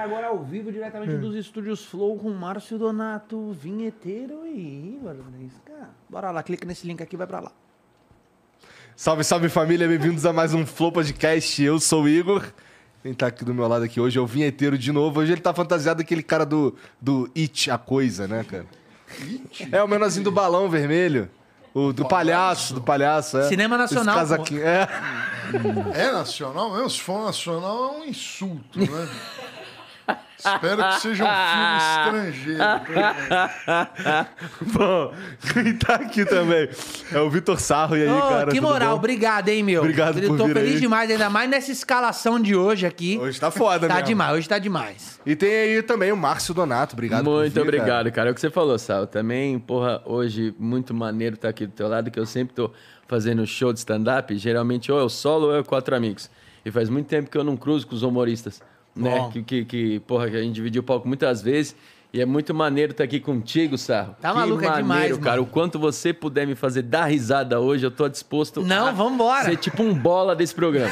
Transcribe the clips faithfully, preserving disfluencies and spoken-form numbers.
agora ao vivo, diretamente dos estúdios Flow, com Márcio Donato, vinheteiro e Igor Bresca. Bora lá, clica nesse link aqui e vai pra lá. Salve, salve família, bem-vindos a mais um Flow Podcast. Eu sou o Igor. Quem tá aqui do meu lado aqui hoje é o vinheteiro de novo. Hoje ele tá fantasiado daquele cara do, do It, a coisa, né, cara? It? É o menorzinho do balão vermelho. O do palhaço, do palhaço, é. Cinema nacional. Esse casaquinho, é. É nacional mesmo? Se for nacional, é um insulto, né? Espero que seja um filme estrangeiro. Bom, quem tá aqui também é o Vitor Sarro. E aí, oh, cara? Que moral, bom? obrigado, hein, meu? Obrigado Eu por tô vir feliz aí. demais, ainda mais nessa escalação de hoje aqui. Hoje tá foda, né? Tá demais, hoje tá demais. E tem aí também o Márcio Donato. Obrigado por Muito vir, obrigado, cara. cara. É o que você falou, Sal. Também, porra, hoje muito maneiro estar aqui do teu lado, que eu sempre tô fazendo show de stand-up. Geralmente ou eu solo ou eu quatro amigos. E faz muito tempo que eu não cruzo com os humoristas, né? Bom. Que, que, que, porra, que a gente dividiu o palco muitas vezes. E é muito maneiro estar aqui contigo, Sarro. Tá que maluco, é maneiro, demais, cara. mano. O quanto você puder me fazer dar risada hoje, eu tô disposto Não, a vambora. ser tipo um bola desse programa.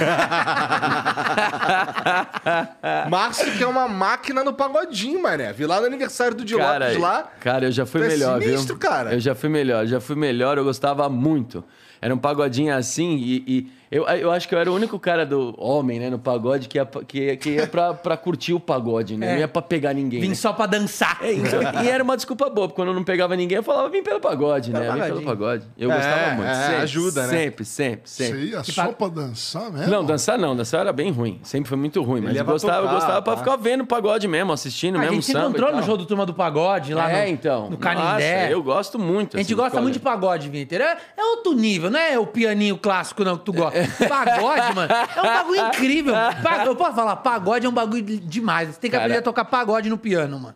Márcio, que é uma máquina no pagodinho, mané. Vi lá no aniversário do Cara, Dilopes lá. cara, eu já fui Tu é melhor, sinistro, viu? cara. Eu já fui melhor, já fui melhor, eu gostava muito. Era um pagodinho assim e, e eu, eu acho que eu era o único cara do homem, né, no pagode que ia, que, que ia pra, pra curtir o pagode, né? É. Não ia pra pegar ninguém. Vim né? só pra dançar. É, então, e era uma desculpa boa, porque quando eu não pegava ninguém, eu falava, vim pelo pagode, Pelo né? Vim pelo pagodinho. pagode. Eu É, gostava muito. é, sempre, ajuda, né? Sempre, sempre, sempre. Você ia só pra dançar mesmo? Não, dançar não, dançar era bem ruim. Sempre foi muito ruim, mas ia eu pra gostava, eu tocar, gostava pra tá? ficar vendo pagode mesmo, assistindo A mesmo gente se samba. encontrou e no tal. show do Turma do Pagode, lá é, no, então. no Canindé. Nossa, eu gosto muito. A gente assim, gosta muito de pagode, vinheteiro. É, é outro nível, não é o pianinho clássico, não, que tu gosta. Pagode, mano, é um bagulho incrível. Pa- Eu posso falar, pagode é um bagulho de- demais. Você tem que Cara- aprender a tocar pagode no piano, mano.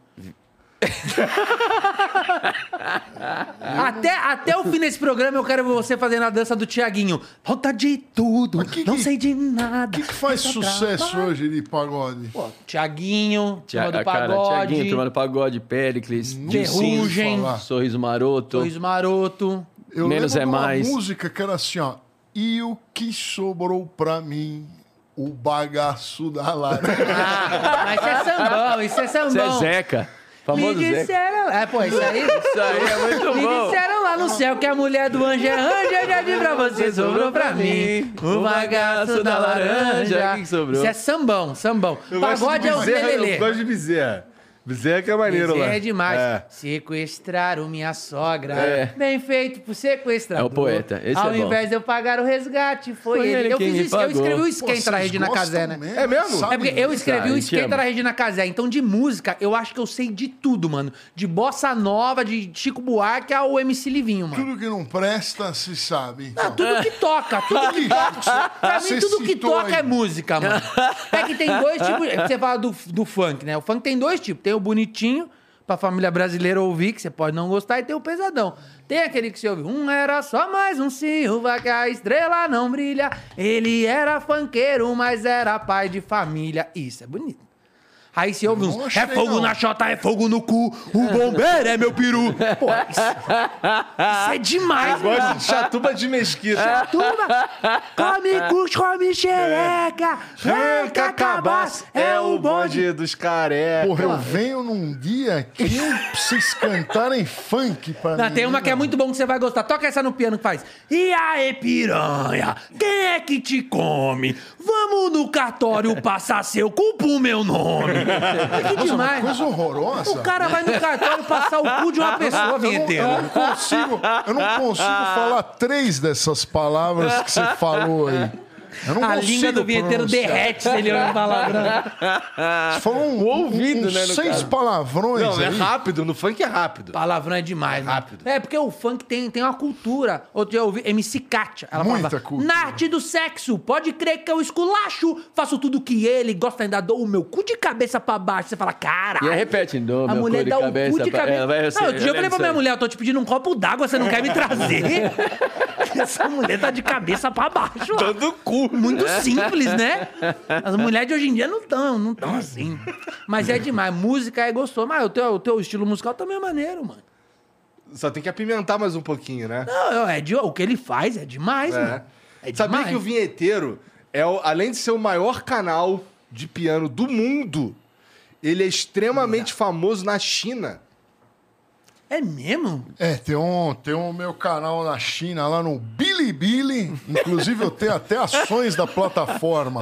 até, até o fim desse programa eu quero ver você fazendo a dança do Tiaguinho. Falta de tudo, Mas que- não que- sei de nada. O que, que faz Só sucesso trabalho. hoje de pagode? Pô, Tiaguinho, Tia, Turma do cara, Pagode, Tiaguinho, Turma do Pagode, Péricles, Ferrugem, falar. Sorriso Maroto. Sorriso Maroto. Eu Menos lembro é de uma mais. música que era assim, ó. E o que sobrou pra mim? O bagaço da laranja. Ah, mas isso é sambão, isso é sambão. Você é Zeca. Me Famoso Zeca. disseram... É, pô, isso aí... Isso aí é muito Me bom. disseram lá no céu que a mulher do anjo é anjo, eu já disse pra você, sobrou pra mim o bagaço da laranja. O que que sobrou? Isso é sambão, sambão. Eu gosto Pagode de é o Bezerra, lelê. Eu gosto de Bezerra. Bezerra que é maneiro lá. É demais. É. Sequestraram minha sogra. É. Bem feito pro sequestrador. É o poeta, esse Ao é bom. invés de eu pagar o resgate, foi, Foi ele. ele Eu, quem fiz me isso, eu pagou. escrevi o Pô, esquenta vocês da Regina gostam Casé, né? mesmo? É mesmo? Sabe É porque eu escrevi Tá, o te esquenta amo. da Regina Casé. Então, de música, eu acho que eu sei de tudo, mano. De bossa nova, de Chico Buarque ao M C Livinho, mano. Tudo que não presta, se sabe. Então. Não, tudo que toca, tudo que toca. Pra mim, Você tudo que citou toca aí. é música, mano. É que tem dois tipos. Você fala do, do funk, né? O funk tem dois tipos. Tem o bonitinho, pra família brasileira ouvir, que você pode não gostar, e tem o pesadão. Tem aquele que você ouve. Um era só mais um Silva, que a estrela não brilha. Ele era funkeiro, mas era pai de família. Isso é bonito. Aí você ouve uns. Não É achei, fogo não. na chota, é fogo no cu. O bombeiro é meu peru. Pô, isso, isso é demais, Eu mano. gosto de chatuba de mesquita. Turma, come cu, come xereca, arranca cabaço, É o bonde dos carecas. Porra, eu venho num dia aqui pra vocês cantarem funk pra Não, mim. tem uma que é muito bom que você vai gostar. Toca essa no piano que faz. E aí, piranha, quem é que te come? Vamos no cartório passar seu cu pro meu nome. Que demais. Coisa horrorosa. O cara vai no cartório passar o cu de uma pessoa, Eu não, vinheteiro. eu não consigo, eu não consigo falar três dessas palavras que você falou aí. Eu não A consigo língua do vinheteiro pronunciar. derrete se ele ouve palavrão. Você falou um, O ouvido, um, né, no seis caso. palavrões Não, é aí. rápido. No funk é rápido. Palavrão é demais, né? rápido. É, porque o funk tem, tem uma cultura. Outro dia eu ouvi M C Kátia. Ela Muita falava, cultura. na arte do sexo, pode crer que eu esculacho, faço tudo que ele gosta, ainda dou o meu cu de cabeça pra baixo. Você fala, cara. E aí repete, dou A meu mulher cu de dá o cabeça cu de pra- cabeça. É, vai, eu não, sei, outro dia eu eu falei pra lembro minha disso aí. mulher, eu tô te pedindo um copo d'água, você não quer me trazer? Essa mulher tá de cabeça pra baixo. ó. Dando cu. Muito simples, né? As mulheres de hoje em dia não estão, não estão assim. Mas é demais. Música é gostoso. Mas o teu, o teu estilo musical também é maneiro, mano. Só tem que apimentar mais um pouquinho, né? Não, é de, o que ele faz é demais, É. mano. É Sabia demais. que o Vinheteiro, é o- além de ser o maior canal de piano do mundo, ele é extremamente famoso na China. É mesmo? É, tem um, tem um meu canal na China, lá no Bilibili. Inclusive, eu tenho até ações da plataforma.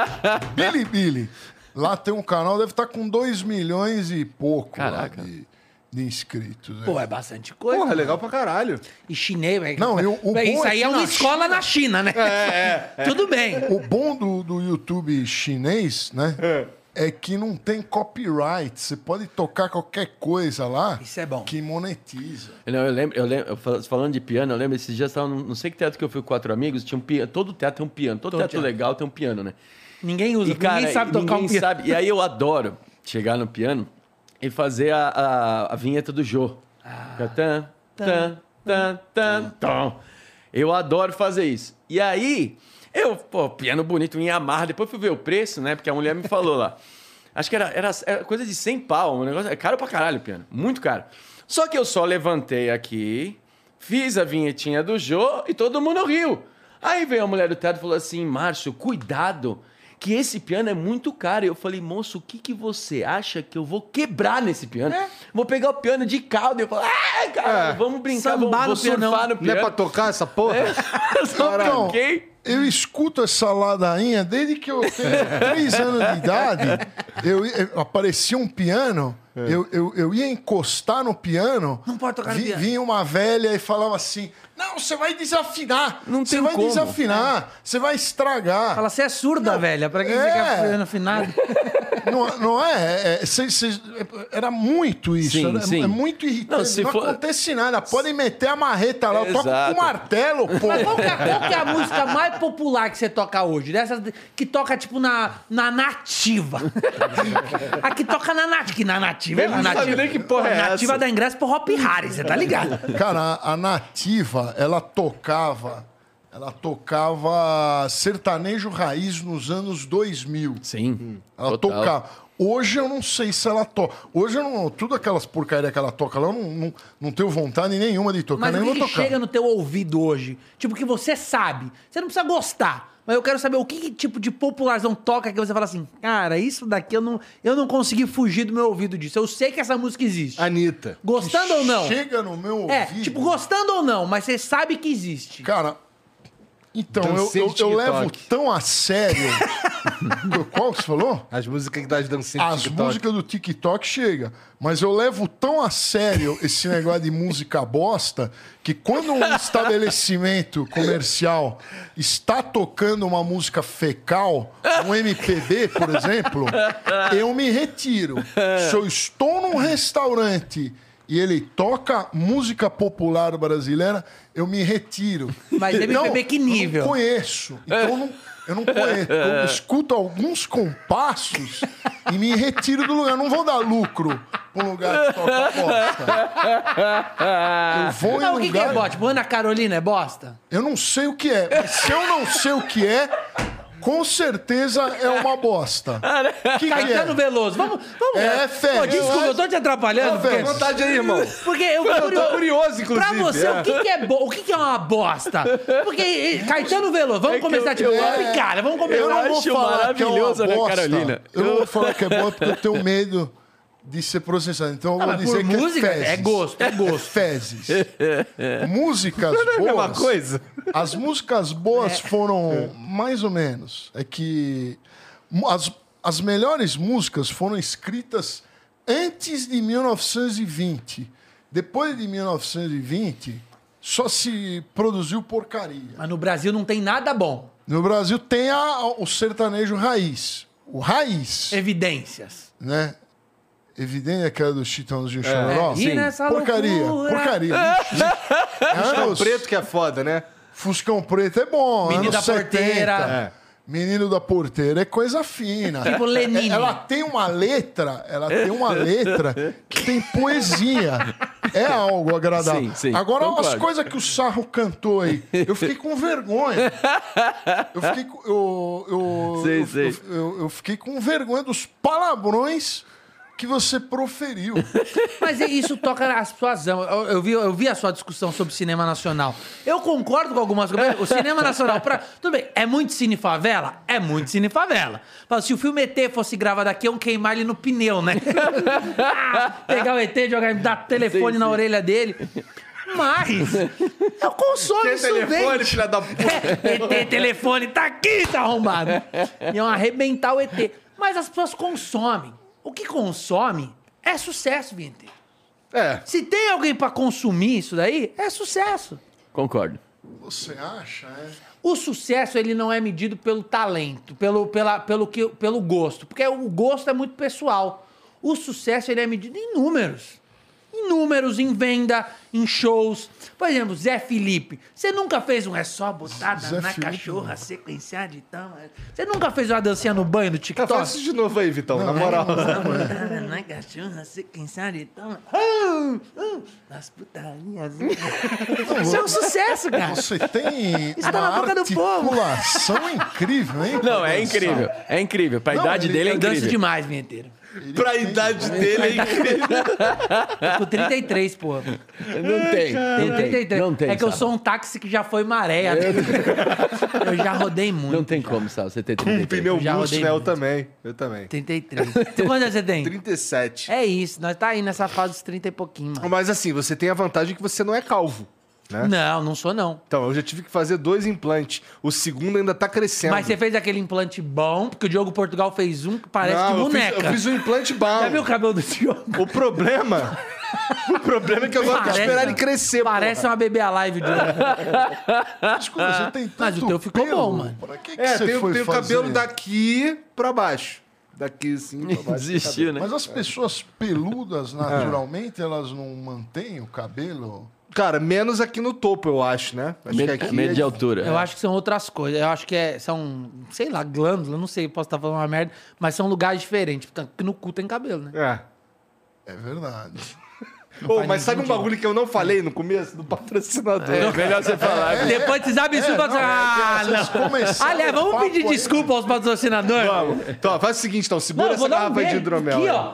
Bilibili. Lá tem um canal, deve estar com dois milhões e pouco lá de, de inscritos. Né? Pô, é bastante coisa. Porra, mano. legal pra caralho. E chinês, velho. Não, e o- o Isso bom é aí que é uma na escola China- na China, né? É, é. Tudo bem. O bom do, do YouTube chinês, né? É que não tem copyright. Você pode tocar qualquer coisa lá. Isso é bom. Que monetiza. Não, eu lembro, eu lembro, eu fal- falando de piano, eu lembro esses dias, tava num- não sei que teatro que eu fui com quatro amigos, tinha um piano, todo teatro tem um piano, todo, Todo teatro teatro. legal tem um piano, né? Ninguém usa, E, cara, ninguém sabe tocar ninguém um piano. sabe. E aí eu adoro chegar no piano e fazer a, a, a vinheta do Jô. Ah. Tan, tan, tan, tan, tan. Eu adoro fazer isso. E aí, eu, pô, piano bonito em Yamaha, depois fui ver o preço, né? Porque a mulher me falou lá. Acho que era, era, era coisa de cem pau, um negócio, é caro pra caralho o piano, muito caro. Só que eu só levantei aqui, fiz a vinhetinha do Jô e todo mundo riu. Aí veio a mulher do teatro e falou assim, Márcio, cuidado, que esse piano é muito caro. E eu falei, moço, o que, que você acha que eu vou quebrar nesse piano? Vou pegar o piano de caldo. E eu falei, ah, cara, É. vamos brincar, Sambar vamos, vou no pianão. surfar no Não é piano. pra tocar essa porra? Eu só Então, brinquei. eu escuto essa ladainha desde que eu tenho três anos de idade. Eu, eu- aparecia um piano, eu, eu, eu ia encostar no piano. Não pode tocar no vi- piano. Vinha uma velha e falava assim: Não, você vai desafinar. Não Você tem vai como. desafinar. Você vai estragar. Fala, você é surda, velha. Pra que você é. quer piano afinado? Não, não é? É, cê- cê- era muito isso. Sim, era, sim. É muito irritante. Não, Não, se for- acontece nada. Podem meter a marreta lá. Eu toco Exato. com martelo, pô. Mas qual que, é, qual que é a música mais popular que você toca hoje? Dessas que toca, tipo, na, na nativa. A que toca na nativa. Que na nativa... Eu não a nativa, sabia nem que porra é nativa essa. dá ingresso pro Hop Harry, você tá ligado? Cara, a, a Nativa, ela tocava... Ela tocava sertanejo raiz nos anos dois mil. Sim, Ela total. tocava. Hoje eu não sei se ela toca. Hoje eu não. Tudo aquelas porcaria que ela toca lá, eu não, não, não tenho vontade nenhuma de tocar. Mas nem o que, vou que tocar. chega no teu ouvido hoje? Tipo, que você sabe. Você não precisa gostar. Mas eu quero saber o que, que tipo de popularzão toca que você fala assim, cara, isso daqui eu não, eu não consegui fugir do meu ouvido disso. Eu sei que essa música existe. Anitta. Gostando ou não? Chega no meu É, ouvido. tipo, gostando ou não, mas você sabe que existe. Cara, então, eu, Dancinha eu, de eu TikTok. levo tão a sério. Qual que você falou? As músicas que das dancinhas de As TikTok. músicas do TikTok chega, mas eu levo tão a sério esse negócio de música bosta que quando um estabelecimento comercial está tocando uma música fecal, um M P B, por exemplo, eu me retiro. Se eu estou num restaurante e ele toca música popular brasileira, eu me retiro. Mas M P B que nível? Eu não conheço. Então eu não, eu não conheço. Eu escuto alguns compassos e me retiro do lugar. Eu não vou dar lucro pra um lugar que toca bosta. Eu vou Não, em o que, que lugar... é bosta? Tipo, Ana Carolina é bosta? Eu não sei o que é. Mas se eu não sei o que é, com certeza é uma bosta. O que, que Caetano é? Veloso. Vamos, vamos. É, Pô, Fede. desculpa, eu tô te atrapalhando. É, porque- Fede. Vontade aí, irmão. Porque eu, Eu tô curioso, inclusive. Pra você, é. o que, que é bo... o que, que é uma bosta? Porque eh, Caetano Veloso, vamos É que começar eu- tipo, eu- vamos, cara, vamos começar. Eu não vou acho falar que é uma maravilhoso, Ana bosta. Carolina. Eu não vou falar que é bosta porque eu tenho medo de ser processado. Então eu Ah, vou mas dizer por que música, é fezes. é gosto, é gosto. fezes. Músicas Não é a boas... mesma coisa? As músicas boas foram mais ou menos. É que mu- as, as melhores músicas foram escritas antes de mil novecentos e vinte. Depois de mil novecentos e vinte, só se produziu porcaria. Mas no Brasil não tem nada bom. No Brasil tem a- o sertanejo raiz. O raiz, Evidências. né? Evidente aquela do Chitãozinho Chororó. É, e nessa Porcaria, loucura- porcaria. É o Anos- preto que é foda, né? Fuscão Preto é bom. Menino anos da Porteira. setenta. É. Menino da Porteira é coisa fina. Tipo Lenine. Ela tem uma letra, ela tem uma letra que tem poesia. É algo agradável. Sim, sim, Agora, concordo. as coisas que o Sarro cantou aí, eu fiquei com vergonha. Eu fiquei com, eu, eu, Sei, eu, sei. eu- eu- eu fiquei com vergonha dos palavrões que você proferiu. Mas isso toca na situação. Eu, eu, vi, eu vi a sua discussão sobre cinema nacional. Eu concordo com algumas coisas. O cinema nacional, pra, tudo bem, é muito cine favela? É muito cine favela. Fala, se o filme E T fosse gravado aqui, iam queimar ele no pneu, né? Ah, pegar o E T, jogar, dar telefone sim, na sim. orelha dele. Mas eu consumo tem isso telefone, bem. filha da puta. É, E T, telefone, tá aqui, tá arrombado. Iam arrebentar o E T. Mas as pessoas consomem. O que consome é sucesso, Vinter. É. Se tem alguém pra consumir isso daí, é sucesso. Concordo. Você acha, é? O sucesso, ele não é medido pelo talento, pelo, pela, pelo, que, pelo gosto. Porque o gosto é muito pessoal. O sucesso, ele é medido em números. Em números, em venda, em shows. Por exemplo, Zé Felipe. Você nunca fez um é só botada Zé na Felipe, cachorra, não. sequenciar de tão... Você nunca fez uma dancinha no banho do Tá, TikTok? faz isso de novo aí, Vitão, na moral. Botada na cachorra, sequenciar de tão... Uh, uh, nas putarias. Isso é um sucesso, cara. Você tem Isso tá na uma boca do povo. articulação incrível, hein? Não, pra é dançar. incrível. É incrível. Pra Não, idade ele- dele é Eu danço incrível. demais, vinheteiro. Pra idade dele é incrível. Tô com trinta e três, pô. Não tem. Tenho Não trinta e tem. três. Não tem, é que eu Sal. sou um táxi que já foi maré. Eu já rodei muito. Não tem como, Sal. Você ter trinta e Um três. pneu já boost, rodei né? Eu muito. também. Eu também. trinta e três. Então, quantos anos você tem? trinta e sete. É isso, nós tá aí nessa fase dos trinta e pouquinho, mano. Mas assim, você tem a vantagem que você não é calvo, né? Não, não sou não. Então, eu já tive que fazer dois implantes. O segundo ainda tá crescendo. Mas você fez aquele implante bom, porque o Diogo Portugal fez um que parece Não, de eu fiz- boneca. Eu fiz, um implante bom. Já viu o cabelo do Diogo? O problema... o problema é que eu gosto de Parece- esperar ele crescer, Parece porra. uma bebê alive, Diogo. Desculpa, você tem tanto Mas o teu ficou pelo. bom, mano. Pra que, que É, você tem, foi tem o fazer? cabelo daqui pra baixo. Daqui assim pra baixo. Desistiu, né? Mas as pessoas peludas, naturalmente, elas não mantêm o cabelo? Cara, menos aqui no topo, eu acho, né? Acho Medo, que aqui medo é- de altura. Eu acho que são outras coisas. Eu acho que é, são, sei lá, glândulas, não sei, posso estar falando uma merda, mas são lugares diferentes. Porque no cu tem cabelo, né? É. É verdade. Ô, faz mas nem sabe um sentido. bagulho que eu não falei no começo do patrocinador? É melhor você falar. Depois vocês absurdos. É, não, ah, é que vocês não. começaram Aliás, o vamos papo pedir aí, desculpa aos patrocinadores. Vamos. Então, ó, faz o seguinte, então. Segura Não, eu vou essa dar um garrafa aí de beijo hidromel. aqui, aí. ó.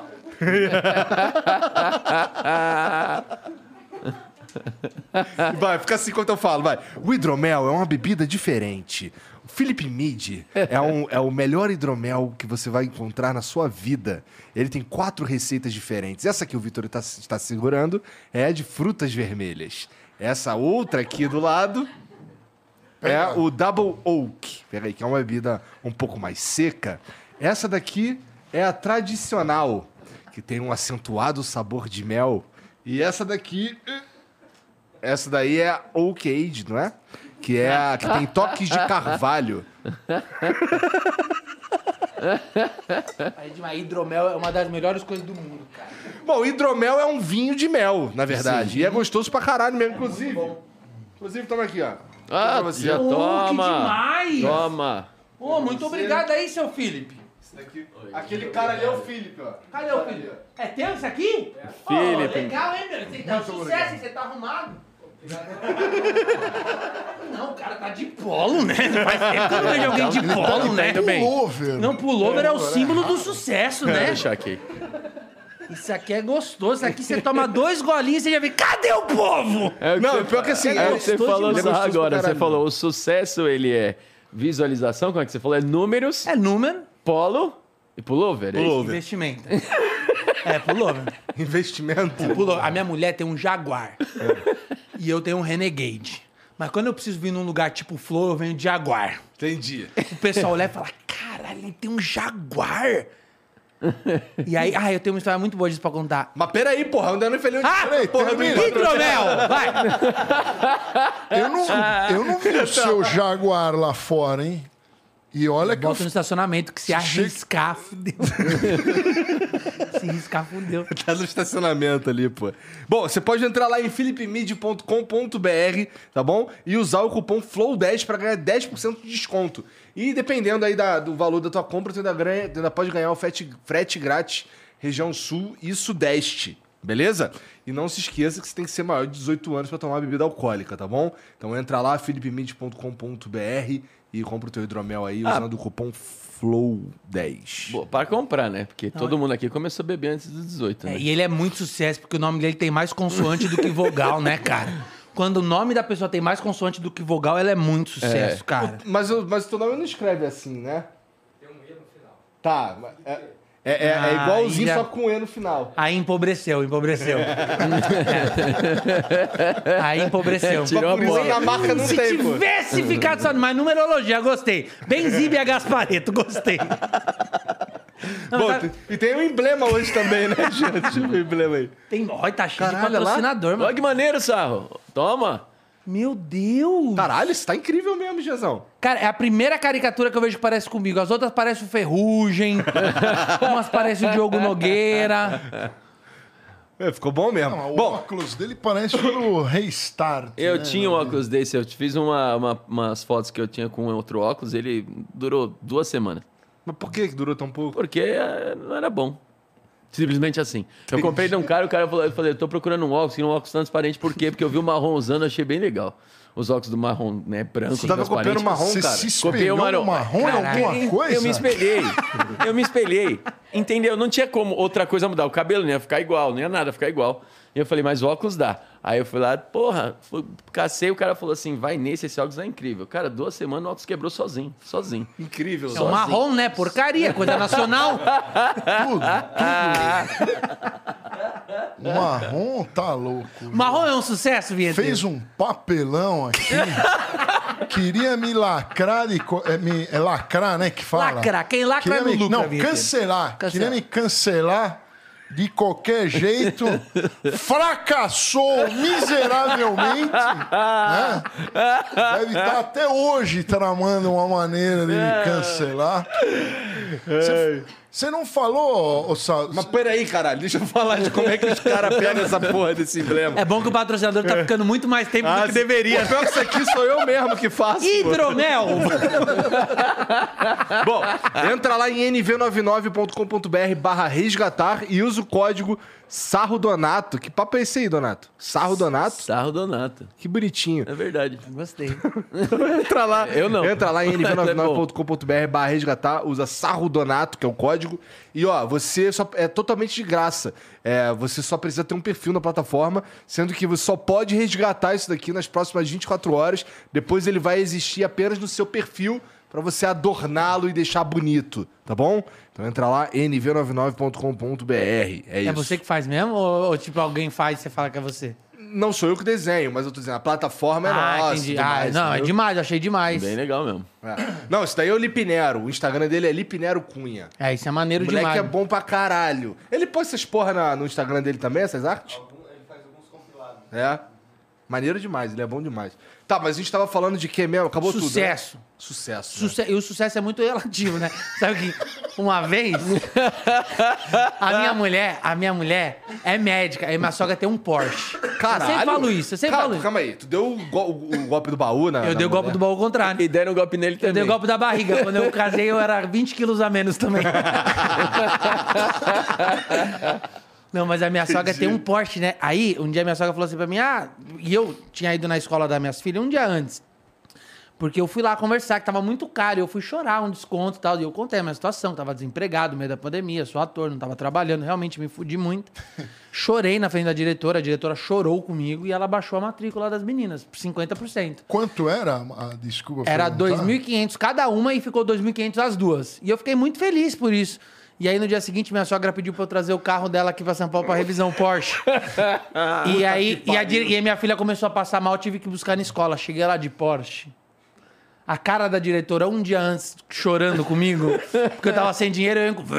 Vai, fica assim enquanto eu falo, vai. O hidromel é uma bebida diferente. O Philip Mead é, um, é o melhor hidromel que você vai encontrar na sua vida. Ele tem quatro receitas diferentes. Essa que o Vitor tá, está segurando é a de frutas vermelhas. Essa outra aqui do lado é o Double Oak. Pega aí, que é uma bebida um pouco mais seca. Essa daqui é a tradicional, que tem um acentuado sabor de mel. E essa daqui... Essa daí é a Oak Age, não é? Que é a que tem toques de carvalho. A hidromel é uma das melhores coisas do mundo, cara. Bom, hidromel é um vinho de mel, na verdade. E é gostoso pra caralho mesmo, inclusive. Inclusive, toma aqui, ó. Ah, Pra você. já Oh, toma. que demais! Toma. Ô, muito obrigado aí, seu Felipe. Esse daqui- Aquele cara ali é o Felipe, ó. Cadê o Felipe? É teu isso aqui? Ô, Felipe. legal, hein, meu? Você tá um sucesso, hein? Você tá arrumado. Não, o cara tá de polo, né? Faz tempo que eu não vejo alguém de polo, né? indo bem. Pullover. Não, pullover é o símbolo do sucesso, né? Deixa aqui. Isso aqui é gostoso. Isso aqui você toma dois golinhos e você já vê, cadê o povo? É o Não, você, pior que assim, é é o que você gostoso falou demais. só É gostoso pra agora. Você caralho. falou, o sucesso, ele é visualização, como é que você falou? É números, É número, polo e pullover. é isso? Pullover. investimento. É, pullover. Investimento. Pullover. A minha mulher tem um Jaguar. E eu tenho um Renegade. Mas quando eu preciso vir num lugar tipo Flow, eu venho de Jaguar. Entendi. O pessoal olha e fala, caralho, ele tem um Jaguar. E aí, ah, eu tenho uma história muito boa disso pra contar. Mas peraí, porra, eu ainda não falei onde Ah, Peraí, porra, termina. do Hidromel, vai. Eu não, eu não vi o seu Jaguar lá fora, hein? E olha que eu... Volta no estacionamento, que se arriscar, fudeu. Se arriscar, fudeu. Tá no estacionamento ali, pô. Bom, você pode entrar lá em philip mead ponto com ponto b r, tá bom? E usar o cupom flow dez pra ganhar dez por cento de desconto. E dependendo aí da- do valor da tua compra, tu ainda, ganha- tu ainda pode ganhar o frete, frete grátis região sul e sudeste, Beleza? E não se esqueça que você tem que ser maior de dezoito anos pra tomar bebida alcoólica, tá bom? Então entra lá, felipe mid ponto com ponto b r e compra o teu hidromel aí Ah. usando o cupom flow dez. Boa, para comprar, né? Porque todo mundo aqui começou a beber antes dos dezoito, né? É, e ele é muito sucesso, porque o nome dele tem mais consoante do que vogal, né, cara? Quando o nome da pessoa tem mais consoante do que vogal, ela é muito sucesso, É. cara. Mas, o- mas o teu nome não escreve assim, né? Tem um E no final. Tá, mas é, é, é, é Ah, igualzinho, já- só com E no final. Aí empobreceu, empobreceu. Aí empobreceu. Tirou a Por isso bola. que a marca não Se tem, pô. tivesse ficado só... Mas numerologia, gostei. Benzíbia Gaspareto, gostei. Não, Bom, sabe- tem- e tem um emblema hoje também, né, gente? Deixa eu ver o emblema aí. Tem... Olha, tá cheio Caralho, de patrocinador, mano. Olha que maneiro, Sarro. Toma. Meu Deus! Caralho, isso tá incrível mesmo, Giazão. Cara, é a primeira caricatura que eu vejo que parece comigo. As outras parecem o Ferrugem, umas parecem o Diogo Nogueira. É, ficou bom mesmo. Não, o Bom, óculos dele parece o Restart. Eu né? tinha um óculos desse, eu fiz uma, uma- umas fotos que eu tinha com outro óculos, ele durou duas semanas. mas por que que durou tão pouco? Porque eh, não era bom. Simplesmente assim. Eu comprei de um cara, o cara falou, eu falei, eu tô procurando um óculos, queria um óculos transparente, por quê? Porque eu vi o marrom usando, eu achei bem legal. Os óculos do marrom, né, branco, Você tava transparente. copiando marrom, Você cara? se Copiei espelhou o marrom. no marrom em Caralho. alguma coisa? Eu me espelhei. Eu me espelhei. Entendeu? Não tinha como outra coisa mudar. O cabelo não ia ficar igual, não ia nada ficar igual. E eu falei, mas o óculos dá. Aí eu fui lá, porra, fui, cacei, o cara falou assim, vai nesse, esse óculos é incrível. Cara, duas semanas o óculos quebrou sozinho, sozinho. Incrível. É o marrom, né? Porcaria, coisa nacional. Tudo, tudo. O marrom tá louco. Marrom é um sucesso, Vinheta? Fez um papelão aqui. Queria me lacrar e... co- É, me, é lacrar, né, que fala? Lacrar. Quem lacra Queria é no me, lucro, Não, Vinheta. cancelar. Cancelar. Queria me cancelar de qualquer jeito. Fracassou miseravelmente. Né? Deve estar até hoje tramando uma maneira de me cancelar. Você não falou, ô Sal... Mas peraí, caralho, deixa eu falar de como é que os caras pegam essa porra desse emblema. É bom que o patrocinador tá ficando muito mais tempo do que sim. deveria. Pô, pior que isso aqui sou eu mesmo que faço. pô. Hidromel! Bom, entra lá em n v noventa e nove ponto com ponto b r barra resgatar e usa o código Sarro Donato. Que papo é esse aí, Donato? Sarro Donato? Sarro Donato. Que bonitinho. É verdade. Gostei. Entra lá. Eu não. Entra lá em n v noventa e nove ponto com ponto b r barra resgatar, usa Sarro Donato, que é o código. E ó, você só é totalmente de graça. É, você só precisa ter um perfil na plataforma, sendo que você só pode resgatar isso daqui nas próximas vinte e quatro horas. Depois ele vai existir apenas no seu perfil para você adorná-lo e deixar bonito, tá bom? Então entra lá, n v noventa e nove ponto com ponto b r. É isso. É você que faz mesmo? Ou, ou, tipo, alguém faz e você fala que é você? Não sou eu que desenho, mas eu tô dizendo, a plataforma é ah, nossa. entendi. demais, ah, não, é entendeu? demais, eu achei demais. Bem legal mesmo. É. Não, isso daí é o Lipinero. O Instagram dele é Lipinero Cunha. É, isso é O maneiro moleque demais. é bom pra caralho. Ele pôs essas porra na- no Instagram dele também, essas artes? Ele faz alguns compilados. É. Maneiro demais, ele é bom demais. Tá, mas a gente tava falando de quê mesmo? Acabou tudo, né? Sucesso. Sucesso. né? Suce- E o sucesso é muito relativo, né? Sabe que uma vez a minha mulher, a minha mulher é médica, e minha sogra tem um Porsche. Caralho. Eu sempre falo isso, eu sempre calma, falo isso. Calma aí, tu deu o, go- o golpe do baú, né? Eu dei o golpe do baú ao contrário. E deram um golpe nele Eu também. dei o golpe da barriga. Quando eu casei, eu era vinte quilos a menos também. Não, mas a minha sogra tem um Porsche, né? Aí, um dia minha sogra falou assim pra mim, ah... E eu tinha ido na escola das minhas filhas um dia antes. Porque eu fui lá conversar, que tava muito caro. E eu fui chorar um desconto e tal. E eu contei a minha situação, que tava desempregado no meio da pandemia, sou ator, não tava trabalhando. Realmente me fudi muito. Chorei na frente da diretora, a diretora chorou comigo e ela baixou a matrícula das meninas, por cinquenta por cento. Quanto era? Ah, desculpa Era perguntar. dois mil e quinhentos cada uma e ficou dois mil e quinhentos as duas. E eu fiquei muito feliz por isso. E aí, no dia seguinte, minha sogra pediu pra eu trazer o carro dela aqui pra São Paulo pra revisão Porsche. e aí, e a, dire- e a minha filha começou a passar mal, eu tive que buscar na escola. Cheguei lá de Porsche. A cara da diretora, um dia antes, chorando comigo, porque eu tava sem dinheiro, eu... enco-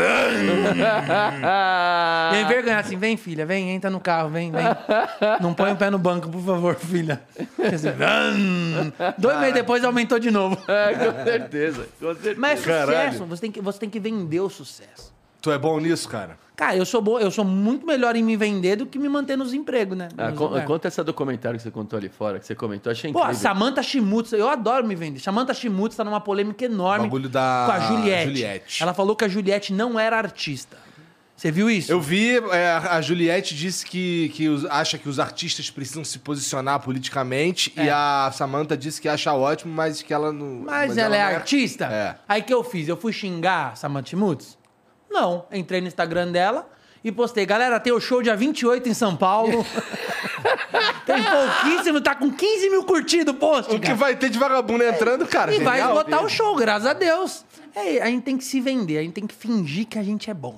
E eu envergonhado assim, vem, filha, vem, entra no carro, vem, vem. Não põe o pé no banco, por favor, filha. Assim, dois meses depois aumentou de novo. É, com certeza, com certeza. Mas sucesso, Caralho. você tem, que, você tem que vender o sucesso. Tu é bom nisso, cara? Cara, eu sou bom, eu sou muito melhor em me vender do que me manter nos empregos, né? Ah, Nos con- lugares. conta essa documentário que você contou ali fora, que você comentou, achei Pô, incrível. a Samantha Schmutz, eu adoro me vender. Samantha Schmutz tá numa polêmica enorme Bagulho da com a Juliette. Juliette. Ela falou que a Juliette não era artista. Você viu isso? Eu vi, é, a Juliette disse que, que os- acha que os artistas precisam se posicionar politicamente É. e a Samantha disse que acha ótimo, mas que ela não... Mas, ela, é não artista? É. Aí que eu fiz? Eu fui xingar a Samantha Schmutz? Não. Entrei no Instagram dela e postei. Galera, tem o show dia vinte e oito em São Paulo. Tem pouquíssimo, tá com quinze mil curtidos o post, O que cara. vai ter de vagabundo entrando, cara? E vai genial esgotar dele. o show, graças a Deus. É, a gente tem que se vender, a gente tem que fingir que a gente é bom.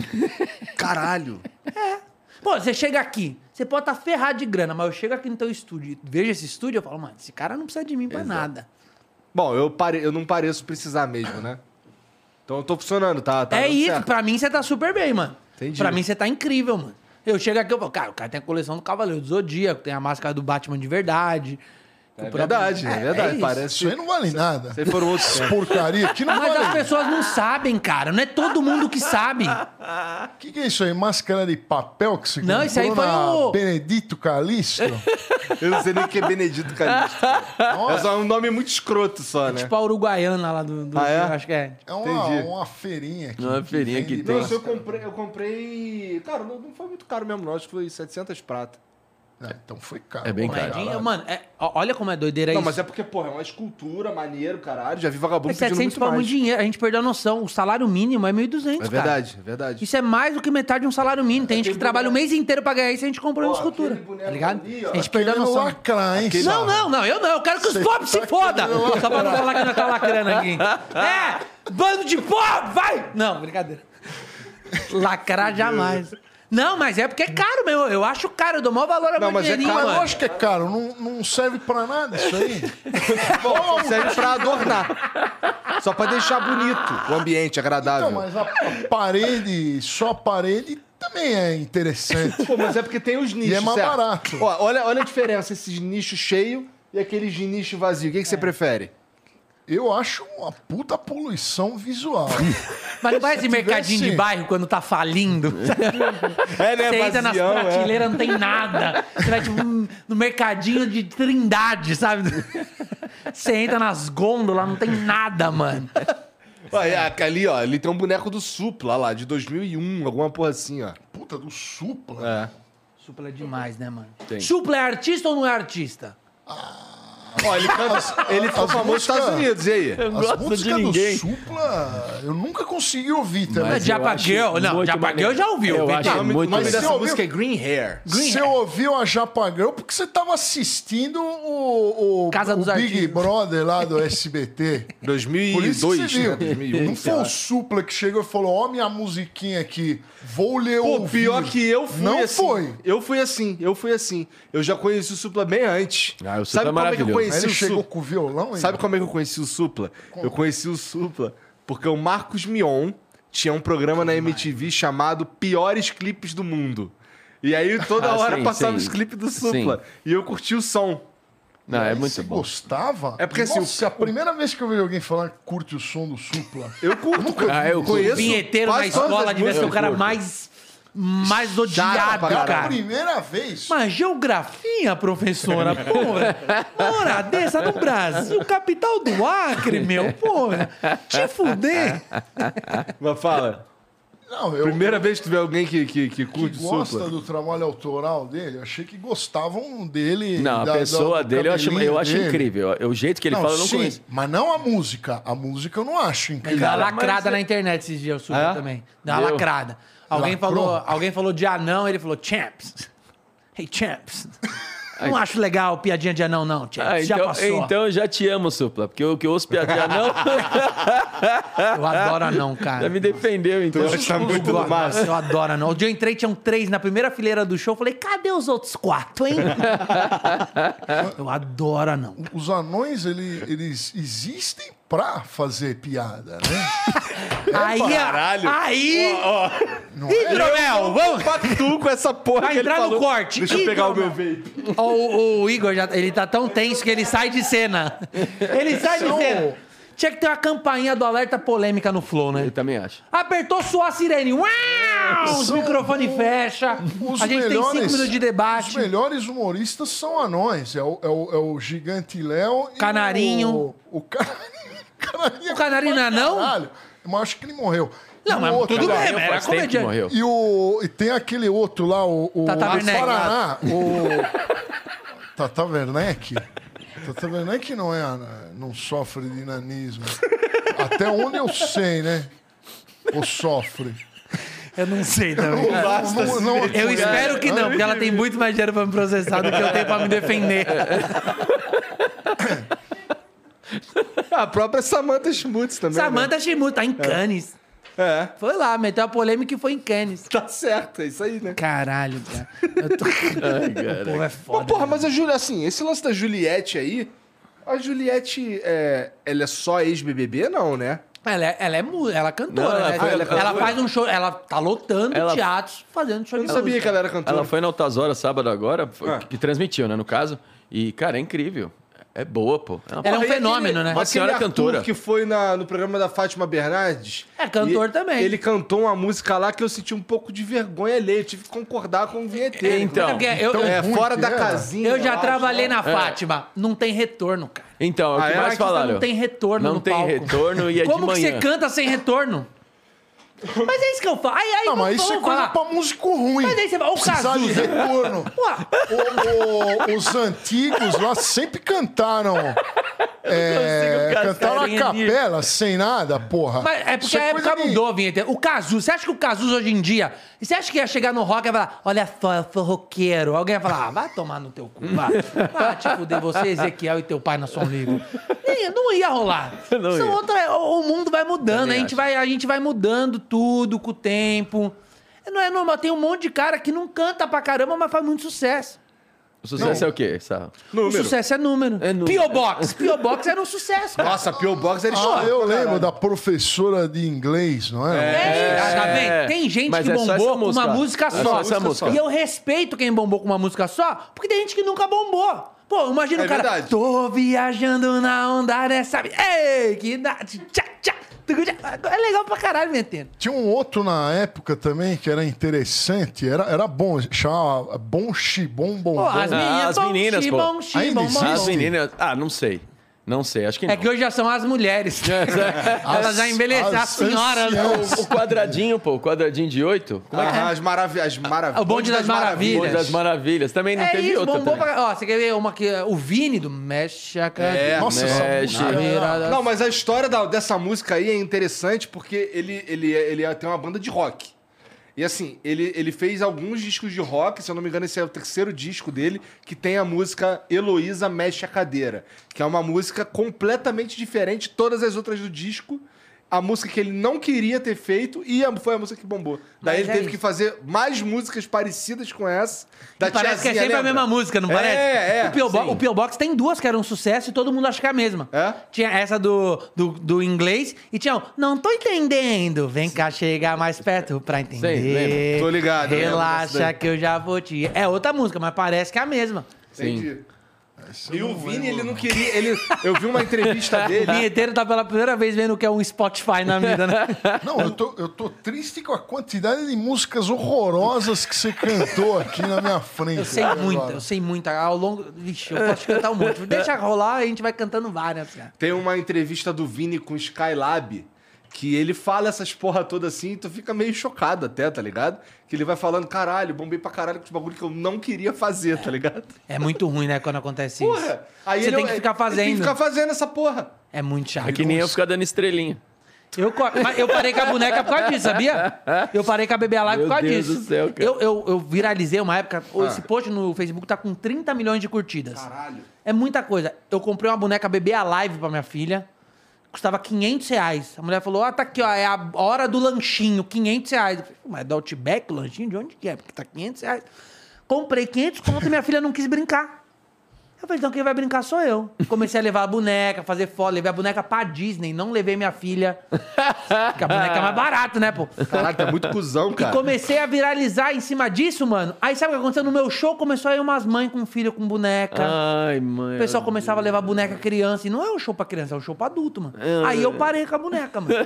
Caralho. Pô, você chega aqui, você pode estar ferrado de grana, mas eu chego aqui no teu estúdio e vejo esse estúdio, eu falo, mano, esse cara não precisa de mim pra nada. Bom, eu, pare... eu não pareço precisar mesmo, né? Então eu tô funcionando, tá? tá é dando isso, certo. pra mim você tá super bem, mano. Entendi. Pra mim você tá incrível, mano. Eu chego aqui, eu falo, cara, o cara tem a coleção do Cavaleiro do Zodíaco, tem a máscara do Batman de verdade. É O próprio- verdade, é, É, verdade. é isso. Parece Isso aí não vale nada. Vocês foram outros tempos. Porcaria. Que não Mas vale as pessoas não sabem, cara. Não é todo mundo que sabe. O que, que é isso aí? Máscara de papel que você Não, isso aí comprou foi na o- Benedito Calixto? Eu não sei nem o que é Benedito Calixto. É só um nome muito escroto só, né? Tipo a uruguaiana lá do... do Ah, é? Acho que é. É uma, Entendi. uma feirinha aqui. Uma feirinha que vende tem. Nossa, eu máscara. comprei, eu comprei... Cara, não, não foi muito caro mesmo, não. Acho que foi setecentas prata. É, então foi caro. É bem pra caro. Moedinha, caralho. mano, é- ó, olha como é doideira Não, isso. mas é porque, porra, é uma escultura, maneiro, caralho. Já vi vagabundo Mas pedindo setecentos muito pau é mais. muito dinheiro. A gente perdeu a noção. O salário mínimo é mil e duzentos, É cara. verdade, é verdade. Isso é mais do que metade de um salário mínimo. Tem gente que Aquele trabalha o boneco- mês inteiro pra ganhar isso e a gente comprou uma Ó, escultura. aquele boneco Tá ligado? ali, ó. A gente perdeu a Querendo noção. lacrar, hein? Não, Sarro? não, não, eu não. Eu quero que os Você pobres tá se foda. querendo Só pra não falar que nós tá lacrando aqui. É, bando de pobre, vai! Não, brincadeira. Lacrar jamais. Não, mas é porque é caro mesmo. Eu acho caro, eu dou maior valor a Não, meu mas é dinheirinho, Mas mano. lógico que é caro. Não, não serve pra nada isso aí. Bom, serve pra adornar. Só pra deixar bonito o ambiente, agradável. Então, mas a, a parede, só a parede também é interessante. Pô, mas é porque tem os nichos, E é mais certo? barato. Ó, olha, olha a diferença, esses nichos cheios e aqueles de nicho vazio. O que, que você prefere? Eu acho uma puta poluição visual. Mas não parece mercadinho de tivesse- bairro quando tá falindo? É, né? Você entra nas Vazião, é. prateleiras, não tem nada. Você vai, tipo, no mercadinho de Trindade, sabe? Você entra nas gôndolas, não tem nada, mano. Olha, ali, ó, ali tem um boneco do Supla, lá, de dois mil e um, alguma porra assim, ó. Puta do Supla. É. Supla é demais, né, mano? Tem. Supla é artista ou não é artista? Ó, ele, canta, ele ficou as famoso nos Estados músicas- Unidos, e aí? Eu As gosto de músicas ninguém. do Supla, eu nunca consegui ouvir também. Mas Japa eu acho Girl, não, muito Japa maneiro. Girl já ouviu. Eu Vem acho cá. O nome, muito o nome legal. dessa Você música é Green Hair. Você ouviu a Japa Girl porque você tava assistindo o, o, Casa o dos Big Artistas. Brother lá do S B T. dois mil Por e isso dois, que você viu. né? dois mil e um, Não sei foi lá. o Supla que chegou e falou: ó, minha musiquinha aqui, vou ler Pô, ouvir. pior que eu fui Não assim. foi. Eu fui assim, eu fui assim. Eu já conheci o Supla bem antes. Ah, o Supla Sabe é como é que eu maravilhoso. Aí conheci ele o chegou Supla? com o violão e... Sabe como é que eu conheci o Supla? Eu conheci o Supla porque o Marcos Mion tinha um programa na M T V chamado Piores Clipes do Mundo. E aí toda Ah, hora sim, passava sim. os clipes do Supla. E eu curti o som. Não, é Aí muito você bom. gostava? É porque, assim, Nossa, o- a primeira vez que eu vi alguém falar que curte o som do Supla. Eu curto, cara. Ah, eu curto. conheço. Vinheteiro na quase todas escola as devia ser o músicas. cara curto. mais, mais Chato odiado, pra Cara, a cara. primeira vez. Mas geografia, professora, porra. Hora dessa no Brasil, capital do Acre, meu, porra. Te fuder. Mas fala. Não, eu, Primeira vez que tu vê alguém que, que, que que curte o gosta Supla. do trabalho autoral dele, eu achei que gostavam dele. Não, a da- pessoa da- do dele eu acho, cabelinho eu acho dele. incrível. O jeito que ele Não, fala eu não sim, conheço. mas não a música. A música eu não acho Deu incrível. uma Cara, lacrada mas- na internet esses dias, o Supla É? também. Deu uma Deu. lacrada. Alguém Lacrou? falou, alguém falou de anão, ele falou, champs. Hey, champs. Não acho legal piadinha de anão, não, champs. Ah, Já então, passou. então eu já te amo, Supla. Porque o que eu ouço piadinha não, Eu adoro anão, cara. já me defendeu, então. Tu gosta muito do Eu- Márcio. Eu adoro anão. O dia eu entrei, tinham três na primeira fileira do show. Eu falei, cadê os outros quatro, hein? Eu adoro anão. Os anões, ele- eles existem pra fazer piada, né? Aí, caralho. aí... Não Ih, é? Hidromel, vamos... Patu com essa porra Vai que ele entrar no falou. corte. Deixa eu Ih, pegar o Hidromel. meu vape. Ó, O, o Igor, já, ele tá tão tenso que ele sai de cena. Ele sai de São- cena. Tinha que ter uma campainha do alerta polêmica no Flow, né? Eu também acho. Apertou sua sirene. Uau! Os São- microfone fecha. Os A gente tem cinco minutos de Os debate. melhores humoristas são anões. É o, é o, é o Gigante Léo e Canarinho. O, o Canarinho. Canarinho O Canarinho não é pra anão? caralho. Mas acho que ele morreu. Não, mas outro tudo lá. bem, mas era Faz tempo que comediante. morreu. E, o, e tem aquele outro lá, o, o Tata do Werneck. Paraná, o Tata Werneck. Tata Werneck não é, não sofre de nanismo. Até onde eu sei, né? Ou sofre. Eu não sei também. Não- não- Eu espero que não, porque ela tem muito mais dinheiro pra me processar do que eu tenho pra me defender. A própria Samantha Schmutz também. Samantha Schmutz tá em Cannes. Né? É. Foi lá, meteu a polêmica e foi em Cannes. Tá certo, é isso aí, né? Caralho, cara. Eu tô... O povo é Mas, foda. porra, mas a Juliette, assim, esse lance da Juliette aí, a Juliette, é, ela é só ex-B B B, não, né? Ela é, ela é mu- ela é cantora, Não, ela né? foi- ela, ela ela foi- faz um show, ela tá lotando Ela- teatros, fazendo show Eu de não sabia música. que ela era cantora. Ela foi na Altas Horas sábado agora, foi- Ah. que, que transmitiu, né, no caso. E, cara, é incrível. É boa, pô. É uma Ela é um Porra, e fenômeno, aquele- né? Uma aquele senhora Arthur cantora. que foi na- no programa da Fátima Bernardes. É, cantor e também. Ele cantou uma música lá que eu senti um pouco de vergonha alheia. Eu tive que concordar com o vinheteiro. Então, É porque eu, Então, eu- É, ruim fora que da era. casinha. eu já acho, trabalhei né? na Fátima. Não tem retorno, cara. Então, é o Ah, que é? mais Artista falaram. não tem retorno Não no tem palco. retorno e é Como de que manhã. você canta sem retorno? Mas é isso que eu falo. Aí, aí, Não, mas vamos- isso é vamos coisa falar. pra músico ruim. Mas aí você vai- o Precisar de Cazuza. retorno. Ué, O- o- os antigos lá sempre cantaram. É, cantar cantaram sem a capela, sem nada, porra. Mas é porque Isso a coisa época de- mudou, Vinheta. O Cazuza, você acha que o Cazuza hoje em dia, você acha que ia chegar no rock e ia falar, olha só, eu sou roqueiro. Alguém ia falar, ah, vai tomar no teu cu, vai. Vai te fuder você, Ezequiel e teu pai na Som Livre. Nem- Não ia rolar. Não São ia. outra- o, o mundo vai mudando, Também a gente acho. vai, a gente vai mudando tudo com o tempo. Não é normal, tem um monte de cara que não canta pra caramba, mas faz muito sucesso. O sucesso é o quê, Sarro? O Número. sucesso é número. É número. P O Box. P O Box era um sucesso, cara. Nossa, a P O Box era Ah, estourada eu pra lembro caralho. da professora de inglês, não é? É, tá É. vendo? Tem gente Mas que é só essa bombou com música. uma música É só. só essa música. E eu respeito quem bombou com uma música só, porque tem gente que nunca bombou. Pô, imagina É o cara. verdade. Tô viajando na onda dessa. Ei, que da. Tchá, tchá, tugu, tchá. É legal pra caralho, Mentendo. Tinha um outro na época também que era interessante, era, era bom, chamava Bom Chi, Bom Bom. Pô, as Bom. meninas. as bom, meninas, xi, pô. bom, xi, Ainda bom, bom, existe? As bom. meninas... Ah, não sei. Não sei, acho que não. É que hoje já são as mulheres. Elas já envelheceram, a as senhora. né? anciãs. O quadradinho, pô, o quadradinho de oito. Como é que Ah, as maravilhas. As maravilhas. O bonde das maravilhas. Bonde das Maravilhas. Também não É teve isso, outra bombou também. pra... Ó, você quer ver uma que... O Vini do Mexe a Cara. É, Nossa, essa mexe. música era- Não, mas a história da- dessa música aí é interessante porque ele, ele, ele tem uma banda de rock. E assim, ele, ele fez alguns discos de rock, se eu não me engano, esse é o terceiro disco dele, que tem a música Heloísa Mexe a Cadeira, que é uma música completamente diferente de todas as outras do disco. A música que ele não queria ter feito e a- foi a música que bombou. Daí Mas ele é teve isso. que fazer mais músicas parecidas com essa. Da E parece que é tiazinha, sempre a lembra? mesma música, não É, parece? é, O P O, Bo- sim. o P O Box tem duas que eram um sucesso e todo mundo acha que é a mesma. É? Tinha essa do, do, do inglês e tinha um, não tô entendendo, vem cá chegar mais perto pra entender. Sei, lembro. Tô ligado, eu lembro dessa Relaxa daí. que eu já vou te... É outra música, mas parece que é a mesma. Entendi. Essa eu E o não Vini, lembro, ele não não. queria. Ele, eu vi uma entrevista O dele. vinheteiro tá pela primeira vez vendo o que é um Spotify na vida, né? Não, eu tô, eu tô triste com a quantidade de músicas horrorosas que você cantou aqui na minha frente. Eu sei agora. muita, eu sei muita. Ao longo... Vixe, eu posso cantar um monte. Deixa rolar e a gente vai cantando várias, cara. Tem uma entrevista do Vini com o Skylab que ele fala essas porra toda assim e tu fica meio chocado até, tá ligado? Que ele vai falando, caralho, bombei pra caralho com os bagulho que eu não queria fazer, tá ligado? É muito ruim, né, quando acontece isso. Porra! Aí Você ele- tem que ficar ele Tem fazendo. que ficar fazendo essa porra. É muito chato. É que nem eu ficar dando estrelinha. Eu, co- mas eu parei com a boneca por causa disso, sabia? Eu parei com a Bebê Alive por Meu causa Deus disso. do céu, cara. Eu, eu, eu viralizei uma época. Esse post no Facebook tá com trinta milhões de curtidas. Caralho. É muita coisa. Eu comprei uma boneca Bebê Alive pra minha filha. Custava quinhentos reais. A mulher falou: ah, tá aqui, ó, é a hora do lanchinho, quinhentos reais. Eu falei, mas é do Outback o lanchinho? De onde que é? Porque tá quinhentos reais. Comprei quinhentos conto e minha filha não quis brincar. Eu falei, então quem vai brincar sou eu. Comecei a levar a boneca, fazer foto, levei a boneca pra Disney, não levei minha filha. Porque a boneca é mais barato, né, pô? Caralho, tá muito cuzão, E cara. comecei a viralizar em cima disso, mano. Aí sabe o que aconteceu? No meu show começou a ir umas mães com filho com boneca. Ai, mãe. O pessoal começava a levar boneca criança. E não é um show pra criança, é um show pra adulto, mano. Aí eu parei com a boneca, mano.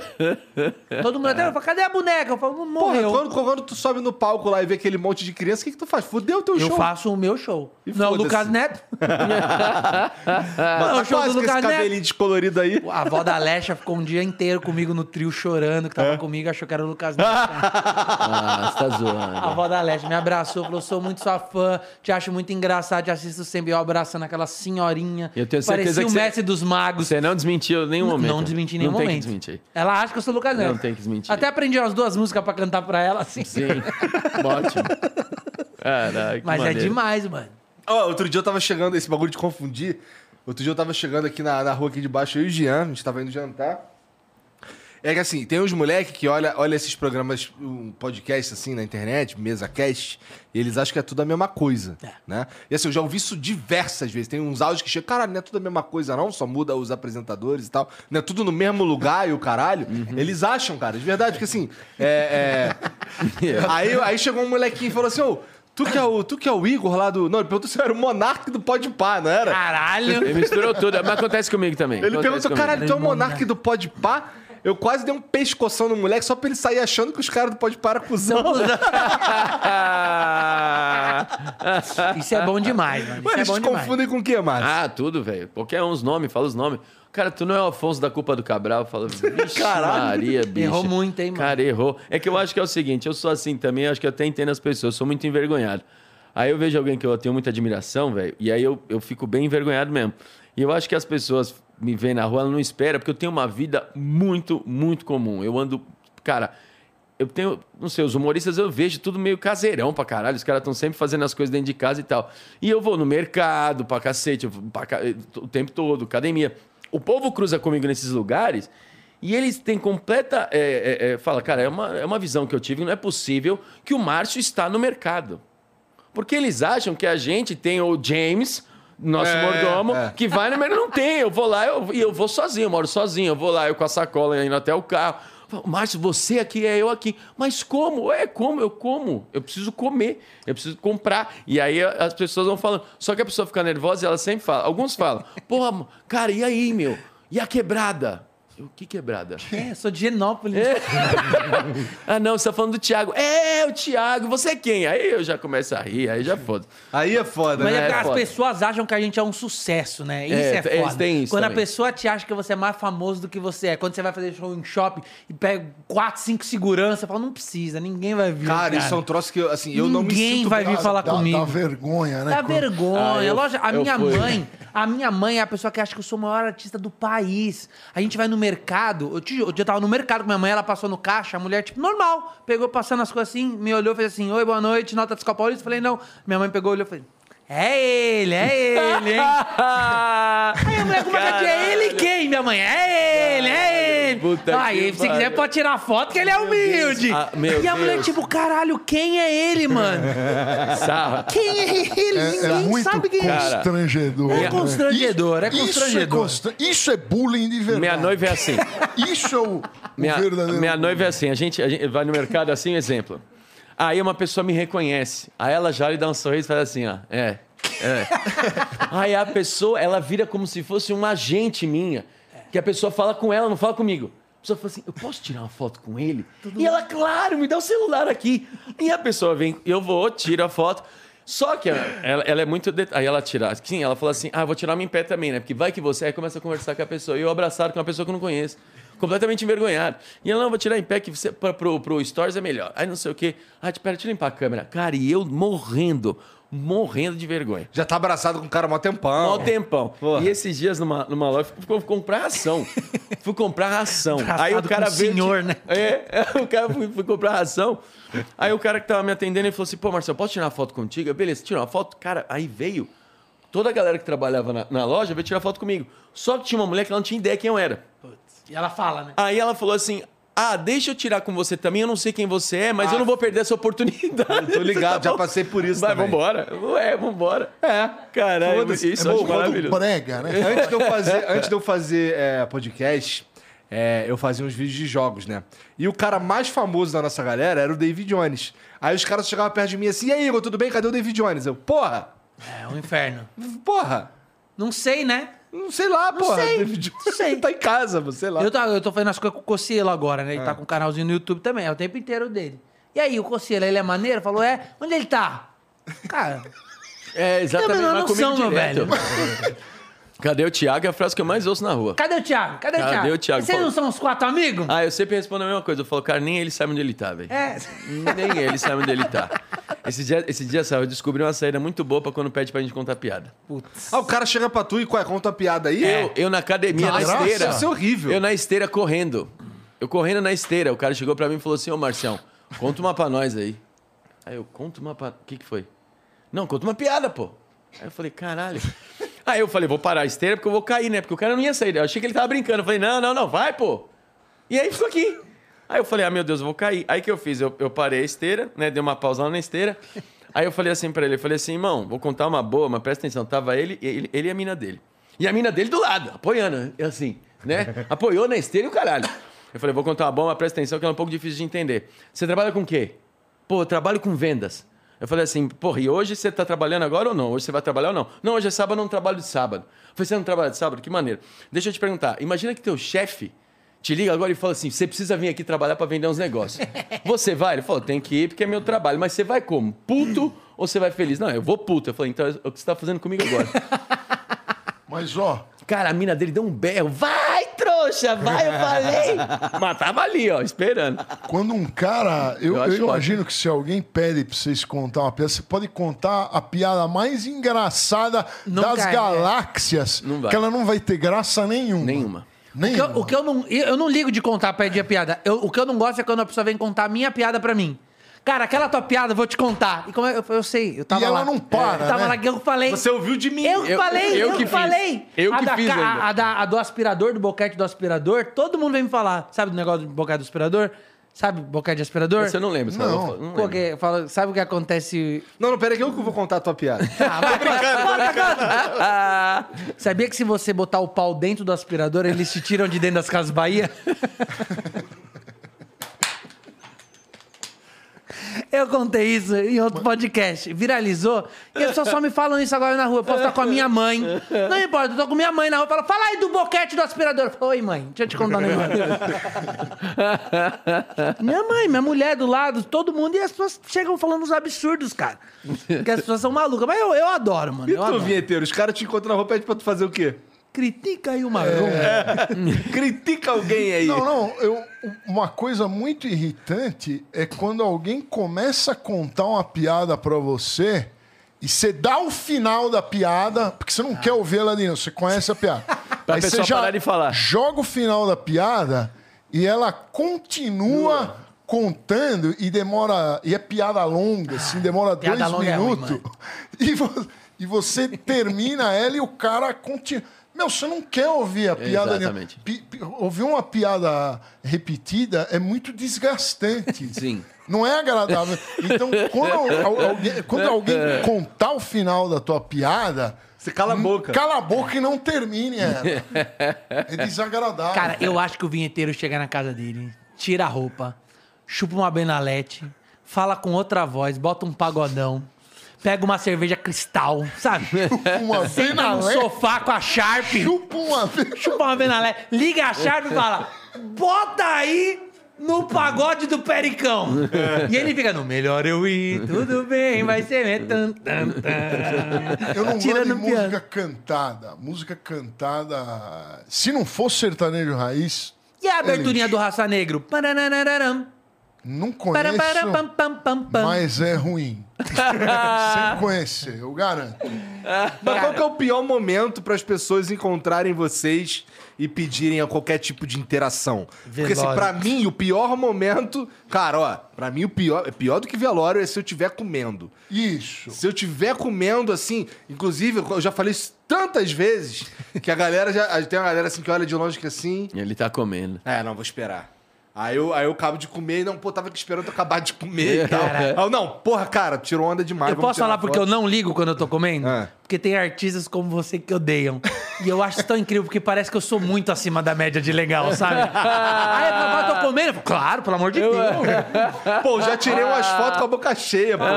Todo mundo até fala, cadê a boneca? Eu falo, Porra, morreu. quando, quando tu sobe no palco lá e vê aquele monte de criança, o que, que tu faz? Fudeu o teu Eu show. faço o meu show. E não é o foda-se. Lucas Neto? Mas Não, tá o show quase do com esse Lucas Neto. cabelinho descolorido aí. A avó da Alexa ficou um dia inteiro comigo no trio chorando, que tava É? comigo, achou que era o Lucas Neto. Ah, você tá A zoando. avó da Alexa me abraçou, falou: sou muito sua fã, te acho muito engraçado, te assisto sempre. Eu abraçando aquela senhorinha. Eu tenho certeza parecia que o você- mestre dos magos. Você não desmentiu em nenhum momento. Não desmenti em nenhum não momento. Tem que desmentir. Ela acha que eu sou o Lucas Neto. Não tem que desmentir. Até aprendi umas duas músicas pra cantar pra ela, assim. Sim. Ótimo. Caralho, que Mas maneiro. é demais, mano. Ó, outro dia eu tava chegando, esse bagulho de confundir. Outro dia eu tava chegando aqui na, na rua aqui de baixo, eu e o Jean, a gente tava indo jantar. É que assim, tem uns moleques que olha, olha esses programas, um podcast assim na internet, mesa cast, e eles acham que é tudo a mesma coisa, É. né? E assim, eu já ouvi isso diversas vezes. Tem uns áudios que chegam, caralho, não é tudo a mesma coisa não, só muda os apresentadores e tal. Não é tudo no mesmo lugar e o caralho. Eles acham, cara, de verdade, porque assim, é... é... aí, aí chegou um molequinho e falou assim, ô... Tu que, é o, tu que é o Igor lá do... Não, ele perguntou se eu era o Monark do Podpah, não era? Caralho. Ele misturou tudo, mas acontece comigo também. Ele Acontece perguntou, comigo. caralho, tu é o Monark do Podpah? Eu quase dei um pescoção no moleque só pra ele sair achando que os caras do Podpah eram cuzão. Isso é bom demais, mano. Isso Mano, é eles bom te demais. confundem com o quê, Márcio? Ah, tudo, velho. Qualquer um, os nomes, fala os nomes. Cara, tu não é o Afonso da culpa do Cabral? Fala, vixe Caralho. Maria, bicho. Errou muito, hein, mano? Cara, errou. É que eu acho que é o seguinte, eu sou assim também, acho que eu até entendo as pessoas, eu sou muito envergonhado. Aí eu vejo alguém que eu tenho muita admiração, velho, e aí eu, eu fico bem envergonhado mesmo. E eu acho que as pessoas me veem na rua, ela não espera, porque eu tenho uma vida muito, muito comum. Eu ando, cara... Eu tenho, não sei, os humoristas eu vejo tudo meio caseirão pra caralho. Os caras estão sempre fazendo as coisas dentro de casa e tal. E eu vou no mercado pra cacete, eu vou pra ca- o tempo todo, academia. O povo cruza comigo nesses lugares e eles têm completa... é, é, é, fala, cara, é uma, é uma visão que eu tive, não é possível que o Márcio está no mercado. Porque eles acham que a gente tem o James, nosso É, mordomo, é. que vai no mercado. Não tem, eu vou lá eu, e eu vou sozinho, eu moro sozinho. Eu vou lá, eu com a sacola indo até o carro. Falo, Márcio, você aqui, é eu aqui. Mas como? É, como? Eu como. Eu preciso comer. Eu preciso comprar. E aí a- as pessoas vão falando. Só que a pessoa fica nervosa e ela sempre fala. Alguns falam, porra, cara, e aí, meu? E a quebrada? Eu, que quebrada? É, sou de Genópolis. Ah, não, você tá falando do Thiago. É, o Thiago, você é quem? Aí eu já começo a rir, aí já foda. Aí é foda, Mas né? é porque É as foda. pessoas acham que a gente é um sucesso, né? Isso É, é, eles foda. têm isso Quando também. a pessoa te acha que você é mais famoso do que você é. Quando você vai fazer show em shopping e pega quatro, cinco segurança, fala, não precisa, ninguém vai vir. Cara, isso é um troço que, eu, assim, eu não me Ninguém sinto... vai vir bem- falar Dá, comigo. dá vergonha, né? Dá Quando- vergonha. Ah, eu- Lógico, a eu minha fui. mãe, a minha mãe é a pessoa que acha que eu sou o maior artista do país. A gente vai no mercado. Eu, te- outro dia eu tava no mercado com minha mãe, ela passou no caixa, a mulher, tipo, normal. Pegou passando as coisas assim, me olhou, fez assim: oi, boa noite, nota fiscal paulista. Eu falei, não. Minha mãe pegou, olhou e falei, é ele, é ele, hein? Aí a mulher, como é que é ele quem? Minha mãe, é ele, é ele. Puta Aí, que se quiser, pariu. pode tirar foto, que ele é humilde. Ah, meu e a mulher, Deus. tipo, caralho, quem é ele, mano? Sarra. Quem é ele? É, é Ninguém muito sabe quem é. constrangedor. É né? constrangedor, é Isso- constrangedor. Isso é, constra- isso é bullying de verdade. Minha noiva é assim. Isso é o, o Minha, verdadeiro minha bullying. noiva é assim, a gente, a gente vai no mercado assim, exemplo. Aí uma pessoa me reconhece. Aí ela já lhe dá um sorriso e faz assim, ó. É, é. Aí a pessoa, ela vira como se fosse uma agente minha. Que a pessoa fala com ela, não fala comigo. A pessoa fala assim, eu posso tirar uma foto com ele? E ela, claro, me dá o celular aqui. E a pessoa vem, eu vou, tiro a foto. Só que ela, ela- ela é muito... Det... Aí ela tira... Sim, ela fala assim, ah, vou tirar minha em pé também, né? Porque vai que você... Aí começa a conversar com a pessoa. E eu abraçado com uma pessoa que eu não conheço. Completamente envergonhado. E ela, não, vou tirar em pé que você, pra, pro, pro Stories é melhor. Aí não sei o quê. Ah, pera, deixa eu limpar a câmera. Cara, e eu morrendo, morrendo de vergonha. Já tá abraçado com o cara há mó tempão. Mó tempão. Porra. E esses dias numa, numa loja, fui, fui comprar ração. Fui comprar ração. Aí o Abraçado cara com o veio. senhor, né? É, é, o cara fui, fui comprar ração. Aí o cara que tava me atendendo, ele falou assim: pô, Marcelo, posso tirar uma foto contigo? Eu, beleza, tira uma foto. Cara, aí veio. Toda a galera que trabalhava na, na loja veio tirar foto comigo. Só que tinha uma mulher que ela não tinha ideia quem eu era. E ela fala, né? Aí ela falou assim: ah, deixa eu tirar com você também, eu não sei quem você é, mas eu não vou perder essa oportunidade. Eu tô ligado, Tá já bom? passei por isso Vai, também. vambora. Ué, vambora. É, caralho, Foda-se. isso É eu bom, acho Quando maravilhoso. brega, né? Antes de eu fazer, antes de eu fazer é, podcast, é, eu fazia uns vídeos de jogos, né? E o cara mais famoso da nossa galera era o David Jones. Aí os caras chegavam perto de mim assim, e aí, Igor, tudo bem? Cadê o David Jones? Eu, porra, É um inferno. porra, Não sei, né? não sei lá, porra. sei, David Jones não sei. tá em casa, você sei lá. Eu tô, eu tô fazendo as coisas com o Cossielo agora, né? Ele tá com um canalzinho no YouTube também, é o tempo inteiro dele. E aí, o Cossielo, ele é maneiro? Falou, é? Onde ele tá? Cara, É, exatamente. Tem a menor mas comigo noção, meu direto. velho. Cadê o Thiago? É a frase que eu mais ouço na rua. Cadê o Thiago? Cadê o Cadê Thiago? o Thiago? Vocês não são os quatro amigos? Ah, eu sempre respondo a mesma coisa. Eu falo, cara, nem ele sabe onde ele tá, velho. É. Nem ele sabe onde ele tá. Esse dia, esse dia, sabe, eu descobri uma saída muito boa pra quando pede pra gente contar piada. Ah, o cara chega pra tu e qual é? Conta a piada aí? Eu, eu na academia, na Nossa, esteira. isso é horrível. Eu na esteira correndo. Eu correndo na esteira. O cara chegou pra mim e falou assim, ô Marcião, conta uma pra nós aí. Aí eu, conta uma pra... O que que foi? Não, conta uma piada, pô. Aí eu falei, caralho. Aí eu falei, vou parar a esteira porque eu vou cair, né? Porque o cara não ia sair. Eu achei que ele tava brincando. Eu falei, não, não, não, vai, pô. E aí ficou aqui. Aí eu falei, ah, meu Deus, eu vou cair. Aí o que eu fiz? Eu, eu parei a esteira, né? Dei uma pausa lá na esteira. Aí eu falei assim pra ele, eu falei assim, irmão, vou contar uma boa, mas presta atenção. Tava ele, ele, ele e a mina dele. E a mina dele do lado, apoiando, assim, né? Apoiou na esteira e o caralho. Eu falei, vou contar uma boa, mas presta atenção que ela é um pouco difícil de entender. Você trabalha com o quê? Pô, eu trabalho com vendas. Eu falei assim, porra, e hoje você tá trabalhando agora ou não? Hoje você vai trabalhar ou não? Não, hoje é sábado, eu não trabalho de sábado. Eu falei, você não trabalha de sábado? Que maneiro. Deixa eu te perguntar, imagina que teu chefe te liga agora e fala assim, você precisa vir aqui trabalhar pra vender uns negócios. Você vai? Ele falou, tem que ir porque é meu trabalho. Mas você vai como? Puto ou você vai feliz? Não, eu vou puto. Eu falei, então é o que você tá fazendo comigo agora. Mas, ó, Cara, a mina dele deu um berro. Vai, trouxa, vai, eu falei. Mas tava ali, ó, esperando. quando um cara. Eu, Eu eu acho imagino que se alguém pede pra vocês contar uma piada, você pode contar a piada mais engraçada Nunca das é. galáxias, Não vai. que ela não vai ter graça nenhuma. Nenhuma. O que, Nenhuma. eu, o que eu não. Eu não ligo de contar pra pedir a piada. Eu- o que eu não gosto é quando a pessoa vem contar a minha piada pra mim. Cara, aquela tua piada, eu vou te contar. E como é- eu, eu sei, eu tava E ela lá. não para, Eu tava né? lá que eu falei. Você ouviu de mim. Eu, Eu- falei, eu eu, que fiz. falei. Eu a que da, fiz ca- ainda. A, a da, a do aspirador, do boquete do aspirador, todo mundo vem me falar. Sabe do negócio do boquete do aspirador? Sabe boquete de aspirador? Esse eu não lembro. sabe? Não. Eu não Pô, lembro. que- fala- sabe o que acontece? Não, não, pera aí que eu que vou contar a tua piada. Ah, vai, conta, conta. Sabia que se você botar o pau dentro do aspirador, eles te tiram de dentro das Casas Bahia? Eu contei isso em outro podcast. Viralizou. E as pessoas só me falam isso agora na rua. Eu posso estar com a minha mãe. Não importa, eu tô com minha mãe na rua. Fala, fala aí do boquete do aspirador. Eu falo, oi, mãe, deixa eu te contar um negócio. Minha mãe, minha mulher do lado, todo mundo. E as pessoas chegam falando uns absurdos, cara. Porque as pessoas são malucas. Mas eu, eu adoro, mano. E Eu tu, adoro. vinheteiro? Os caras te encontram na rua, pede pra tu fazer o quê? Critica aí o marrom. Critica alguém aí. Não, não. Eu, uma coisa muito irritante é quando alguém começa a contar uma piada pra você e você dá o final da piada, porque você não quer ouvir ela de novo, você conhece a piada. Pra Aí pessoa você já parar de falar. joga o final da piada e ela continua contando e demora. E é piada longa, assim, demora Piada dois longa é ruim, minutos. e, vo- e você termina ela e o cara continua. Meu, você não quer ouvir a piada. Exatamente. Pi- pi- ouvir uma piada repetida é muito desgastante. Sim. Não é agradável. Então, quando, al- alguém, quando alguém contar o final da tua piada, Você cala a boca. cala a boca e não termine ela. É desagradável. Cara, eu acho que o vinheteiro chega na casa dele, tira a roupa, chupa uma benalete, fala com outra voz, bota um pagodão, pega uma cerveja cristal, sabe? uma Senta no benalete, sofá com a Sharp, chupa uma vez. chupa uma benalete, liga a Sharp e fala, bota aí no pagode do Pericão. E ele fica, no melhor eu ir, tudo bem, vai ser... Tan, tan, tan. Eu não Tirando gosto de música piano. cantada. Música cantada... Se não fosse sertanejo raiz, E a aberturinha do Raça Negro? Paranararam. não Param, param, pam, conheço, pam, pam, pam. mas é ruim. Sem conhecer, eu garanto. Mas qual que é o pior momento para as pessoas encontrarem vocês e pedirem a qualquer tipo de interação? Porque assim, Velório. pra mim, o pior momento... Cara, ó, pra mim o pior... É pior do que velório é se eu estiver comendo. Isso. Se eu estiver comendo, assim... Inclusive, eu já falei isso tantas vezes que a galera já... Tem uma galera assim que olha de longe que assim... Ele tá comendo. É, não, vou esperar. Aí eu, aí eu acabo de comer e não, pô, tava aqui esperando eu acabar de comer e tal. Aí eu, não, porra, cara, tirou onda demais. Eu vamos posso tirar falar uma porque eu foto. não ligo quando eu tô comendo? Ah. Porque tem artistas como você que odeiam. E eu acho isso tão incrível, porque parece que eu sou muito acima da média de legal, sabe? Aí eu tô comendo, eu falo, claro, pelo amor de Deus. Pô, já tirei umas fotos com a boca cheia, pô.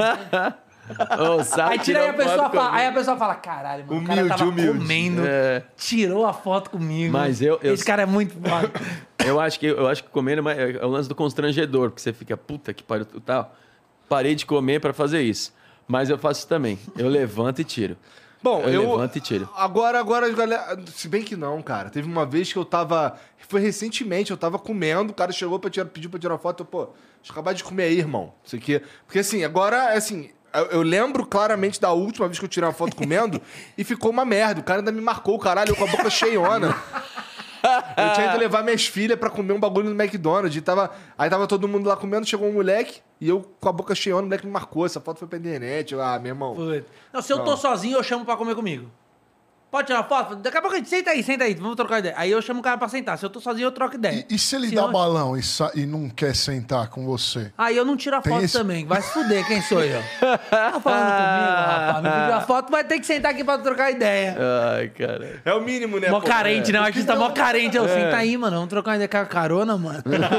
Ô, sabe Aí tira aí a tirar pessoa foto fala, comigo. aí a pessoa fala, caralho, mano, o cara Humilde, tava humilde. comendo, É. tirou a foto comigo. Mas eu- eu- Esse cara é muito foda. Eu acho que, eu acho que comer é mais- é o lance do constrangedor, porque você fica, puta que pariu, tal. Parei de comer pra fazer isso. Mas eu faço isso também. Eu levanto e tiro. Bom, Eu eu. levanto e tiro. Agora, agora, galera. Se bem que não, cara. Teve uma vez que eu tava. Foi recentemente, eu tava comendo, o cara chegou pra tirar, pediu pra tirar foto. Eu, pô, deixa eu acabar de comer aí, irmão. Isso aqui. Porque assim, agora, assim. Eu, eu lembro claramente da última vez que eu tirei uma foto comendo e ficou uma merda. O cara ainda me marcou, caralho, eu com a boca cheiona. Eu tinha ido levar minhas filhas pra comer um bagulho no McDonald's. E tava, aí tava todo mundo lá comendo, chegou um moleque e eu com a boca cheiona, o moleque me marcou. Essa foto foi pra internet. Eu, ah, meu irmão. Putz. Não, se eu tô sozinho, eu chamo pra comer comigo. Pode tirar foto? Daqui a pouco a gente senta aí, senta aí, vamos trocar ideia. Aí eu chamo o cara pra sentar. Se eu tô sozinho, eu troco ideia. E, e se ele Se dá não- balão e, sa- e não quer sentar com você? Aí eu não tiro a Tem foto esse- também. Vai se fuder, quem sou eu? Tá falando comigo, rapaz. Me pediu a foto, vai ter que sentar aqui pra trocar ideia. Ai, cara. É o mínimo, né? Mó pô? carente, né? O artista mó carente. Eu, É. senta aí, mano. Vamos trocar uma ideia com a carona, mano.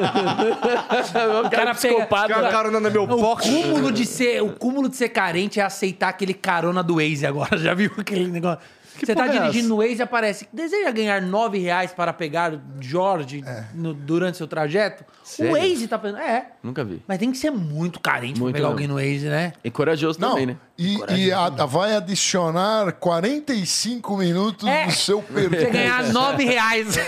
O cara pega- psicopata. Quer uma carona no meu O Porsche? cúmulo, de ser, o cúmulo de ser carente é aceitar aquele carona do Waze agora. Já viu aquele negócio? Você tá porra é dirigindo no Waze e aparece. Deseja ganhar nove reais para pegar Jorge no- durante seu trajeto? Sério? O Waze tá pensando. É. Nunca vi. Mas tem que ser muito carente Muito pra pegar não. alguém no Waze, né? E corajoso Não, também, né? e, e a- vai adicionar quarenta e cinco minutos É. do seu Você percurso. ganhar nove reais.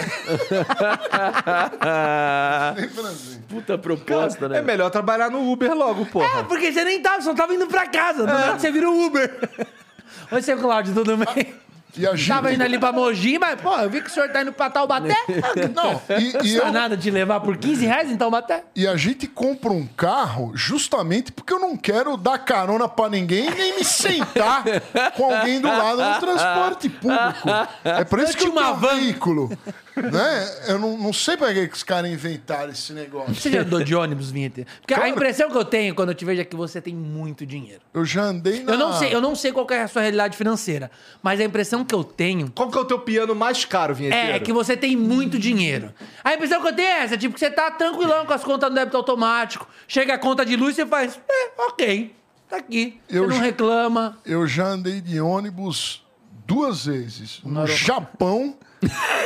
Sempre assim. Puta proposta, né? É melhor trabalhar no Uber logo, porra. É, porque você nem tava, só tava indo pra casa. Do nada você vira o Uber. Oi, seu Cláudio, tudo bem? E a gente... Tava indo ali pra Mogi, mas, pô, eu vi que o senhor tá indo pra Taubaté. Não, e, e Não eu, dá nada de levar por quinze reais em Taubaté. e a gente compra um carro justamente porque eu não quero dar carona pra ninguém nem me sentar com alguém do lado no transporte público. É por isso Eu que eu tinha uma tenho um van. veículo. Né? Eu não, não sei pra que que os caras inventaram esse negócio. Você já andou de ônibus, Vinheta? Porque a impressão que eu tenho quando eu te vejo é que você tem muito dinheiro. Eu já andei na... Eu não sei, eu não sei qual que é a sua realidade financeira, mas a impressão que eu tenho Qual que é o teu piano mais caro, vinheteiro? é que você tem muito dinheiro. A impressão que eu tenho é essa, tipo, que você tá tranquilão com as contas no débito automático, chega a conta de luz e você faz, é, ok, tá aqui. Você Eu não já- reclama. Eu já andei de ônibus duas vezes. No Japão e,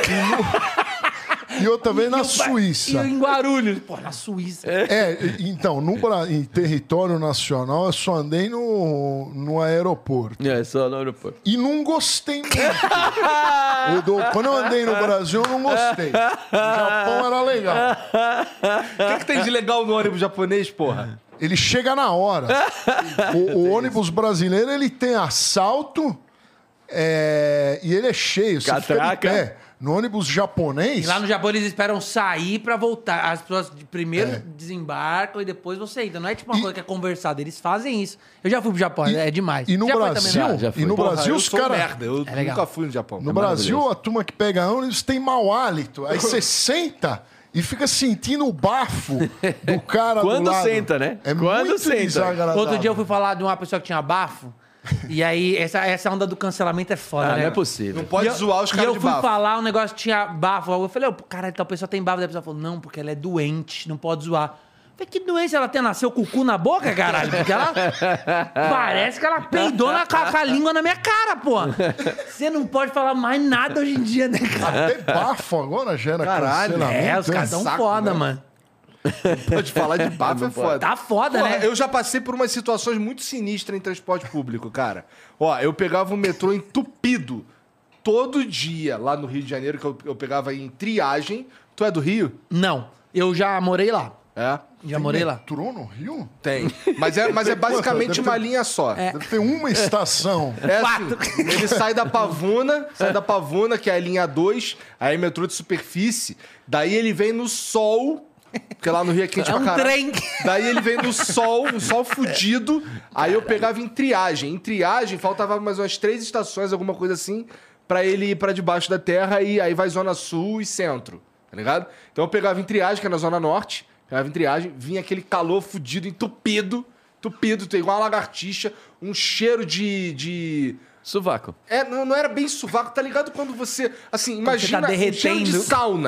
no... e outra vez na E Suíça. em Guarulhos. Pô, na Suíça. É, e- então, no, Bra- em território nacional, eu só andei no, no aeroporto. É, só no aeroporto. E não gostei muito. Eu dou- quando eu andei no Brasil, eu não gostei. No Japão era legal. O que, que tem de legal no ônibus japonês, porra? Ele chega na hora. O, o ônibus brasileiro, ele tem assalto é, e ele é cheio. Você fica de Catraca. pé. No ônibus japonês... E lá no Japão eles esperam sair pra voltar. As pessoas de primeiro É. desembarcam e depois você entra. Não é tipo uma E- coisa que é conversada. Eles fazem isso. Eu já fui pro Japão, é demais. E no já foi Brasil, também, Já, já e fui. no Porra, Brasil eu os sou um caras... merda. Eu É legal. nunca fui no Japão. No É Brasil, maravilhoso. a turma que pega ônibus tem mau hálito. Aí você senta e fica sentindo o bafo do cara Quando do lado. senta, né? É Quando muito senta. desagradável. Outro dia eu fui falar de uma pessoa que tinha bafo. E aí, essa, essa onda do cancelamento é foda, Ah, né? não é possível. Não pode E eu- zoar os E caras eu de fui bafo. falar, um negócio tinha bafo. Eu falei, ô, caralho, tal pessoa tem bafo. Daí a pessoa falou, não, porque ela é doente, não pode zoar. Eu falei, que doença ela tem? Nasceu com o cu na boca, caralho? Porque ela... Parece que ela peidou na, com a com a língua na minha cara, pô. Você não pode falar mais nada hoje em dia, né, cara? Até bafo agora gera Caralho, cancelamento. É, os caras né? tão saco, foda, né? mano. Pode falar de bafo é foda. Tá foda, Pô, né? eu já passei por umas situações muito sinistras em transporte público, cara. Ó, eu pegava o metrô entupido todo dia lá no Rio de Janeiro, que eu, eu pegava em Triagem. Tu é do Rio? Não, eu já morei lá. É? Já morei lá. Metrô no Rio? Tem. Mas é, mas é basicamente Deve ter- uma linha só. É. Deve ter uma estação. assim, ele sai da Pavuna, sai da Pavuna, que é a linha dois, aí metrô de superfície, daí ele vem no sol, porque lá no Rio é quente É pra um caralho. trem. Daí ele vem no sol, um sol fudido, aí eu pegava em Triagem. Em Triagem, faltava mais umas três estações, alguma coisa assim, pra ele ir pra debaixo da terra, e aí vai Zona Sul e Centro, tá ligado? Então eu pegava em Triagem, que é na Zona Norte, pegava em Triagem, vinha aquele calor fudido, entupido, entupido, tu é igual uma lagartixa, um cheiro de... de... Sovaco. É, não, não era bem sovaco, tá ligado? Quando você, assim, você imagina tá um cheiro de derretendo. sauna.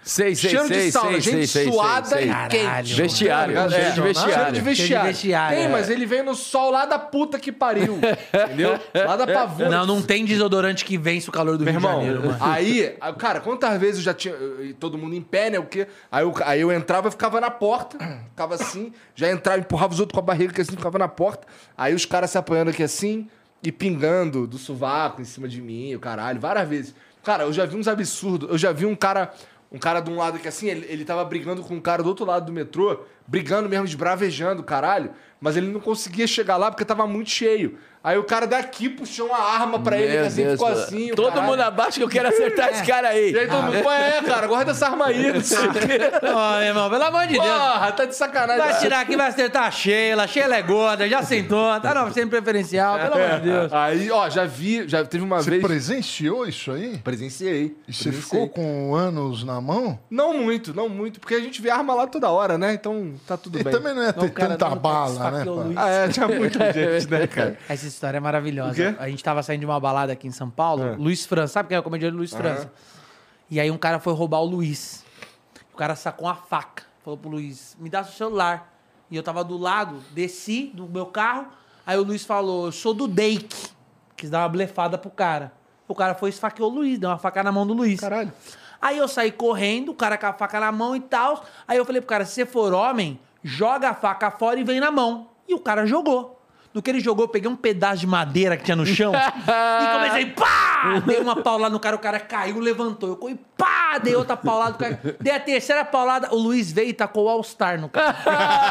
Sei, sei, cheiro sei, de sauna, sei, gente sei, sei, suada sei, sei. e Caralho. quente. Vestiário, Tá ligado? cheiro de É. vestiário. Cheiro de vestiário. Cheiro de vestiário, Tem, é. mas ele vem no sol lá da puta que pariu. Entendeu? Lá da pavuna. Não, não tem desodorante que vence o calor do Meu Rio de irmão, Janeiro, mano. aí, cara, quantas vezes eu já tinha. eu- Todo mundo em pé, né? O quê? Aí eu, aí eu entrava e ficava na porta, ficava assim, já entrava, empurrava os outros com a barriga, que assim, ficava na porta. Aí os caras se apanhando aqui assim e pingando do sovaco em cima de mim, o caralho, várias vezes. Cara, eu já vi uns absurdos. Eu já vi um cara. Um cara de um lado aqui assim, ele, ele tava brigando com um cara do outro lado do metrô, brigando mesmo, esbravejando, caralho. Mas ele não conseguia chegar lá porque tava muito cheio. Aí o cara daqui puxou uma arma pra ele, Meu assim, Deus, ficou mano. assim. o Todo caralho. mundo abaixo que eu quero acertar esse cara aí. E aí todo mundo, pô, é, cara, guarda essa arma aí, não sei o quê. Ó, meu irmão, pelo amor de Deus. Porra, tá de sacanagem. Vai tirar aqui, vai acertar a Sheila. A Sheila é gorda, já sentou. Tá não, sempre preferencial, pelo amor de Deus. Aí, ó, já vi, já teve uma Você vez... presenciou isso aí? Presenciei. E você presenciei. ficou com anos na mão? Não muito, não muito, porque a gente vê arma lá toda hora, né? Então tá tudo E bem. também não ia ter cara, tanta não, bala, né? esfaqueou o pai? Luiz. Ah, é, tinha muita gente, né, cara? Essa história é maravilhosa. O quê? A gente tava saindo de uma balada aqui em São Paulo, É. Luiz França, sabe quem é o comediante Luiz França? E aí um cara foi roubar o Luiz. O cara sacou uma faca, falou pro Luiz, me dá seu celular. E eu tava do lado, desci do meu carro, aí o Luiz falou, eu sou do Dake. Quis dar uma blefada pro cara. O cara foi e esfaqueou o Luiz, deu uma faca na mão do Luiz. Caralho. Aí eu saí correndo, o cara com a faca na mão e tal. Aí eu falei pro cara, se você for homem, joga a faca fora e vem na mão. E o cara jogou. No que ele jogou, eu peguei um pedaço de madeira que tinha no chão e comecei, pá! Dei uma paulada no cara, o cara caiu, levantou. Eu corri, pá! Dei outra paulada, o cara... Dei a terceira paulada, o Luiz veio e tacou o All-Star no cara.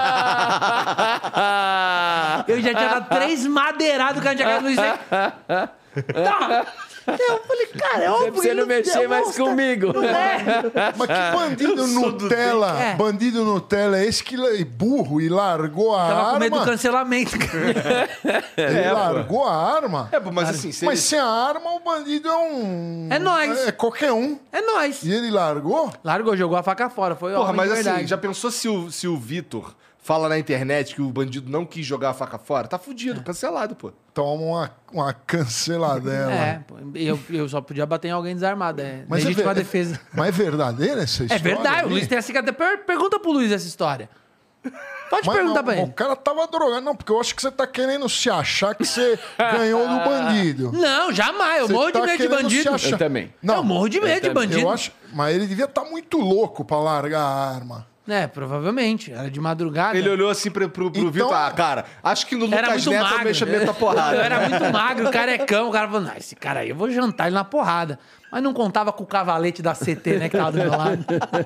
Eu já tinha dado três madeiradas, o cara tinha caído, o Luiz veio... Tá! Eu falei, cara, é óbvio Você que não mexer é um mais All-Star. comigo. Não é? Mas que bandido Nutella, É. bandido Nutella é esse que le- burro e largou a Tava com medo do arma? cancelamento. Ele É, pô. largou a arma? É, pô, mas assim, se Mas ele- sem a arma, o bandido é um... É nóis. É qualquer um. É nóis. E ele largou? Largou, jogou a faca fora. Foi Porra, homem mas de assim, verdade. já pensou se o, se o Vitor fala na internet que o bandido não quis jogar a faca fora? Tá fudido, cancelado, pô. Toma uma, uma canceladela. É, pô, eu, eu só podia bater em alguém desarmado. É Mas é, legítima ver- defesa. mas é verdadeira essa É história? verdade, o aí? Luiz tem a cicatriz. Per- Pergunta pro Luiz essa história. Pode Mas perguntar não, pra O ele. cara tava drogado. Não, porque eu acho que você tá querendo se achar que você ganhou do bandido. Não, jamais. Eu Você morro de tá medo de querendo bandido. se achar- Eu também. Não, eu morro de medo de também. bandido. eu acho... Mas ele devia estar muito louco pra largar a arma. É, provavelmente. Era de madrugada. Ele olhou assim pro, pro, pro Então- Vitor, ah, cara, acho que no Era Lucas muito Neto eu magro. mexo a meta porrada. Eu era muito magro, carecão. O cara falou, não, esse cara aí eu vou jantar ele na porrada. Mas não contava com o cavalete da C T, né, que tava do meu lado.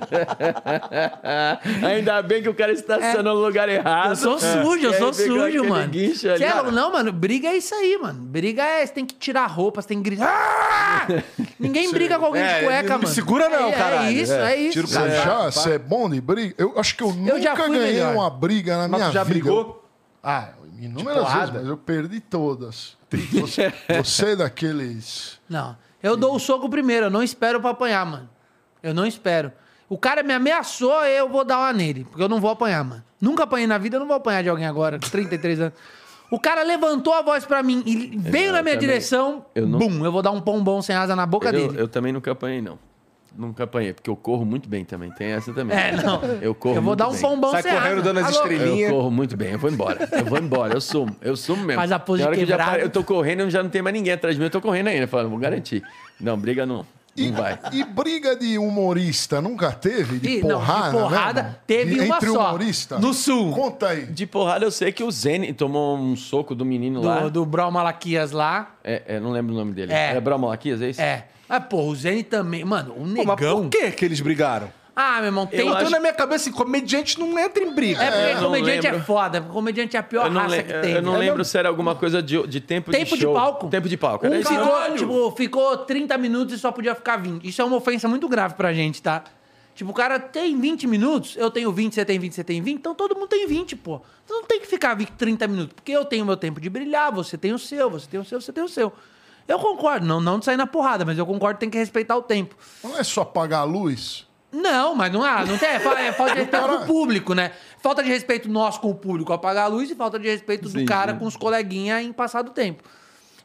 Ainda bem que o cara estacionou no lugar errado. Eu sou sujo, eu E aí sou pegou sujo, aquele mano. guincho ali. Você é louco? Não, mano, briga é isso aí, mano. Briga é, você tem que tirar a roupa, você tem que gritar. Ah! Ninguém briga com alguém É, de cueca, não me mano. segura não, é, caralho. É isso, É, é, isso. tira o Você Casaco, já, pá. você é bom de briga? Eu acho que eu nunca já fui ganhei melhor. uma briga na Mas minha tu já vida. brigou? Ah, inúmeras vezes, porrada? mas eu perdi todas. Você, você é daqueles... Não, eu dou o soco primeiro, eu não espero pra apanhar, mano. Eu não espero. O cara me ameaçou, eu vou dar uma nele, porque eu não vou apanhar, mano. Nunca apanhei na vida, eu não vou apanhar de alguém agora, com trinta e três anos. O cara levantou a voz pra mim e veio Eu na minha também. direção, Eu não- bum, eu vou dar um pombom sem asa na boca Eu, dele. eu também nunca apanhei, não. Nunca apanhei, porque eu corro muito bem também. Tem essa também. É, não. Eu corro Eu vou muito dar um bem. pombom Sai sem correndo asa. dando as Alô? estrelinhas. Eu corro muito bem, eu vou embora. Eu vou embora, eu sumo. Eu sumo mesmo. Faz a pose Tem hora de que já quebrado. para- eu tô correndo e já não tem mais ninguém atrás de mim, eu tô correndo ainda. Falando, vou garantir. Não, briga não. Não E, vai. e briga de humorista nunca teve? De Ih, não, de porrada, porrada mesmo? teve De- uma entre só. humorista? No Sul. Conta aí. De porrada eu sei que o Zene tomou um soco do menino lá. Do, do Brau Malaquias lá. É, é, não lembro o nome dele. É. É Brau Malaquias, é isso? É. Mas, pô, o Zene também. Mano, o Pô, negão. mas por que que eles brigaram? Ah, meu irmão, tem. Eu Eu tenho acho- na minha cabeça assim, comediante não entra em briga. É porque eu não comediante é lembro. foda. Comediante é a pior Eu não, raça le- que tem. eu não É lembro mesmo? se era alguma coisa de, de tempo, Tempo de de show. palco. Tempo de palco. Era Um isso? ficou, tipo, ficou trinta minutos e só podia ficar vinte. Isso é uma ofensa muito grave pra gente, tá? Tipo, o cara tem vinte minutos, eu tenho vinte, você tem vinte, você tem vinte, então todo mundo tem vinte, pô. Então não tem que ficar vinte, trinta minutos, porque eu tenho o meu tempo de brilhar, você tem o seu, você tem o seu, você tem o seu. Eu concordo, não, não de sair na porrada, mas eu concordo que tem que respeitar o tempo. Não é só apagar a luz? Não, mas não, ah, não tem. É, fa- é falta de respeito cara- com o público, né? Falta de respeito nosso com o público apagar a luz e falta de respeito do Sim, cara sim. com os coleguinhas em passar do tempo.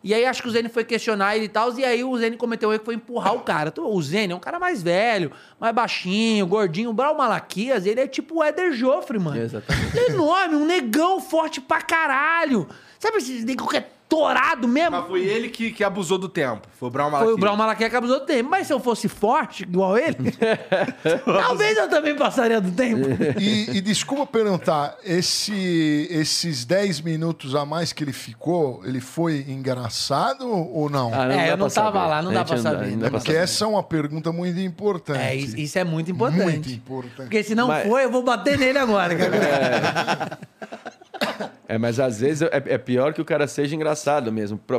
E aí acho que o Zene foi questionar ele e tal, e aí o Zene cometeu o erro que foi empurrar o cara. Então, o Zene é um cara mais velho, mais baixinho, gordinho. O Brau Malaquias, ele é tipo o Éder Joffre, mano. Exatamente. Ele é enorme, um negão forte pra caralho. Sabe esse negão que é torado mesmo? Mas foi ele que, que abusou do tempo. Foi o Brown Malaquias. Foi o Brau Malaquias que abusou do tempo. Mas se eu fosse forte, igual ele, talvez eu também passaria do tempo. E, e desculpa perguntar, esse, esses dez minutos a mais que ele ficou, ele foi engraçado ou não? Ah, É, dá eu pra não tava saber. lá, não A dá gente pra não saber. não dá pra Porque saber. essa é uma pergunta muito importante. É, isso, isso é muito importante. Muito importante. Porque se não Mas- for, eu vou bater nele agora. Cara. É, mas às vezes é, é pior que o cara seja engraçado mesmo. Para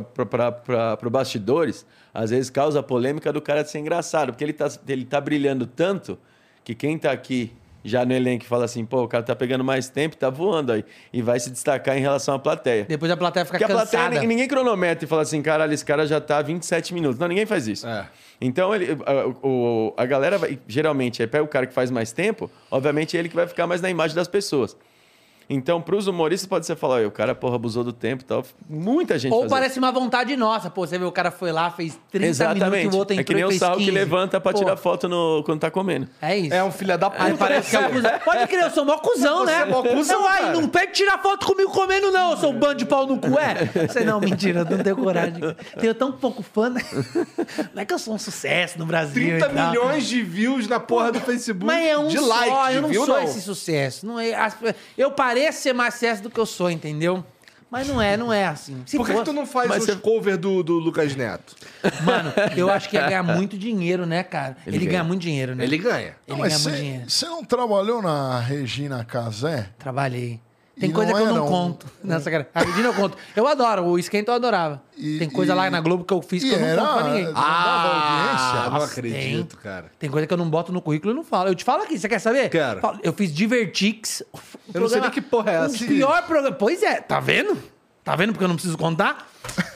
pro bastidores, às vezes causa polêmica do cara de ser engraçado, porque ele tá, ele tá brilhando tanto que quem tá aqui já no elenco fala assim, pô, o cara tá pegando mais tempo, tá voando aí, e vai se destacar em relação à plateia. Depois a plateia fica Porque a plateia, cansada. ninguém, ninguém cronometra e fala assim, caralho, esse cara já tá há vinte e sete minutos. Não, ninguém faz isso. É. Então, ele, a, o- a galera, vai, geralmente, aí pega o cara que faz mais tempo, obviamente é ele que vai ficar mais na imagem das pessoas. Então, pros humoristas, pode ser falar, o cara, porra, abusou do tempo e tal. Muita gente Ou faz parece uma vontade nossa. Pô, você vê o cara foi lá, fez trinta Exatamente. minutos e o outro entrou É que nem e o fez Sal que quinze. levanta pra Pô, tirar foto no, quando tá comendo. É isso. É um filho da puta. Aí parece que é um cuzão. Pode crer, eu sou mó cuzão, Você né? é mó cuzão, eu, ai, cara. não pede tirar foto comigo comendo, não. Eu sou um bando de pau no cu, é? Você não, mentira, eu não tenho coragem. Tenho tão pouco fã, né? Não é que eu sou um sucesso no Brasil. trinta e tal. milhões de views na porra do Facebook. Mas é um de só, like, eu não viu, sou não? esse sucesso. Não é, as- eu pareço ser mais sucesso do que eu sou, entendeu? Mas não é, não é assim. Se Por que, que fosse- tu não faz Mas os você- cover do, do Lucas Neto? Mano, eu acho que ia ganhar muito dinheiro, né, cara? Ele, Ele ganha ganha. muito dinheiro, né? Ele ganha. Ele Não, mas ganha muito cê- dinheiro. Você não trabalhou na Regina Casé? Trabalhei. Tem E coisa não que eu era não um- conto. Nessa cara. A Regina eu conto. Eu adoro, o Esquenta eu adorava. E- Tem coisa e- lá na Globo que eu fiz que e eu não era- conto pra ninguém. não dava audiência? Ah, não Nossa, acredito, tem. cara. Tem coisa que eu não boto no currículo e não falo. Eu te falo aqui, você quer saber? Quero. Falo, eu fiz Divertix. um Eu não sei programa- nem que porra é essa. O pior programa. Pois é, tá vendo? Tá vendo porque eu não preciso contar?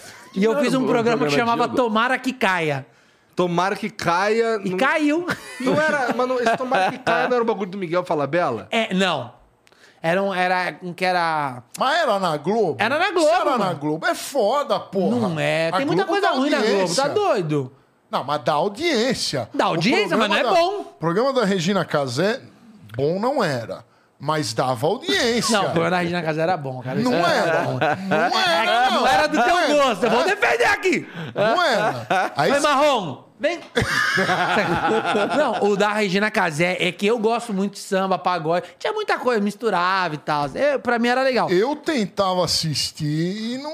E eu Não, fiz um um programa que programa de chamava jogo. Tomara que Caia. Tomara que caia. E não... caiu. Não era. Mas não, esse tomara que caia não era o bagulho do Miguel Falabella? É, não. Era um, era um que era. Mas era na Globo? Era na Globo, Se era mano. na Globo, é foda, porra. Não é. A Tem muita Globo coisa dá ruim na Globo, audiência. tá doido? Não, mas dá audiência. Dá audiência, O mas não é programa da- bom. O programa da Regina Casé, bom não era. Mas dava audiência. Não, o programa da Regina Casé era bom, cara. Não Isso era. Não era, não. Não era do teu Não era. gosto. Eu vou defender aqui. Não era. Aí Oi, Marrom. Vem. Não, o da Regina Casé é que eu gosto muito de samba, pagode. Tinha muita coisa, misturava e tal. Eu, pra mim era legal. eu tentava assistir e não...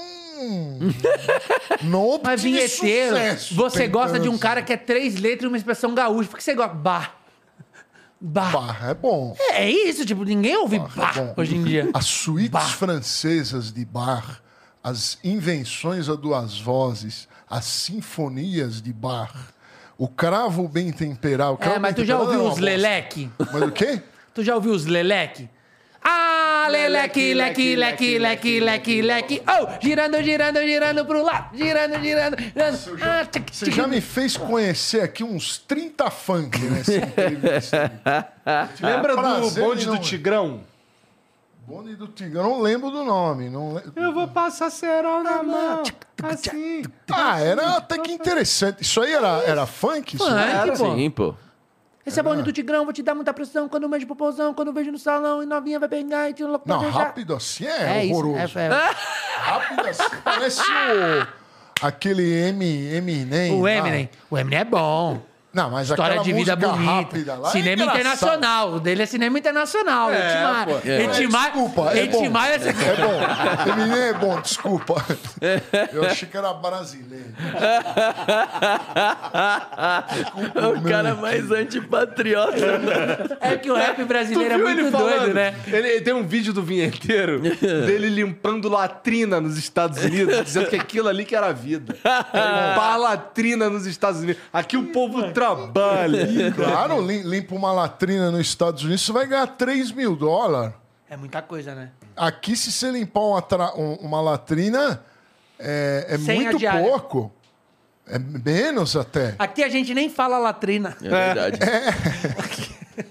não Mas obtive vinheteiro, sucesso você gosta de um tentando cara que é três letras e uma expressão gaúcha. Por que você gosta? Bah. Bah. Barra é bom. É, é isso, tipo, ninguém ouve Barra bah é bom. hoje em dia. As suítes Bar. francesas de Bar, as invenções a duas vozes, as sinfonias de Bar, o cravo bem temperado. o cravo É, mas bem tu já temperado ouviu era uma os bosta. leleque? Mas o quê? Tu já ouviu os leleque? Ah, leleque, leque, leque, leque, leque, leque. Oh, girando, girando, girando pro lado. Girando, girando, girando. Ah, tic, Você tic. já me fez conhecer aqui uns trinta funk nessa entrevista. Lembra do prazer bonde em do não- Tigrão? Bonde do Tigre, eu não lembro do nome. Não le- Eu vou passar cerol na mão. Assim. Ah, era até que interessante. Isso aí era, era funk? Isso Funk. aí? Era, pô. Sim, pô. Esse é bonde do Tigrão, vou te dar muita pressão quando eu vejo popozão, quando eu vejo no salão e novinha vai pegar e tira um louco pra Não, beijar. rápido assim é, É isso, horroroso. é, é. Rápido assim parece o... Aquele M, Eminem. O lá. Eminem. O Eminem é bom. Não, mas História aquela de vida música bonita. rápida lá é Cinema engraçado. internacional. O dele é cinema internacional. É, Etimar. pô. É. Etimar. Desculpa, é bom. Etimar é... É bom. Eminem é bom, desculpa. Eu achei que era brasileiro. O cara mais antipatriota. é que o rap brasileiro é Tu viu muito ele doido, falando? né? Ele tem um vídeo do vinheteiro dele limpando latrina nos Estados Unidos, dizendo que aquilo ali que era a vida. Limpar latrina nos Estados Unidos. Aqui o povo trabalha. Claro, lim- limpa uma latrina nos Estados Unidos, você vai ganhar três mil dólares. É muita coisa, né? Aqui, se você limpar uma, tra- um- uma latrina, é, é Sem a muito diária. pouco. É menos até. Aqui a gente nem fala latrina. É verdade.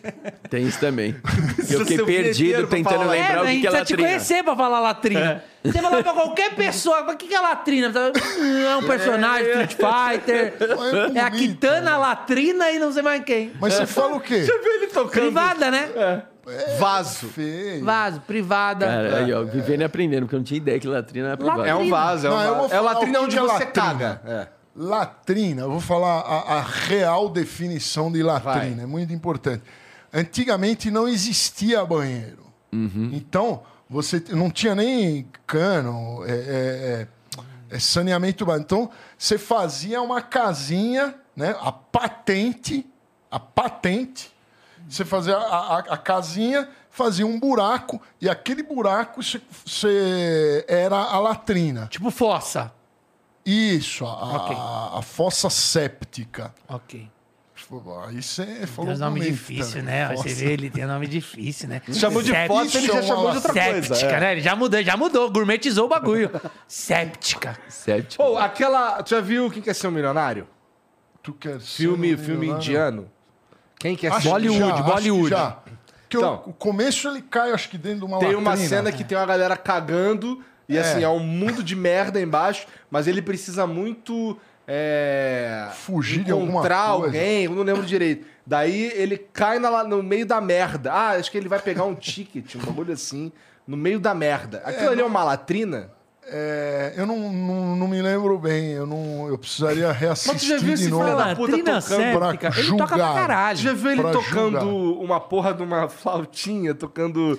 Tem isso também. Precisa Eu fiquei ser o perdido vinheteiro pra tentando falar. lembrar É, o a que, gente que é precisa te latrina. conhecer pra falar latrina. Você falar pra qualquer pessoa, o que que é latrina? Hum, É um personagem, Street Fighter. É É a bonito, Kitana, latrina e não sei mais quem. Mas você fala o quê? Você viu ele tocando? Privada, né? Vaso. Feio. Vaso, privada. Cara, aí, ó, vivendo e aprendendo, porque eu não tinha ideia que latrina era privada. É um vaso, é um Não, eu vou vaso. É falar latrina o que onde que é você latrina. caga. É. Latrina, eu vou falar a, a real definição de latrina, Vai. é muito importante. Antigamente não existia banheiro. Então, você t- não tinha nem cano, é, é, é, é saneamento básico. Então, você fazia uma casinha, né, a patente, a patente, você fazia a, a, a casinha, fazia um buraco, e aquele buraco você, você era a latrina. Tipo fossa. Isso, a, Ok. a, a fossa séptica. Ok. Aí você Tem falou um nome bonito difícil, também. né? Você Fossa. vê, ele tem um nome difícil, né? Chamou de Sép- fossa, ele já Isso é chamou uma de outra coisa. Séptica, é. né? Ele já mudou, já mudou, gourmetizou o bagulho. Séptica. Séptico. Pô, aquela... Tu já viu Quem Quer Ser um Milionário? Tu quer ser Filme, um filme milionário? indiano. Quem quer Acho ser... que Bollywood, já, acho que Bollywood. já. Que o- Então. o começo ele cai, acho que dentro de uma Tem latrina. uma cena que tem uma galera cagando e É. assim, é um mundo de merda embaixo, mas ele precisa muito é, Fugir de alguma encontrar coisa. alguém, eu não lembro direito. Daí ele cai na- no meio da merda. Ah, acho que ele vai pegar um ticket, um bagulho assim, no meio da merda. Aquilo ali é uma latrina? É, eu não, não, não me lembro bem, eu, não, eu precisaria reassistir Mas tu já viu esse de novo. filho da puta Latrina tocando pra séptica. Ele toca pra julgar. Tu caralho. já viu ele Pra tocando julgar. uma porra de uma flautinha, tocando...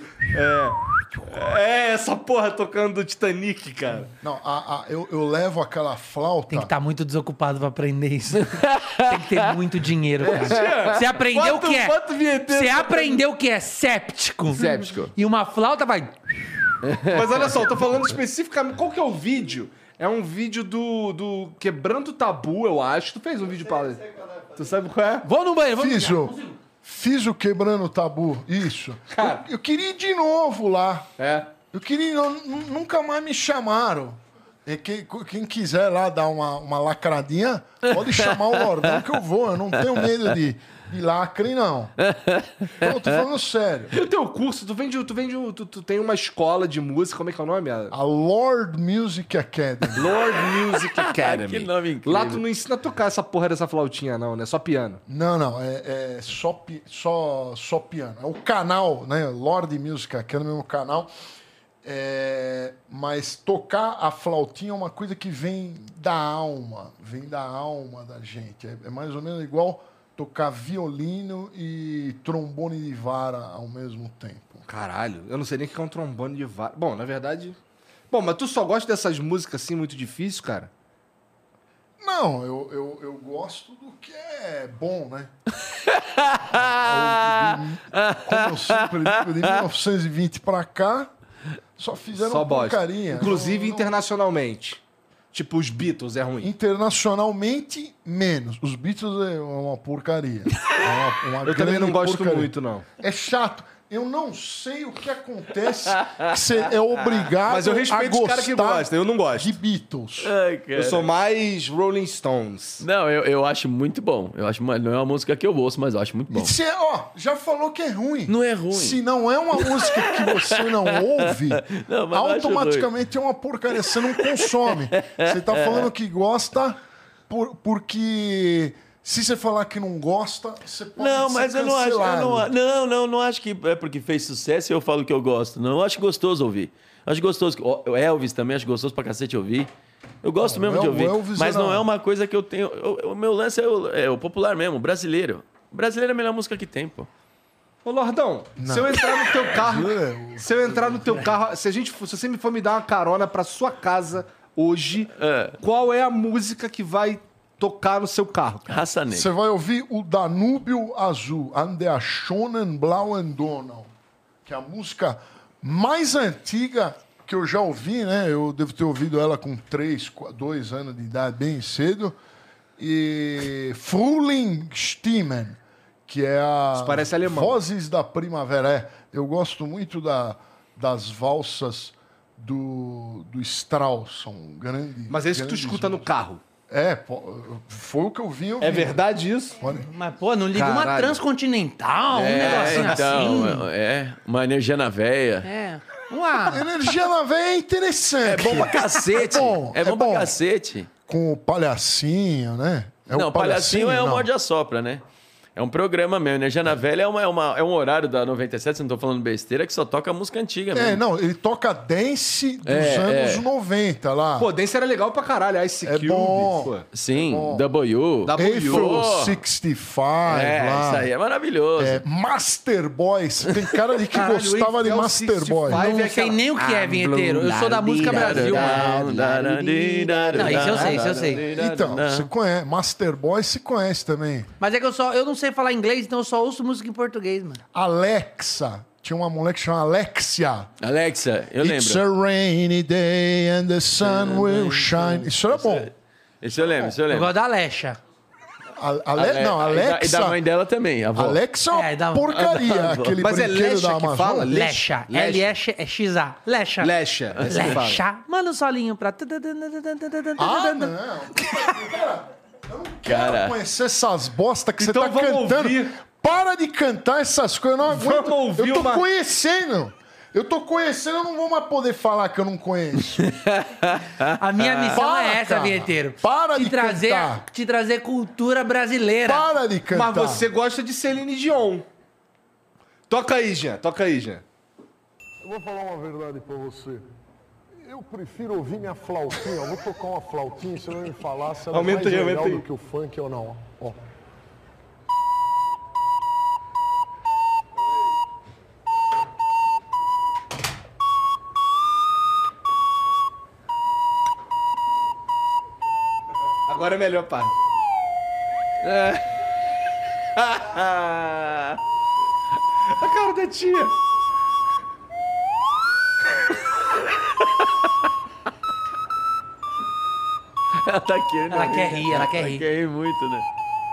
É, é, essa porra tocando Titanic, cara. Não, a- a- eu, eu levo aquela flauta. Tem que estar muito desocupado pra aprender isso. Tem que ter muito dinheiro, cara. Você aprendeu o Quanto- que é. quanto vinheteiro Você tá aprendeu o que é séptico. Séptico. E uma flauta vai. Mas olha só, eu tô falando especificamente. Qual que é o vídeo? É um vídeo do, do Quebrando o Tabu, eu acho. Tu fez um vídeo pra. Tu sabe qual é? Vou no banheiro, vou Fiz o, fiz o Quebrando o Tabu, isso. Cara. Eu, eu queria ir de novo lá. É. Eu queria, eu, nu- nunca mais me chamaram. E quem, quem quiser lá dar uma, uma lacradinha, pode chamar o Lordão que eu vou. Eu não tenho medo de, de lacre, não. Então, eu tô falando sério. E o teu curso, tu vende, tu vende, tu, tu tem uma escola de música, como é que é o nome? A A Lord Music Academy. Lord Music Academy. Que nome incrível. Lá tu não ensina a tocar essa porra dessa flautinha, não, né? Só piano. Não, não, é, é só, pi- só, só piano. É o canal, né? Lord Music Academy é o canal. É, mas tocar a flautinha é uma coisa que vem da alma, vem da alma da gente. É, é mais ou menos igual tocar violino e trombone de vara ao mesmo tempo. Caralho, eu não sei nem o que é um trombone de vara. Bom, na verdade. Bom, mas tu só gosta dessas músicas assim muito difíceis, cara? Não, eu, eu, eu gosto do que é bom, né? Como eu sempre digo, de mil novecentos e vinte pra cá, só fizeram Só bosta. porcaria. Inclusive Não- não- internacionalmente. Tipo, os Beatles é ruim. Internacionalmente, menos. Os Beatles é uma porcaria. É uma, uma Eu também não grande gosto porcaria. muito, não. É chato. Eu não sei o que acontece que você é obrigado Mas eu respeito a os caras que gostar gostam, eu não gosto. de Beatles. Ai, cara. Eu sou mais Rolling Stones. Não, eu, eu acho muito bom. Eu acho, uma- não é uma música que eu ouço, mas eu acho muito bom. E você, ó, já falou que é ruim. Não é ruim. Se não é uma música que você não ouve, Não, mas eu acho automaticamente é uma porcaria. Você não consome. Você tá falando que gosta por- porque se você falar que não gosta, você pode Não, ser mas eu não acho. Eu cancelado. não, não, não, não acho que é porque fez sucesso e eu falo que eu gosto. Não, eu acho gostoso ouvir. Acho gostoso. O Elvis também acho gostoso pra cacete ouvir. Eu gosto Não, mesmo de o ouvir. Elvis Mas era- não é uma coisa que eu tenho. eu- O meu lance é o, é o popular mesmo, o brasileiro. O brasileiro é a melhor música que tem, pô. Ô, Lordão, se eu entrar no teu carro. É, Se eu entrar no teu carro. Se, a gente, for- se você me for me dar uma carona pra sua casa hoje, É. qual é a música que vai tocar no seu carro? Raça negra. Você vai ouvir o Danúbio Azul, Ande a Schonen Blauen Donau, que é a música mais antiga que eu já ouvi, né? Eu devo ter ouvido ela com três, qu- dois anos de idade, bem cedo. E Frühling Stimmen, que é a Isso parece alemão. Vozes da Primavera. É, eu gosto muito da, das valsas do, do Strauss, são grandes. Mas é isso que tu grandes escuta no músicas. carro. É, pô, foi o que eu vi. Eu É vi. verdade isso? Olha, Mas, pô, não liga uma Caralho. transcontinental, um É, negocinho então, assim. é, uma energia na veia. É. Uma... energia na veia é interessante. É bom pra cacete. É bom, É bom, é pra bom. cacete. Com o palhacinho, né? É não, o palhacinho é o não. Morde a Sopra, né? É um programa mesmo. Energia na Velha é, uma, é, uma, é um horário da noventa e sete, se não tô falando besteira, que só toca música antiga mesmo. É, não, ele toca dance dos É, anos é. noventa lá. Pô, Dance era legal pra caralho. Ice É Cube. bom. Pô. Sim, bom. W. W. Afro sessenta e cinco É, lá. isso aí é maravilhoso. É, Master Boys. Tem cara de que Caralho, gostava de Eiffel Master sessenta e cinco. Boy. Vai Não ver sei aquela- nem o que é vinheteiro. Eu sou da música Brasil. Não, isso eu sei, isso eu sei. Então, você conhece. Master Boy se conhece também. Mas é que eu só eu não sei falar inglês, então eu só ouço música em português, mano. Alexa. Tinha uma mulher que chama Alexia. Alexa, eu It's lembro. a rainy day and the sun will shine. Isso era bom. Isso eu lembro, isso eu Eu lembro. gosto da Alexa. A- Ale... É, Não, e da- Alexa. E da mãe dela também, a avó. Alexa é uma É, da- porcaria. da- Aquele Mas é brinquedo Lecha da que Amazônia. fala? Lecha. L é X A. Lecha. Lecha. é assim que fala. Lecha. Manda um solinho pra... Ah, não. Cara, eu não quero Cara. conhecer essas bosta que Então você tá vamos cantando. ouvir. Para de cantar essas coisas. Eu não aguento. Vamos ouvir eu tô uma- conhecendo. Eu tô conhecendo, eu não vou mais poder falar que eu não conheço. A minha missão Para, é essa, cara. vinheteiro. Para te de trazer, cantar. Te trazer cultura brasileira. Para de cantar. Mas você gosta de Celine Dion. Toca aí, Jean. Toca aí, Jean. Eu vou falar uma verdade pra você. Eu prefiro ouvir minha flautinha. Eu vou tocar uma flautinha, se não me falar se ela Aumenta é mais aí, legal aumenta aí. do que o funk ou não. Ó. Agora é melhor parte. A cara da tia. Ela tá querendo. Ela quer rir, ela quer Ela rir. quer rir muito, né?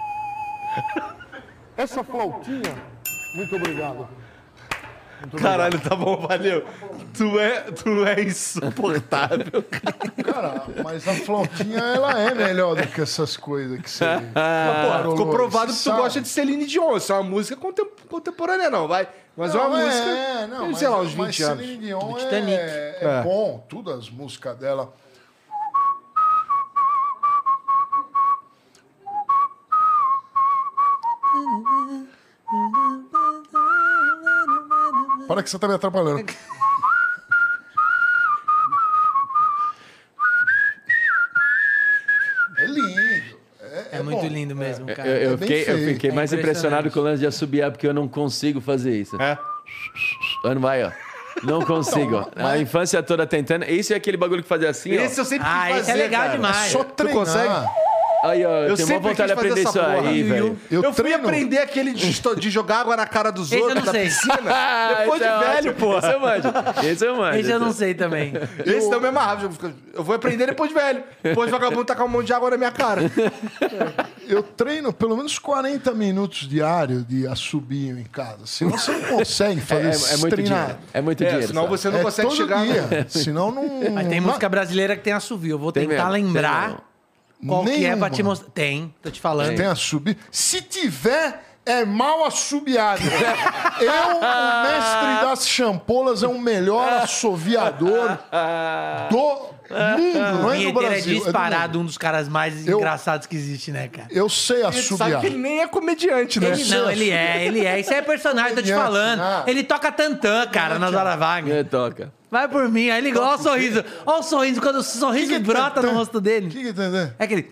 Essa flautinha, muito obrigado. Caralho, tá bom, valeu. Tu é, tu é insuportável. Cara, mas a flautinha, ela é melhor do que essas coisas que você... Mas, pô, ficou provado que tu Sabe? gosta de Celine Dion. Isso é uma música contem- contemporânea, não, vai. Mas é Não, uma é, música. É, não, tem, mas, sei lá, uns mas vinte anos. Celine Dion Do é, Titanic. é, É. bom, tudo as músicas dela. Para que você tá me atrapalhando. É lindo. É, É muito bom. lindo mesmo, cara. Eu, eu É bem fiquei, eu feio. fiquei É mais impressionante. impressionado com o lance de assobiar, porque eu não consigo fazer isso. É. Não vai, ó. Não consigo. A infância toda tentando. Isso é aquele bagulho que fazia assim, Esse ó. eu sempre Ah, quis fazer, esse é legal cara. demais. Só Tu treinar. consegue? Aí, ó, Eu eu tenho uma sempre vontade de quis fazer aprender essa isso porra. aí, Eu- velho. Eu, Eu, fui treino. aprender aquele de, esto- de jogar água na cara dos Esse eu outros não da sei. piscina. Depois de Esse é velho, ótimo. pô. Esse eu manjo. Esse eu manjo. Esse eu não sei também. Esse não me amarrava. Eu vou aprender depois de velho. Depois o vagabundo tacar um monte de água na minha cara. Eu treino pelo menos quarenta minutos diário de assobio em casa. Senão você não consegue É, fazer é, esses é muito treinar. dinheiro. É muito É, dinheiro. senão sabe? você não É consegue todo chegar. dia. Senão não. Mas tem não- música brasileira que tem assovio. Eu vou Tem tentar mesmo, tem lembrar mesmo. qual que é Nenhuma. pra te mostrar. Tem, tô te falando. Tem assobio. Se tiver, é mal assobiado. Eu, o mestre das champolas, é o melhor assoviador do mundo, não é do Vinheteiro é Brasil. é do disparado mundo. um dos caras mais Eu- engraçados que existe, né, cara? Eu sei Ele sabe assobiar. que ele nem é comediante, né? Ele não, ele é, ele é. Isso é personagem, tô te Comediante, falando. ah. Ele toca tantã, cara, nas horas vagas. É, toca. Vai por mim, aí ele igual o sorriso. Olha o sorriso, quando o sorriso Que que brota tem- no rosto dele. Que que tá entendendo? É aquele...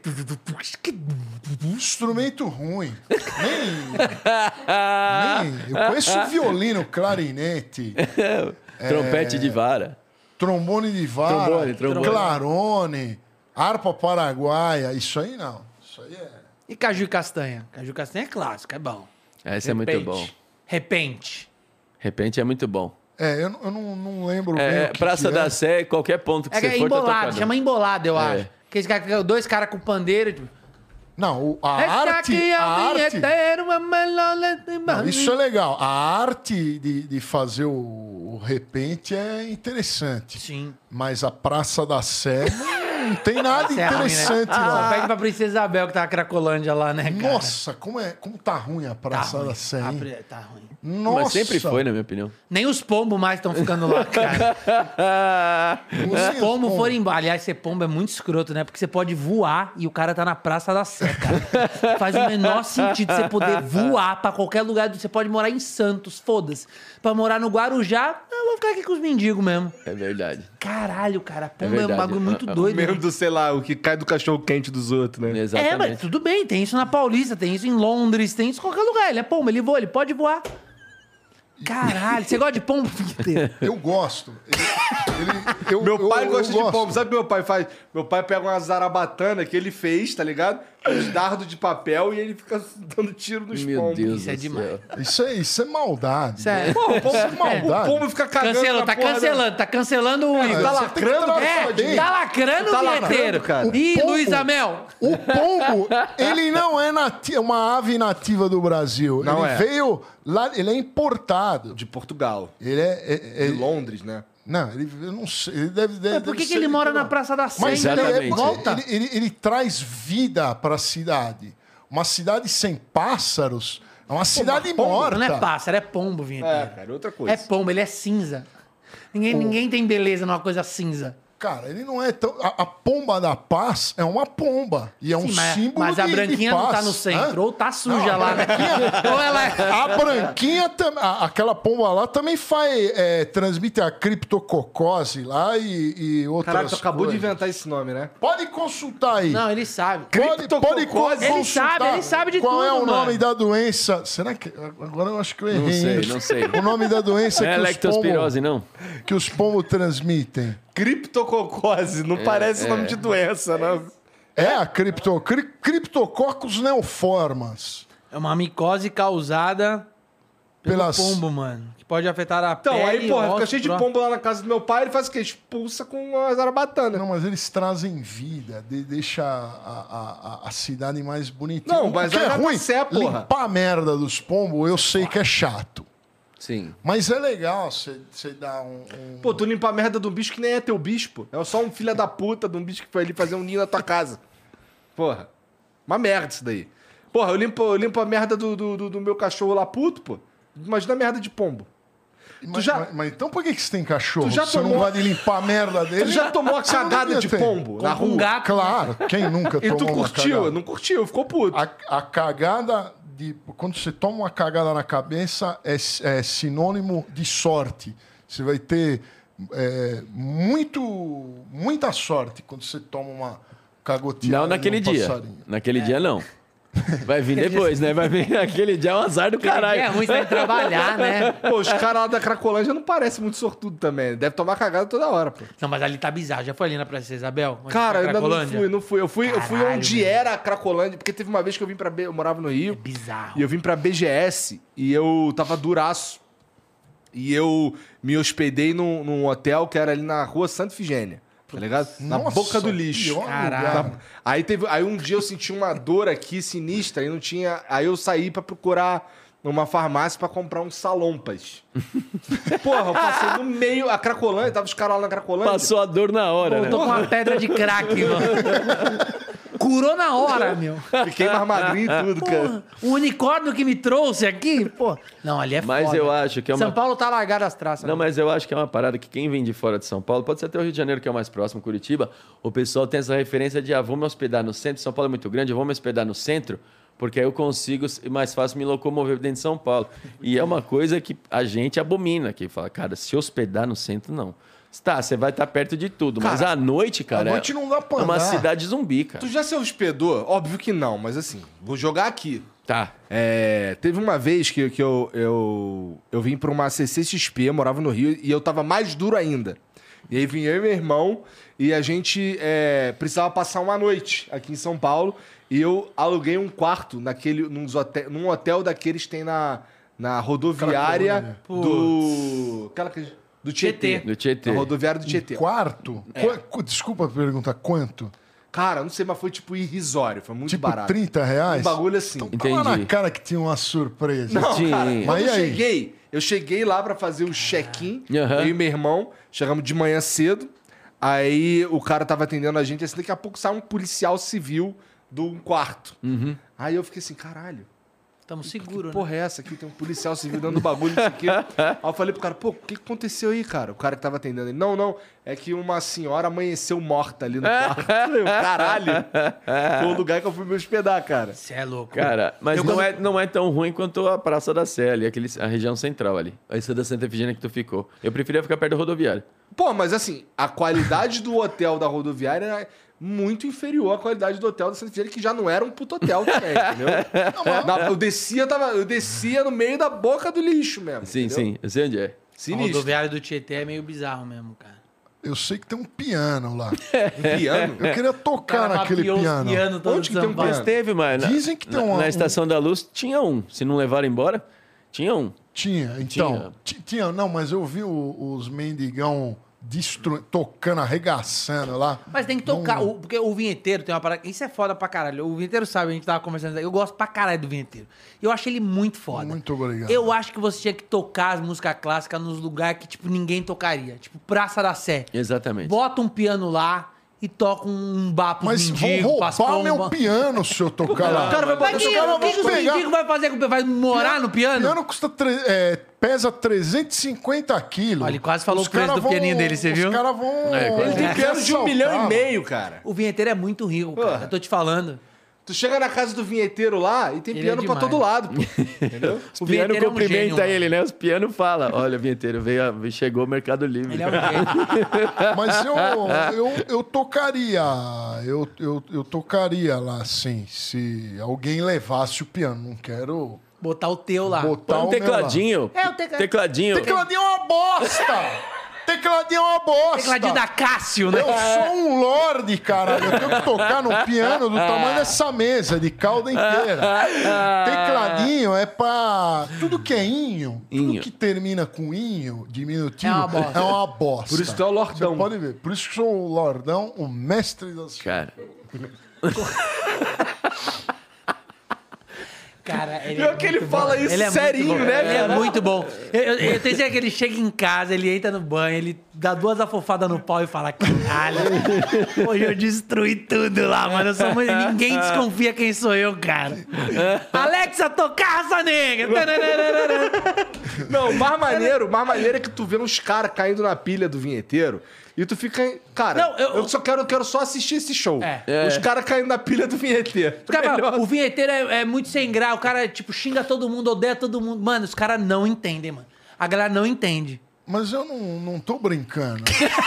Instrumento ruim. Nem, nem. Eu conheço violino, clarinete, Trompete de vara. trombone de vara, Trombone, trombone. clarone, harpa paraguaia. Isso aí não. Isso aí é. E caju e castanha? Caju e castanha é clássico, é bom. Esse é muito Repente. bom. Repente. Repente é muito bom. É, eu, não- eu não, não lembro bem. É, o que Praça que é. da Sé, qualquer ponto que É, que você é for, tá embolado, tocando. chama embolado, eu É. acho. Aqueles cara, que- dois caras com pandeiro, tipo... Não, o- a Esse arte. aqui é A o arte vinheteiro, uma melhor- não, isso é legal. A arte de, de fazer o, o repente é interessante. Sim. Mas a Praça da Sé. não tem nada Isso é ruim, né? interessante Só lá. pede pra Princesa Isabel, que tá na Cracolândia lá, né, cara? Nossa, como, é, como tá ruim a tá Praça ruim. da Sé, A hein? pri- Tá ruim. Nossa. Mas sempre foi, na minha opinião. Nem os pombos mais estão ficando lá, cara. Os pombos foram embora. Aliás, ser pombo é muito escroto, né? Porque você pode voar e o cara tá na Praça da Sé, cara. Faz o menor sentido você poder voar pra qualquer lugar. Você pode morar em Santos, foda-se. Pra morar no Guarujá, eu vou ficar aqui com os mendigos mesmo. É verdade. Caralho, cara. Pombo é, um verdade. bagulho muito É, é, doido. Mesmo né? do, sei lá, o que cai do cachorro quente dos outros, né? Exatamente. É, mas tudo bem. Tem isso na Paulista, tem isso em Londres, tem isso em qualquer lugar. Ele é pombo, ele voa, ele pode voar. Caralho, você gosta de pombo? Eu gosto. Ele- ele- eu- Meu eu- pai eu gosta de gosto. pombo. Sabe o que meu pai faz? Meu pai pega uma zarabatana que ele fez, tá ligado? Uns dardos de papel e ele fica dando tiro nos Meu pombos. Deus Isso é do demais. céu. Isso é, isso é maldade. Sério. Pô, o pombo, é maldade. o pombo fica cagando Cancelando, na tá porra da- cancelando, tá cancelando o Igor. Tá Você tem que lacrando, tratar É, bem. tá lacrando Tá o lacrando, bilheteiro. cara. Ih, pombo- Luiz Amel. O pombo, ele não é nati- uma ave nativa do Brasil. Não ele é. veio lá, ele é importado. De Portugal. Ele é. é- é- De Londres, né? não, ele, eu não sei. Ele deve, deve, Mas por deve que, que ser ele mora de lá. na Praça da Sé? Mas ele, é, Exatamente. Volta. ele, ele, ele traz vida para a cidade. Uma cidade sem pássaros é uma cidade pombo morta. Não é pássaro, é pombo, É, vinheteiro. cara, outra coisa. É pombo, ele é cinza. Ninguém, ninguém tem beleza numa coisa cinza. Cara, ele não é tão. A, a pomba da paz é uma pomba. E é um Sim, mas, símbolo mas a de- de branquinha não tá paz. no centro, Hã? ou tá suja Não, lá, a né? Ou ela é... A branquinha, tam- a- aquela pomba lá também faz, é, transmite a criptococose lá e, e outras Caraca, tu acabou de coisas. inventar esse nome, né? Pode consultar aí. Não, ele sabe. Pode, pode Criptococose? Ele consultar sabe, ele sabe de qual tudo, é o nome mano. da doença. Será que... Agora eu acho que eu errei. Não sei, hein? não sei. O nome da doença Não é que, os leptospirose, pombo, não? que os pombos transmitem. Criptococose. Não parece nome de doença, não. É a cripto, cri, Cryptococcus neoformas. É uma micose causada pelo Pelas- pombo, mano. Que pode afetar a Então, pele, aí, porra, fica ossos, cheio de pró- pombo lá na casa do meu pai, ele faz o quê? Expulsa com a zarabatana. Não, mas eles trazem vida, de, deixa a, a, a, a cidade mais bonitinha. Não, O mas que aí é vai ruim, pra Sé, porra. limpar a merda dos pombos, eu sei que é chato. Sim. Mas é legal você dar um... um- Pô, tu limpa a merda de um bicho que nem é teu bicho, pô. É só um filho da puta de um bicho que foi ali fazer um ninho na tua casa. Porra. Uma merda isso daí. Porra, eu limpo, eu limpo a merda do, do, do- do meu cachorro lá puto, pô. Imagina a merda de pombo. Mas, já- mas- mas então por que, que você tem cachorro? Tu já Você não tomou- vai limpar a merda dele? Tu já tomou a Você não cagada devia de ter. pombo na Com um rua? gato. Claro, quem nunca E tomou tu uma curtiu? cagada? Não curtiu, ficou puto. A, a cagada de. Quando você toma uma cagada na cabeça, é, é sinônimo de sorte. Você vai ter é, muito, muita sorte quando você toma uma cagotinha. Não naquele dia. Naquele dia, não. Vai vir depois, né? Vai vir naquele dia é um azar do caralho. É ruim você trabalhar, né? Pô, os caras lá da Cracolândia não parecem muito sortudo também. Deve tomar cagada toda hora, pô. Não, mas ali tá bizarro. Já foi ali na Praça Isabel? Onde Cara, fica eu a ainda não Cracolândia? fui, não fui. Eu fui, eu fui Caralho, onde velho. era a Cracolândia, porque teve uma vez que eu vim pra B, eu morava no Rio. Bizarro. E eu vim pra B G S e eu tava duraço. E eu me hospedei num, num hotel que era ali na rua Santa Ifigênia. Tá ligado? Na Nossa, boca do lixo. pior Caralho. lugar. Aí, teve, aí um dia eu senti uma dor aqui sinistra e não tinha. Aí eu saí pra procurar numa farmácia pra comprar uns salompas. Porra, eu passei no meio, a Cracolândia, tava os caras lá na Cracolândia. Passou a dor na hora, Voltou né? com uma pedra de crack, mano. Curou na hora, meu. Fiquei mais magrinho e tudo, cara. Porra, o unicórnio que me trouxe aqui, pô. Não, ali é Mas foda. eu acho que é uma- São Paulo tá largado as traças. Não, né? mas eu acho que é uma parada que quem vem de fora de São Paulo, pode ser até o Rio de Janeiro, que é o mais próximo, Curitiba, o pessoal tem essa referência de, ah, vou me hospedar no centro, São Paulo é muito grande, eu vou me hospedar no centro, porque aí eu consigo mais fácil me locomover dentro de São Paulo. E é uma coisa que a gente abomina, que fala, cara, se hospedar no centro, não. Tá, você vai estar perto de tudo, mas à noite, cara, à noite não dá pra é uma andar. cidade zumbi, cara. Tu já se hospedou? Óbvio que não, mas assim, vou jogar aqui. Tá. É, teve uma vez que, que eu, eu, eu vim pra uma C C X P, eu morava no Rio, e eu tava mais duro ainda. E aí vim eu e meu irmão, e a gente é, precisava passar uma noite aqui em São Paulo, e eu aluguei um quarto naquele, nos hotel, num hotel daqueles que tem na, na rodoviária do... Aquela que... Do Tietê. Tietê. Do Tietê. Na rodoviária do Tietê. Quarto? Qua- qu- Desculpa perguntar, quanto? Cara, não sei, mas foi tipo irrisório, foi muito Tipo barato. trinta reais? Um bagulho assim. Então tava na Entendi. cara que tinha uma surpresa. Não, Sim. cara, Mas quando e eu aí? cheguei, eu cheguei lá pra fazer o check-in, Aham. eu e meu irmão, chegamos de manhã cedo, Aí o cara tava atendendo a gente, assim, daqui a pouco sai um policial civil de um quarto. Uhum. Aí eu fiquei assim, caralho. Estamos seguros, né? Porra, é essa aqui? Tem um policial civil dando bagulho, não sei o quê. Aí eu falei pro cara, pô, o que que aconteceu aí, cara? O cara que tava atendendo ele, não, não, é que uma senhora amanheceu morta ali no quarto. Eu falei, caralho. Foi o lugar que eu fui me hospedar, cara. Você é louco. Cara, mas Eu não, quando- é, não é tão ruim quanto a Praça da Sé ali, aquele, a região central ali. Essa da Santa Efigênia que tu ficou. Eu preferia ficar perto da rodoviária. Pô, mas assim, a qualidade do hotel da rodoviária era muito inferior à qualidade do hotel da Santa Efigênia, que já não era um puto hotel também, entendeu? Na- eu, descia, tava, eu descia no meio da boca do lixo mesmo. Sim, entendeu? sim, eu sei onde é. A Sinistro. rodoviária do Tietê é meio bizarro mesmo, cara. Eu sei que tem um piano lá. Um piano. Eu queria tocar naquele mapeou os piano. piano todo Onde que São tem um Paulo. Mas teve, mano. Dizem que tem na, uma- na um- Estação da Luz tinha um. Se não levaram embora, tinha um. Tinha, então. ti- Tinha, não, mas eu vi o- os mendigão destru... tocando, arregaçando lá. Mas tem que tocar, o- porque o vinheteiro tem uma parada. Isso é foda pra caralho. O vinheteiro sabe, a gente tava conversando. Eu gosto pra caralho do vinheteiro. Eu acho ele muito foda. Muito obrigado. Eu acho que você tinha que tocar as músicas clássicas nos lugares que, tipo, ninguém tocaria. Tipo, Praça da Sé. Exatamente. Bota um piano lá e toca um bar pros Mas vão mendigos, pras roubar meu pombas. piano se eu tocar lá. O cara vai Mas botar que, seu cara o que, que os pegar- mendigos vai fazer? com- Vai morar no O piano? piano custa tre- é, pesa trezentos e cinquenta quilos. Olha, ele quase falou Os o preço cara do pianinho dele, você viu? Os caras vão... É, Ele tem É. piano de um milhão e assaltar, meio, cara. O vinheteiro é muito rico, cara. Porra. Eu tô te falando. Tu chega na casa do vinheteiro lá e tem Ele piano é pra demais. todo lado, pô. Entendeu? Os O piano vinheteiro é um cumprimenta gênio, mano. ele, né? Os piano fala, olha, vinheteiro, veio, a- chegou o Mercado Livre. Ele é um gênio. Mas eu, eu, eu tocaria, eu, eu, eu tocaria lá, assim, se alguém levasse o piano. Não quero Botar o teu lá. botar Põe um o meu lá. tecladinho. É, o tecla- Tecladinho. Tecladinho é uma bosta! Tecladinho é uma bosta! Tecladinho da Cássio, né? Eu sou um lorde, caralho. Eu tenho que tocar no piano do tamanho dessa mesa, de cauda inteira. Tecladinho é pra... Tudo que é inho, tudo Inho. que termina com inho, diminutivo, É uma bosta. é uma bosta. Por isso tu é o lordão. Você pode ver. Por isso que eu sou o lordão, o mestre das... Cara, Cara, ele Pior é que ele muito fala bom. isso Ele é muito serinho, bom. né, Ele é cara? muito bom. Eu, eu, eu tenho certeza que ele chega em casa, ele entra no banho, ele dá duas afofadas no pau e fala: caralho, hoje eu destruí tudo lá, mano. Eu sou muito... Ninguém desconfia quem sou eu, cara. Alexa, tocar raça negra. Não, o mais maneiro, o mais maneiro é que tu vê uns caras caindo na pilha do vinheteiro e tu fica. Cara, Não, eu- eu, só quero, eu quero só assistir esse show. É. Os caras caindo na pilha do vinheteiro. Os cara fala, o vinheteiro é, é muito sem graça, o cara, tipo, xinga todo mundo, odeia todo mundo. Mano, os caras não entendem, mano. A galera não entende. Mas eu não, não tô brincando.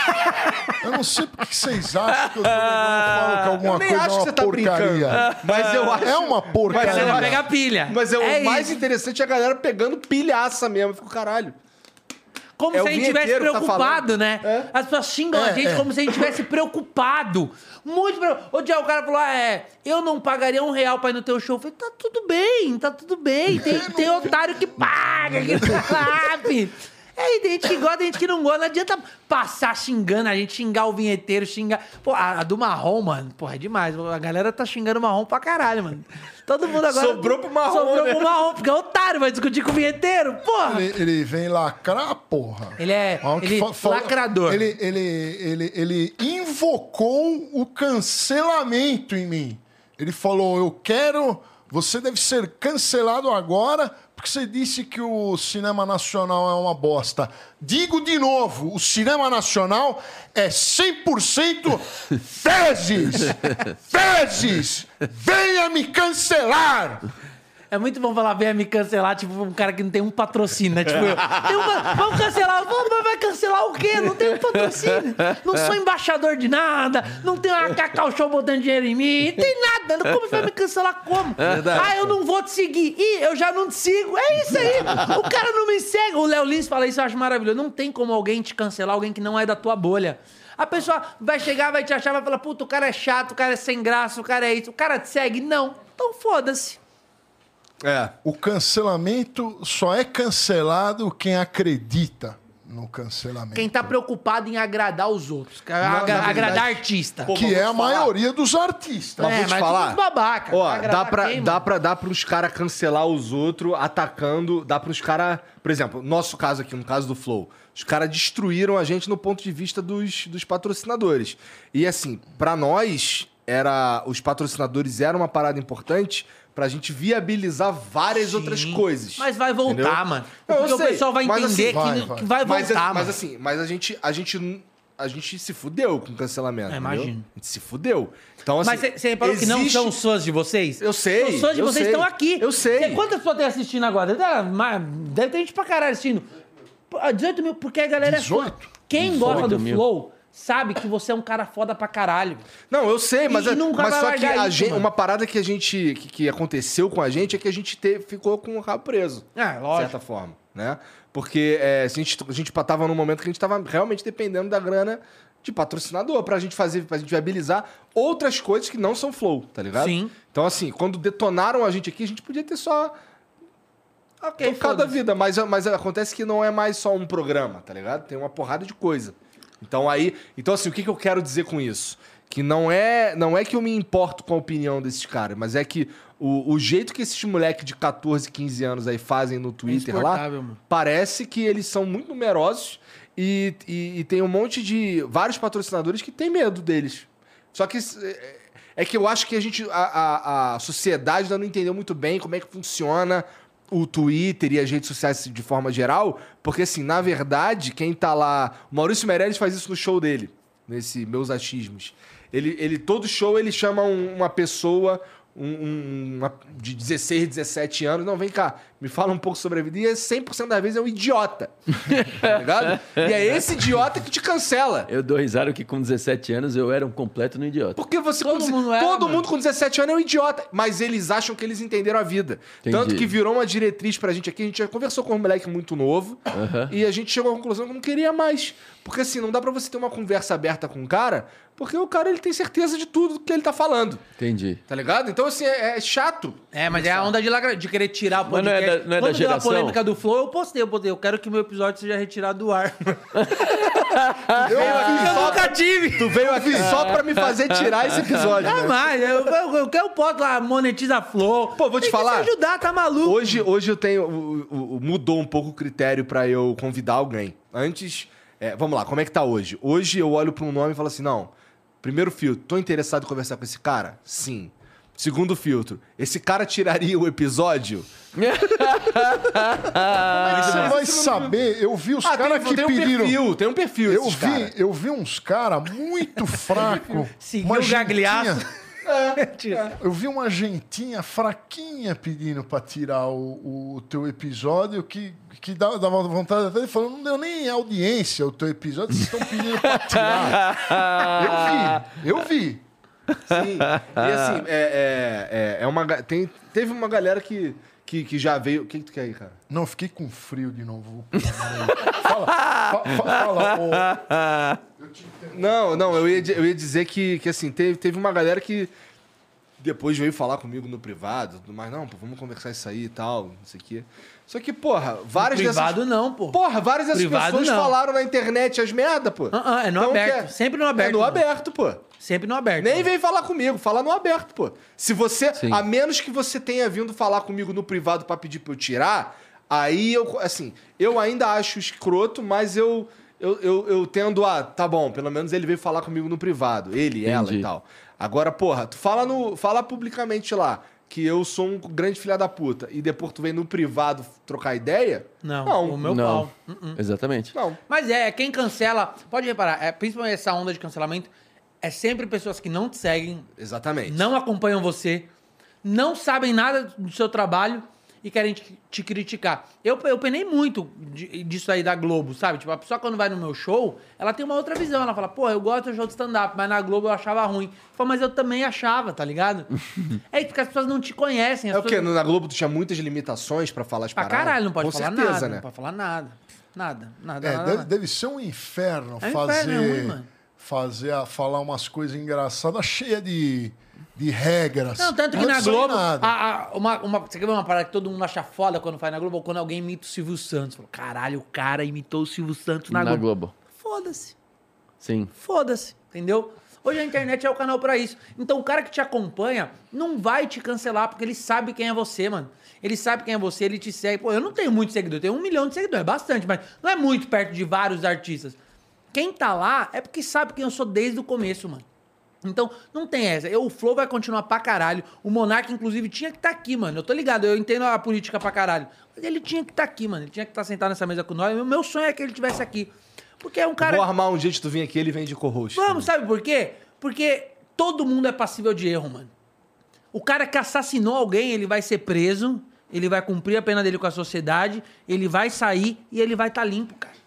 Eu não sei porque vocês acham que eu tô brincando. Eu falo que alguma Eu nem coisa acho é que você uma tá porcaria. brincando. Mas eu acho. É uma A porcaria. galera eu pega acho- pilha. Mas é, É o mais isso. interessante é a galera pegando pilhaça mesmo. Eu fico, caralho. Como É se o a gente estivesse vinheteiro que tá preocupado, falando. né? É. As pessoas xingam a É, gente é. como se a gente estivesse preocupado. Muito preocupado. Outro dia o cara falou: ah, é, eu não pagaria um real pra ir no teu show. Eu falei: tá tudo bem, tá tudo bem. Tem, tem otário que paga, que sabe. É, e tem gente que gosta, tem gente que não gosta. Não adianta passar xingando a gente, xingar o vinheteiro, xingar. Pô, a, a do Marrom, mano, porra, é demais. A galera tá xingando o Marrom pra caralho, mano. Todo mundo agora. Sobrou pro Marrom, Sobrou né? pro Marrom, porque é otário, vai discutir com o vinheteiro, porra. Ele, ele vem lacrar, porra. Ele é Ó, que ele, fa- fa- lacrador. Ele, ele, ele, ele invocou o cancelamento em mim. Ele falou: eu quero. Você deve ser cancelado agora porque você disse que o cinema nacional é uma bosta. Digo de novo: o cinema nacional é cem por cento fezes! Fezes! Venha me cancelar! É muito bom falar, venha me cancelar, tipo, um cara que não tem um patrocínio, né? Tipo, eu, tem uma, vamos cancelar, vamos, mas vai cancelar o quê? Não tem um patrocínio. Não sou embaixador de nada, não tem uma Cacau Show botando dinheiro em mim, não tem nada. Como vai me cancelar como? Ah, eu não vou te seguir. Ih, eu já não te sigo. É isso aí. O cara não me segue. O Léo Lins fala isso, eu acho maravilhoso. Não tem como alguém te cancelar, alguém que não é da tua bolha. A pessoa vai chegar, vai te achar, vai falar, puta, o cara é chato, o cara é sem graça, o cara é isso. O cara te segue? Não. Então foda-se. É. O cancelamento só é cancelado quem acredita no cancelamento. Quem tá preocupado em agradar os outros. na agra- verdade- agradar artista. Pô, Que mas é vou a te falar. maioria dos artistas. Mas É, vou te mas falar. tudo babaca. Ó, Agradar dá pra, quem, dá, mano? pra, dá pros caras cancelar os outros atacando. Dá pros caras. Por exemplo, nosso caso aqui, no caso do Flow. Os caras destruíram a gente no ponto de vista dos, dos patrocinadores. E assim, pra nós, era, os patrocinadores eram uma parada importante pra gente viabilizar várias Sim. outras coisas. Mas vai voltar, Entendeu? mano. Não, eu Porque o sei, pessoal vai mas entender assim, que, vai, que vai. vai Mas, voltar, mas mano. assim, mas a gente, a gente, a gente se fudeu com o cancelamento. É, entendeu? imagino. A gente se fudeu. Então, assim, Mas você reparou que não existe- são os fãs de vocês? Eu sei, Os fãs de eu vocês sei. estão aqui. Eu sei. Cê- quantas pessoas tem assistindo agora? Deve, mas deve ter gente pra caralho assistindo. Pô, dezoito mil, porque a galera é fã. dezoito? Quem gosta do mil. Flow sabe que você é um cara foda pra caralho. Não, eu sei, mas, E- e é- nunca mas vai só que largar a isso, gente- mano. uma parada que a gente que, que aconteceu com a gente é que a gente te- ficou com o rabo preso. É, De lógico. certa forma, né? Porque é, a gente a gente tava num momento que a gente tava realmente dependendo da grana de patrocinador pra gente fazer, pra gente viabilizar outras coisas que não são Flow, tá ligado? Sim. Então assim, quando detonaram a gente aqui, a gente podia ter só Ok, tocado a foda-se. vida, mas, mas acontece que não é mais só um programa, tá ligado? Tem uma porrada de coisa. Então aí, então assim, o que, que eu quero dizer com isso? Que não é, não é que eu me importo com a opinião desses caras, mas é que o, o jeito que esses moleques de catorze, quinze anos aí fazem no Twitter lá, insuportável, mano. parece que eles são muito numerosos e, e, e tem um monte de vários patrocinadores que tem medo deles. Só que é, é que eu acho que a gente, a, a, a sociedade ainda não entendeu muito bem como é que funciona o Twitter e as redes sociais de forma geral, porque assim, na verdade, quem tá lá... O Maurício Meirelles faz isso no show dele, nesse Meus Achismos. Ele, ele, todo show ele chama um- uma pessoa um, um- uma- de dezesseis, dezessete anos. Não, vem cá, me fala um pouco sobre a vida. E cem por cento das vezes é um idiota. Tá ligado? E é esse idiota que te cancela. Eu dou risada que com dezessete anos eu era um completo no idiota. Porque você Todo com, mundo era, todo mano. mundo com dezessete anos é um idiota, mas eles acham que eles entenderam a vida. Entendi. Tanto que virou uma diretriz pra gente aqui, a gente já conversou com um moleque muito novo Aham. e a gente chegou à conclusão que não queria mais. Porque assim, não dá pra você ter uma conversa aberta com o cara, porque o cara ele tem certeza de tudo que ele tá falando, Entendi. tá ligado? Então assim, é, é chato. É, mas é a onda de, lagra- de querer tirar o Mas não é podcast. da- não é da Quando deu a geração? polêmica do Flow, eu postei, eu postei. Eu quero que meu episódio seja retirado do ar. Eu, eu nunca tive. Tu veio aqui só pra me fazer tirar esse episódio, né? Jamais. Eu, eu, eu quero posto lá, monetiza Flow. Pô, vou te Tem que falar. se ajudar, tá maluco? Hoje, hoje eu tenho. o- o- o- mudou um pouco o critério pra eu convidar alguém. Antes. é, vamos lá, como é que tá hoje? Hoje eu olho pra um nome e falo assim: não. Primeiro filtro, tô interessado em conversar com esse cara? Sim. Segundo filtro, esse cara tiraria o episódio? Como é que você vai saber? Eu vi os Ah, caras tem, que tem um pediram. perfil, tem um perfil Eu esses vi, cara. eu vi uns caras muito fracos. Seguiu o gagliaço. Eu vi uma gentinha fraquinha pedindo pra tirar o, o teu episódio que, que dava, dava vontade até de falar, não deu nem audiência o teu episódio, vocês estão pedindo pra tirar. Eu vi, eu vi. Sim. E assim, é, é, é, é uma. ga- Tem, teve uma galera que, que, que já veio. O que, que tu quer aí, cara? Não, eu fiquei com frio de novo. Fala, fa- fa- fala, ô. Não, não, eu ia, di- eu ia dizer que, que assim, teve, teve uma galera que depois veio falar comigo no privado, mas não, pô, vamos conversar isso aí e tal, não sei o quê. Só que, porra, várias Privado dessas. não, pô. Porra, várias dessas Privado pessoas não. falaram na internet as merda, pô. Ah, ah, é no aberto. que Sempre no aberto, É no mano. aberto, pô. Sempre no aberto. Nem vem falar comigo, fala no aberto, pô. Se você, Sim. a menos que você tenha vindo falar comigo no privado pra pedir pra eu tirar, aí eu, assim, eu ainda acho escroto, mas eu, eu, eu, eu tendo a, tá bom, pelo menos ele veio falar comigo no privado, ele, ela Entendi. e tal. Agora, porra, tu fala, no, fala publicamente lá que eu sou um grande filha da puta e depois tu vem no privado trocar ideia? Não, Não, o meu Não. pau. Uh-uh. Exatamente. não. Mas é, quem cancela... Pode reparar, é, principalmente essa onda de cancelamento, é sempre pessoas que não te seguem, Exatamente. não acompanham você, não sabem nada do seu trabalho e querem te, te criticar. Eu, eu penei muito de- disso aí da Globo, sabe? Tipo, a pessoa quando vai no meu show, ela tem uma outra visão. Ela fala, pô, eu gosto do show de stand-up, mas na Globo eu achava ruim. Eu falo, mas eu também achava, tá ligado? É porque as pessoas não te conhecem. As É o quê? pessoas... Na Globo tu tinha muitas limitações pra falar as Pra paradas? caralho, não pode Com falar certeza, nada. né? Não pode falar nada. Nada, nada, É, nada. deve, nada. deve ser um inferno É um fazer inferno, é ruim, mano. fazer, a, falar umas coisas engraçadas, cheia de, de regras. Não, tanto que Não na sei Globo, nada. a- a- uma, uma, você quer ver uma parada que todo mundo acha foda quando faz na Globo? Ou quando alguém imita o Silvio Santos. Fala, caralho, o cara imitou o Silvio Santos na, Na Globo. Globo. Foda-se. Sim. Foda-se, entendeu? Hoje a internet é o canal pra isso. Então o cara que te acompanha não vai te cancelar, porque ele sabe quem é você, mano. Ele sabe quem é você, ele te segue. Pô, eu não tenho muito seguidor, eu tenho um milhão de seguidores, é bastante, mas não é muito perto de vários artistas. Quem tá lá é porque sabe quem eu sou desde o começo, mano. Então, não tem essa. Eu, o Flow vai continuar pra caralho. O Monark, inclusive, tinha que estar tá aqui, mano. Eu tô ligado, eu entendo a política pra caralho. Mas ele tinha que estar tá aqui, mano. Ele tinha que estar tá sentado nessa mesa com nós. O meu sonho é que ele estivesse aqui. Porque é um cara... Vou armar um dia de tu vir aqui, ele vem de co-host. Vamos, sabe por quê? Porque todo mundo é passível de erro, mano. O cara que assassinou alguém, ele vai ser preso, ele vai cumprir a pena dele com a sociedade, ele vai sair e ele vai estar tá limpo, cara.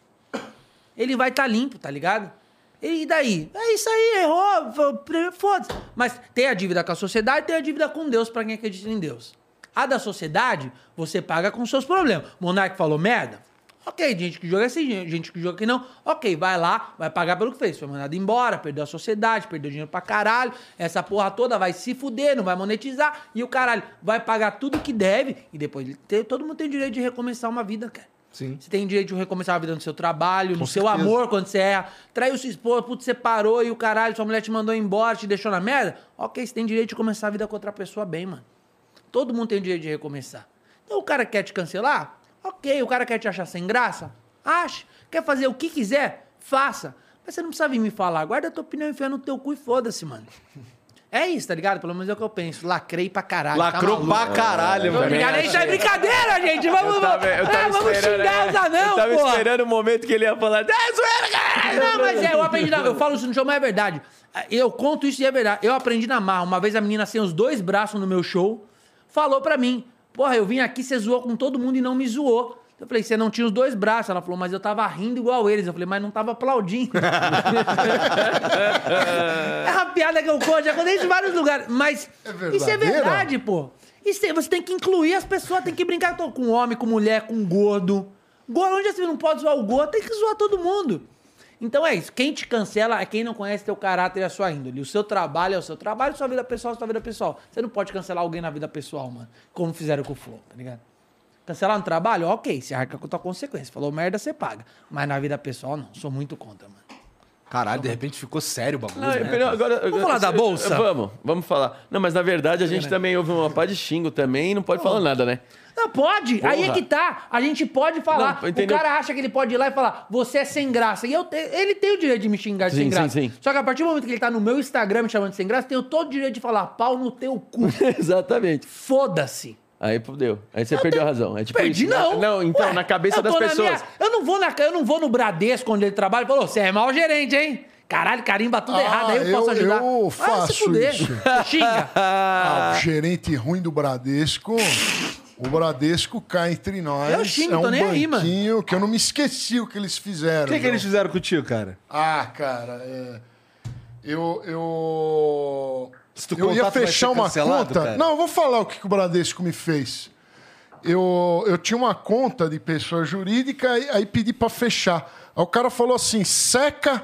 Ele vai estar tá limpo, tá ligado? E daí? É isso aí, errou, foda-se. Mas tem a dívida com a sociedade, tem a dívida com Deus, pra quem acredita em Deus. A da sociedade, você paga com seus problemas. Monark falou merda? Ok, gente que joga assim, gente que joga que não. Ok, vai lá, vai pagar pelo que fez. Foi mandado embora, perdeu a sociedade, perdeu dinheiro pra caralho. Essa porra toda vai se fuder, não vai monetizar. E o caralho vai pagar tudo que deve. E depois todo mundo tem direito de recomeçar uma vida, cara. Sim. Você tem direito de recomeçar a vida no seu trabalho, Com no seu certeza. amor, quando você erra. Traiu sua esposa, putz, você parou e o caralho, sua mulher te mandou embora, te deixou na merda. Ok, você tem direito de começar a vida com outra pessoa bem, mano. Todo mundo tem direito de recomeçar. Então o cara quer te cancelar? Ok. O cara quer te achar sem graça? Ache. Quer fazer o que quiser? Faça. Mas você não precisa vir me falar. Guarda a tua opinião e enfia no teu cu e foda-se, mano. É isso, tá ligado? Pelo menos é o que eu penso. Lacrei pra caralho. Lacrou tá pra caralho, Tô mano. brincando, isso é brincadeira, gente. Vamos, Eu tava, eu tava é, vamos esperando, xingar é, os anão, Eu tava porra. esperando o momento que ele ia falar. É zoeira, cara! Não, mas é, eu aprendi na... Eu falo isso no show, mas é verdade. Eu conto isso e é verdade. Eu aprendi na marra. Uma vez a menina sem os dois braços no meu show falou pra mim, porra, eu vim aqui, você zoou com todo mundo e não me zoou. Eu falei, você não tinha os dois braços. Ela falou, mas eu tava rindo igual eles. Eu falei, mas não tava aplaudindo. É uma piada que eu conto, já contei isso em vários lugares. Mas É isso é verdadeira? verdade, pô. Isso é- você tem que incluir as pessoas, tem que brincar com com homem, com mulher, com gordo. Gordo, onde você não pode zoar o gordo, tem que zoar todo mundo. Então é isso. Quem te cancela é quem não conhece teu caráter e a sua índole. O seu trabalho é o seu trabalho, sua vida pessoal é a sua vida pessoal. Você não pode cancelar alguém na vida pessoal, mano. Como fizeram com o Flow, tá ligado? Cancelar no trabalho? Ok, você arca com a tua consequência. Falou merda, você paga. Mas na vida pessoal, não. Sou muito contra, mano. Caralho, de repente ficou sério o bagulho. Não, né? pera- agora, Vamos falar da bolsa? Vamos, vamos falar. Não, mas na verdade a gente também ouve uma pá de xingo também e não pode falar nada, né? Não, pode. Aí é Porra. que tá. A gente pode falar. Não, o entendeu? cara acha que ele pode ir lá e falar, você é sem graça. E eu te- ele tem o direito de me xingar de Sim, sem sim, graça. sim. Só que a partir do momento que ele tá no meu Instagram me chamando de sem graça, eu tenho todo o direito de falar pau no teu cu. Exatamente. Foda-se. Aí fudeu. Aí você perdeu a razão. É tipo Perdi, isso. não. Não, então, Ué, na cabeça eu das tô na pessoas. minha- eu, não vou na, eu não vou no Bradesco onde ele trabalha e falou, você é mau gerente, hein? Caralho, carimba tudo Ah, errado, aí eu, eu- posso ajudar. eu Vai faço se fuder. isso. Você xinga. Ah, o gerente ruim do Bradesco. O Bradesco cá entre nós. Eu xingo, é um tô nem aí, mano. banquinho que eu não me esqueci o que eles fizeram. O que, que meu. eles fizeram contigo, cara? Ah, cara, é... eu. eu... Se tu eu contar, ia tu vai fechar ser uma cancelado, conta. cara? Não, eu vou falar o que, que o Bradesco me fez. Eu, eu tinha uma conta de pessoa jurídica, aí, aí pedi pra fechar. Aí o cara falou assim: seca,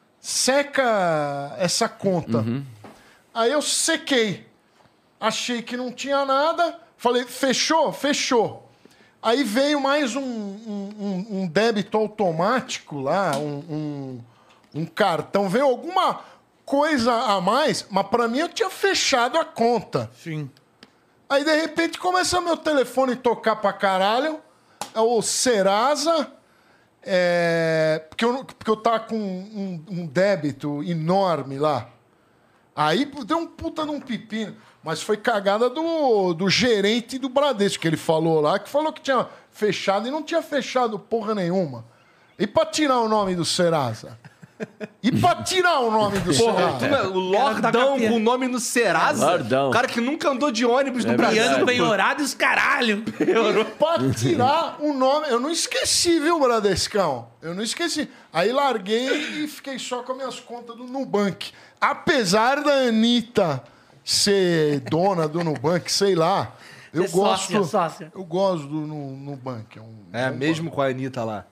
seca essa conta. Uhum. Aí eu sequei. Achei que não tinha nada. Falei, fechou? Fechou. Aí veio mais um, um, um- um débito automático lá, um, um, um cartão. Veio alguma coisa a mais, mas pra mim eu tinha fechado a conta. Sim. Aí, de repente, começa meu telefone tocar pra caralho. É o Serasa. É, porque, eu, porque eu tava com um, um débito enorme lá. Aí deu um puta num pepino. Mas foi cagada do, do gerente do Bradesco, que ele falou lá, que falou que tinha fechado e não tinha fechado porra nenhuma. E pra tirar o nome do Serasa? E pra tirar o nome do Porra, tu, Serasa? é o Lordão com o nome no Serasa? Lordão. O cara que nunca andou de ônibus no É Brasil. verdade. Piano penhorado e os caralho. Pra tirar o nome. Eu não esqueci, viu, Bradescão? Eu não esqueci. Aí larguei e fiquei só com as minhas contas do Nubank. Apesar da Anitta ser dona do Nubank, sei lá. Eu Ser gosto. sócia, sócia. Eu gosto do Nu- Nubank. É, um, É, um mesmo com a Anitta lá.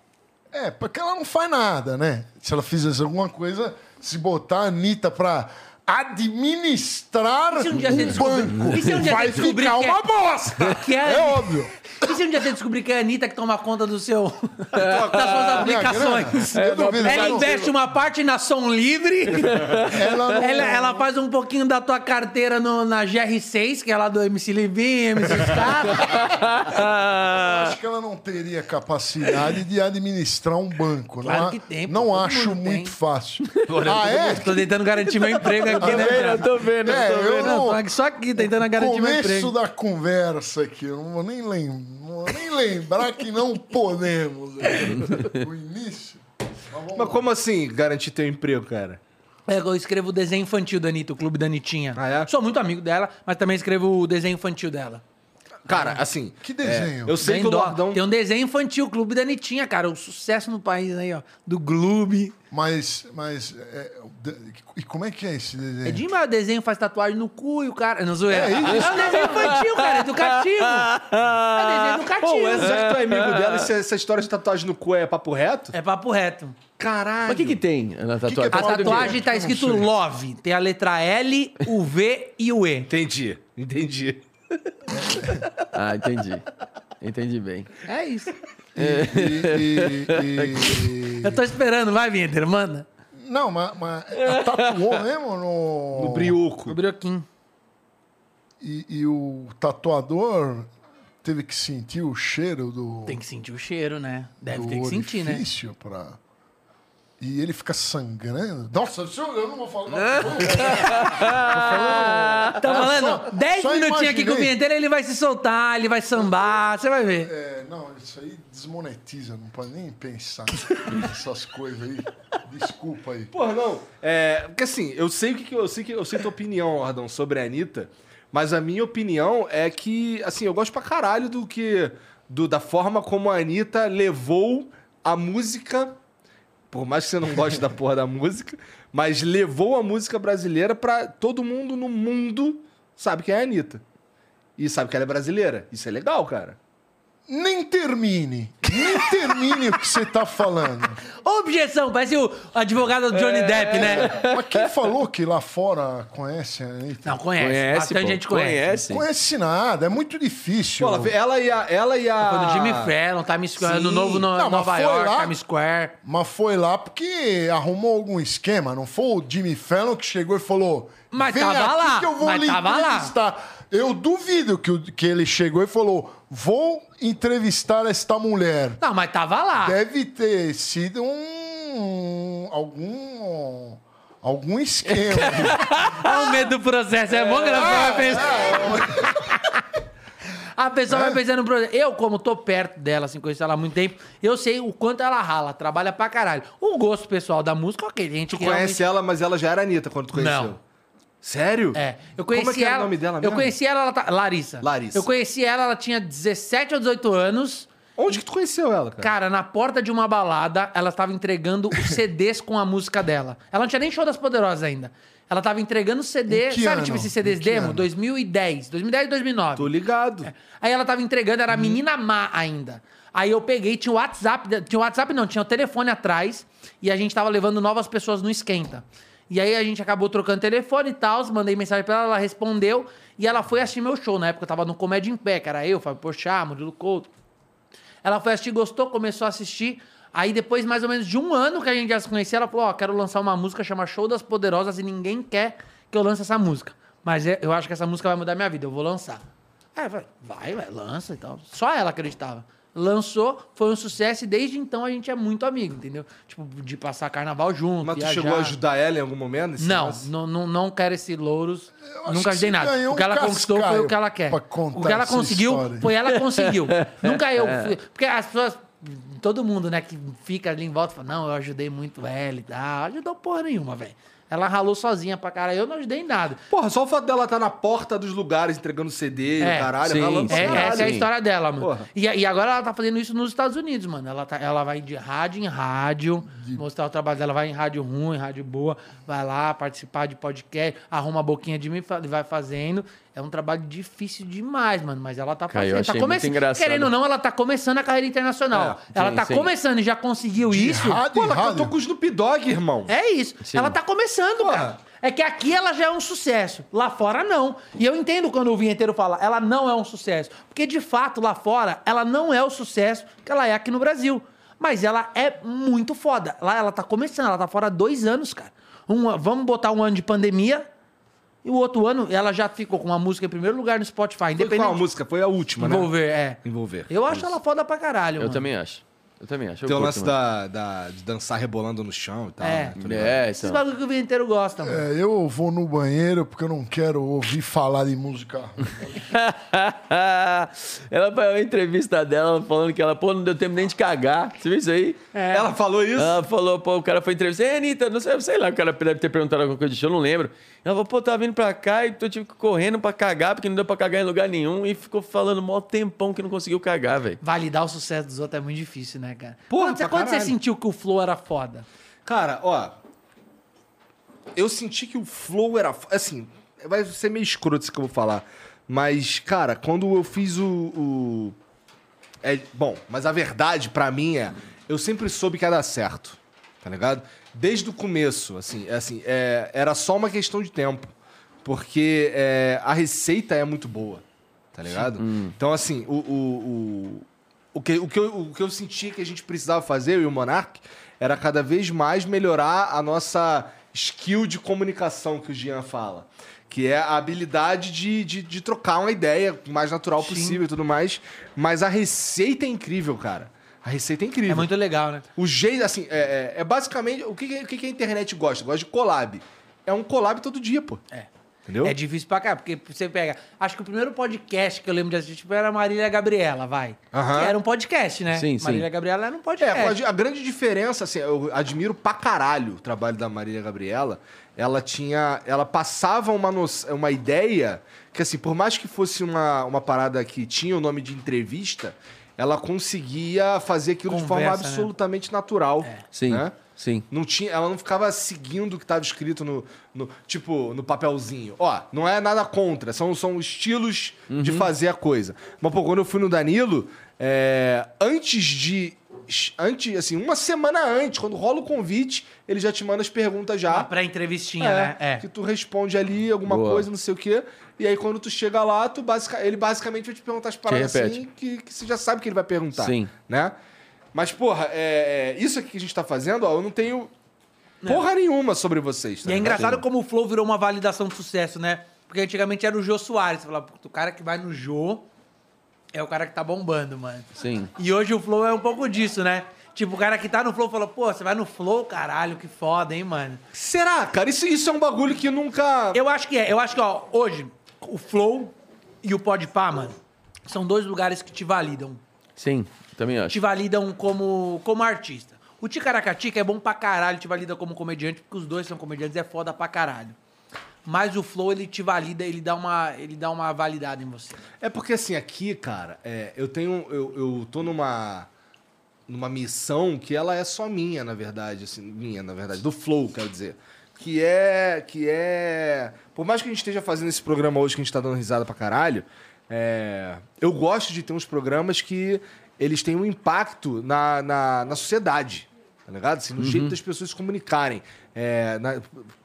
É, porque ela não faz nada, né? Se ela fizesse alguma coisa, se botar a Anitta pra administrar E se um dia você um descobrir- banco, e se um dia vai você descobrir ficar que é- uma bosta. Que é- É óbvio. E se um dia você descobrir que é a Anitta que toma conta do seu, das suas aplicações? Eu duvido, Ela não. investe uma parte na Som Livre, Ela não- ela, ela faz um pouquinho da tua carteira no- na G R seis, que é lá do M C Livinho, M C Scar. Eu acho que ela não teria capacidade de administrar um banco. Claro não que tem, pô, Não todo acho mundo muito tem. fácil. Ah, é? Tô tentando garantir meu emprego aqui, né? Eu cara? tô vendo, eu É, tô eu vendo. Não, não- tô aqui só aqui tentando garantir meu Começo emprego. da conversa aqui, eu não vou nem, lem não vou nem lembrar que não podemos. O início. Mas vamos Mas como assim garantir teu emprego, cara? É, eu escrevo o desenho infantil da Anitta, o Clube da Anitinha. Ah, é? Sou muito amigo dela, mas também escrevo o desenho infantil dela. Cara, assim... Que desenho? é, eu sei Tem que o dó. Lordão... Tem um desenho infantil, Clube da Anitinha, cara. O sucesso no país aí, ó. Do Clube. Mas, mas é, de- e como é que é esse desenho? É demais, o desenho faz tatuagem no cu e o cara... Não zoeira. É isso? É um desenho infantil, cara. É educativo. É desenho educativo. Pô, mas já que tu é amigo dela, essa, essa história de tatuagem no cu é papo reto? É papo reto. Caralho. Mas o que que tem na tatuagem? que é A Fala do tatuagem quê? tá Eu não escrito sei. Love. Tem a letra L, o V e o E. Entendi, entendi. Ah, entendi. Entendi bem. É isso. E- e- e- Eu tô esperando. Vai, Vinheteiro, manda. Não, mas, mas ela tatuou mesmo no... No brioco. O brioquinho. E, e o tatuador teve que sentir o cheiro do, Tem que sentir o cheiro, né? Deve do ter que sentir, né? orifício pra... E ele fica sangrando. Nossa, isso eu não vou falar. Não, Tá falando? só- Dez só minutinhos aqui com o imaginei. Vinheteiro, ele vai se soltar, ele vai sambar, você vai ver. É, não, isso aí desmonetiza, não pode nem pensar nessas coisas aí. Desculpa aí. Porra, não. É, porque assim, eu sei o que, que eu sei que eu sei tua opinião, Ordão, sobre a Anitta, mas a minha opinião é que, assim, eu gosto pra caralho do que do, da forma como a Anitta levou a música, por mais que você não goste da porra da música, mas levou a música brasileira pra todo mundo no mundo sabe quem é a Anitta. E sabe que ela é brasileira. Isso é legal, cara. Nem termine. Nem termine o que você tá falando. Objeção, parece o advogado do Johnny Depp, né? Mas quem falou que lá fora conhece a Anitta? Não, conhece. Conhece, Bastante pô. gente conhece. Conhece. Conhece nada, é muito difícil. Pô, ela, ela e a. Ela e a... Foi do Jimmy Fallon, Times Square, Sim. no novo no, Não, mas Nova foi York, lá. Times Square. Mas foi lá porque arrumou algum esquema. Não foi o Jimmy Fallon que chegou e falou: Mas vem tava aqui lá, que eu vou mas lhe tava lá. entrevistar. Eu duvido que, o- que ele chegou e falou: vou entrevistar esta mulher. Não, mas tava lá. Deve ter sido um. algum. algum esquema. Olha o medo do processo. É bom que ela vai pensar. A pessoa vai pensando no processo. Eu, como tô perto dela, assim, conheço ela há muito tempo, eu sei o quanto ela rala, trabalha pra caralho. O gosto pessoal da música, ok, gente Tu que conhece realmente... ela, mas ela já era Anitta quando tu conheceu. Não. Sério? É, eu conheci Como é que era ela. o nome dela Eu mesmo? conheci ela, ela tá, Larissa. Larissa. Eu conheci ela, ela tinha dezessete ou dezoito anos. Onde que tu conheceu ela, cara? Cara, na porta de uma balada, ela estava entregando os C Ds com a música dela. Ela não tinha nem show das Poderosas ainda. Ela estava entregando C D, Em que sabe, ano? tipo esses C Ds Em que demo? ano? dois mil e dez. dois mil e dez e dois mil e nove. Tô ligado. Aí ela tava entregando, era a menina má ainda. Aí eu peguei, tinha o WhatsApp, tinha o WhatsApp não, tinha o telefone atrás, e a gente tava levando novas pessoas no esquenta. E aí a gente acabou trocando telefone e tal, mandei mensagem pra ela, ela respondeu, e ela foi assistir meu show. Na época eu tava no Comédia em Pé, que era eu, Fábio Porchat, Murilo Couto. Ela foi assistir, gostou, começou a assistir. Aí depois, mais ou menos de um ano que a gente já se conhecia, ela falou, ó, quero lançar uma música, chama Show das Poderosas, e ninguém quer que eu lance essa música. Mas é- eu acho que essa música vai mudar minha vida, eu vou lançar. Aí eu falei, vai, vai, lança e tal. Só ela acreditava. Lançou, foi um sucesso e desde então a gente é muito amigo, entendeu? Tipo, de passar carnaval junto, Mas tu viajar. chegou a ajudar ela em algum momento? nesse Não, lance? não, não, não quero esse louros. acho Nunca que ajudei você nada. ganhou O que um ela conquistou foi cascaio o que ela quer. pra contar O que ela essa conseguiu história. foi ela conseguiu. Nunca eu fui. Porque as pessoas. Todo mundo, né, que fica ali em volta fala, não, eu ajudei muito ela e tal. Ajudou porra nenhuma, velho. Ela ralou sozinha pra caralho. Eu não ajudei em nada. Porra, só o fato dela estar na porta dos lugares entregando C D e É, o caralho, sim, ralando pra sim. É, caralho. essa é a sim. história dela, mano. Porra. E, e agora ela tá fazendo isso nos Estados Unidos, mano. Ela, tá, ela vai de rádio em rádio, mostrar o trabalho dela. Vai em rádio ruim, rádio boa. Vai lá participar de podcast, arruma a boquinha de mim e vai fazendo. É um trabalho difícil demais, mano. Mas ela tá Cara, eu fazendo. Tá achei muito engraçado. Querendo ou não, ela tá começando a carreira internacional. É, ela sim, tá sim. começando e já conseguiu isso. rádio, Pô, ela rádio. cantou com o Snoop Dogg, irmão. É isso. Sim. Ela tá começando, Porra. cara. É que aqui ela já é um sucesso. Lá fora, não. E eu entendo quando o vinheteiro fala, ela não é um sucesso. Porque, de fato, lá fora, ela não é o sucesso que ela é aqui no Brasil. Mas ela é muito foda. Lá ela tá começando, ela tá fora há dois anos, cara. Um, vamos botar um ano de pandemia. E o outro ano, ela já ficou com uma música em primeiro lugar no Spotify. Foi Independente. qual a música? Foi a última, né? Envolver, é. Envolver. Eu acho ela foda pra caralho, Eu mano. também acho. Eu também acho. Eu Tem o curto, lance mano. da, da, de dançar rebolando no chão e tal. É. né? Tô ligado. É, Esses então. bagulho que o vinheteiro gosta, mano. É, eu vou no banheiro porque eu não quero ouvir falar de música. Ela foi uma entrevista dela falando que ela, pô, não deu tempo nem de cagar. Você viu isso aí? É. Ela falou isso? Ela falou, pô, o cara foi entrevistar. Ei, Anitta, não sei, sei lá, o cara deve ter perguntado alguma coisa de show, eu não lembro. Ela falou, pô, tava vindo pra cá e eu tive que ir correndo pra cagar, porque não deu pra cagar em lugar nenhum. E ficou falando mó tempão que não conseguiu cagar, velho. Validar o sucesso dos outros é muito difícil, né, cara? Porra, quando você, pra quando você caralho. sentiu que o flow era foda? Cara, ó. Eu senti que o flow era. Assim, vai ser meio escroto isso que eu vou falar. Mas, cara, quando eu fiz o. o- é, bom, mas a verdade pra mim é. Eu sempre soube que ia dar certo. Tá ligado? Desde o começo, assim, é assim é, era só uma questão de tempo. Porque é, a receita é muito boa. Tá ligado? Então, assim, o. o, o O que, o, que eu, o que eu sentia que a gente precisava fazer, eu e o Monark, era cada vez mais melhorar a nossa skill de comunicação que o Jean fala. Que é a habilidade de, de, de trocar uma ideia o mais natural possível e tudo mais. Mas a receita é incrível, cara. A receita é incrível. É muito legal, né? O jeito, assim, é, é- é basicamente... O que, que- o que que a internet gosta? Gosta de collab. É um collab todo dia, pô. É. Entendeu? É difícil pra cá, porque você pega... Acho que o primeiro podcast que eu lembro de assistir tipo, era a Marília Gabriela, vai. Aham. Que era um podcast, né? Sim, sim. Marília Gabriela era um É, podcast. a, a grande diferença, assim, eu admiro pra caralho o trabalho da Marília Gabriela. Ela tinha. Ela passava uma, no, uma ideia que, assim, por mais que fosse uma, uma parada que tinha o nome de entrevista, ela conseguia fazer aquilo de forma Conversa, né? absolutamente natural. Sim, Né? sim. Não tinha, ela não ficava seguindo o que estava escrito no, no- tipo, no papelzinho. Ó, não é nada contra, são, são estilos de fazer a coisa. Mas, pô, quando eu fui no Danilo, é, antes de... Antes, assim, uma semana antes, quando rola o convite, ele já te manda as perguntas já. Uma pré-entrevistinha, É, né? É. que tu responde ali alguma Boa. coisa, não sei o quê. E aí, quando tu chega lá, tu basic... ele basicamente vai te perguntar as paradas repete. assim que, que você já sabe que ele vai perguntar. Sim. Né? Mas, porra, é, é, isso aqui que a gente tá fazendo, ó, eu não tenho porra nenhuma sobre vocês. tá E é ligado? engraçado como o Flow virou uma validação de sucesso, né? Porque antigamente era o Jô Soares. Você falava, "Puta, o cara que vai no Jô é o cara que tá bombando, mano. Sim. E hoje o Flow é um pouco disso, né? Tipo, o cara que tá no Flow falou, pô, você vai no Flow, caralho, que foda, hein, mano? Será, cara? Isso, isso é um bagulho que nunca... Eu acho que é. Eu acho que, ó, hoje, o Flow e o Podpah, mano, são dois lugares que te validam. Sim, também acho. Te validam como, como artista. O Ticaracatica é bom pra caralho, te valida como comediante, porque os dois são comediantes, é foda pra caralho. Mas o Flow, ele te valida, ele dá uma, ele dá uma validada em você. É porque, assim, aqui, cara, é, eu tenho... Eu, eu tô numa... numa missão que ela é só minha, na verdade, assim, minha, na verdade, do Flow, quero dizer. Que é, que é... Por mais que a gente esteja fazendo esse programa hoje, que a gente tá dando risada pra caralho, é, eu gosto de ter uns programas que eles têm um impacto na, na, na sociedade, tá ligado? Assim, no jeito das pessoas se comunicarem. É, na-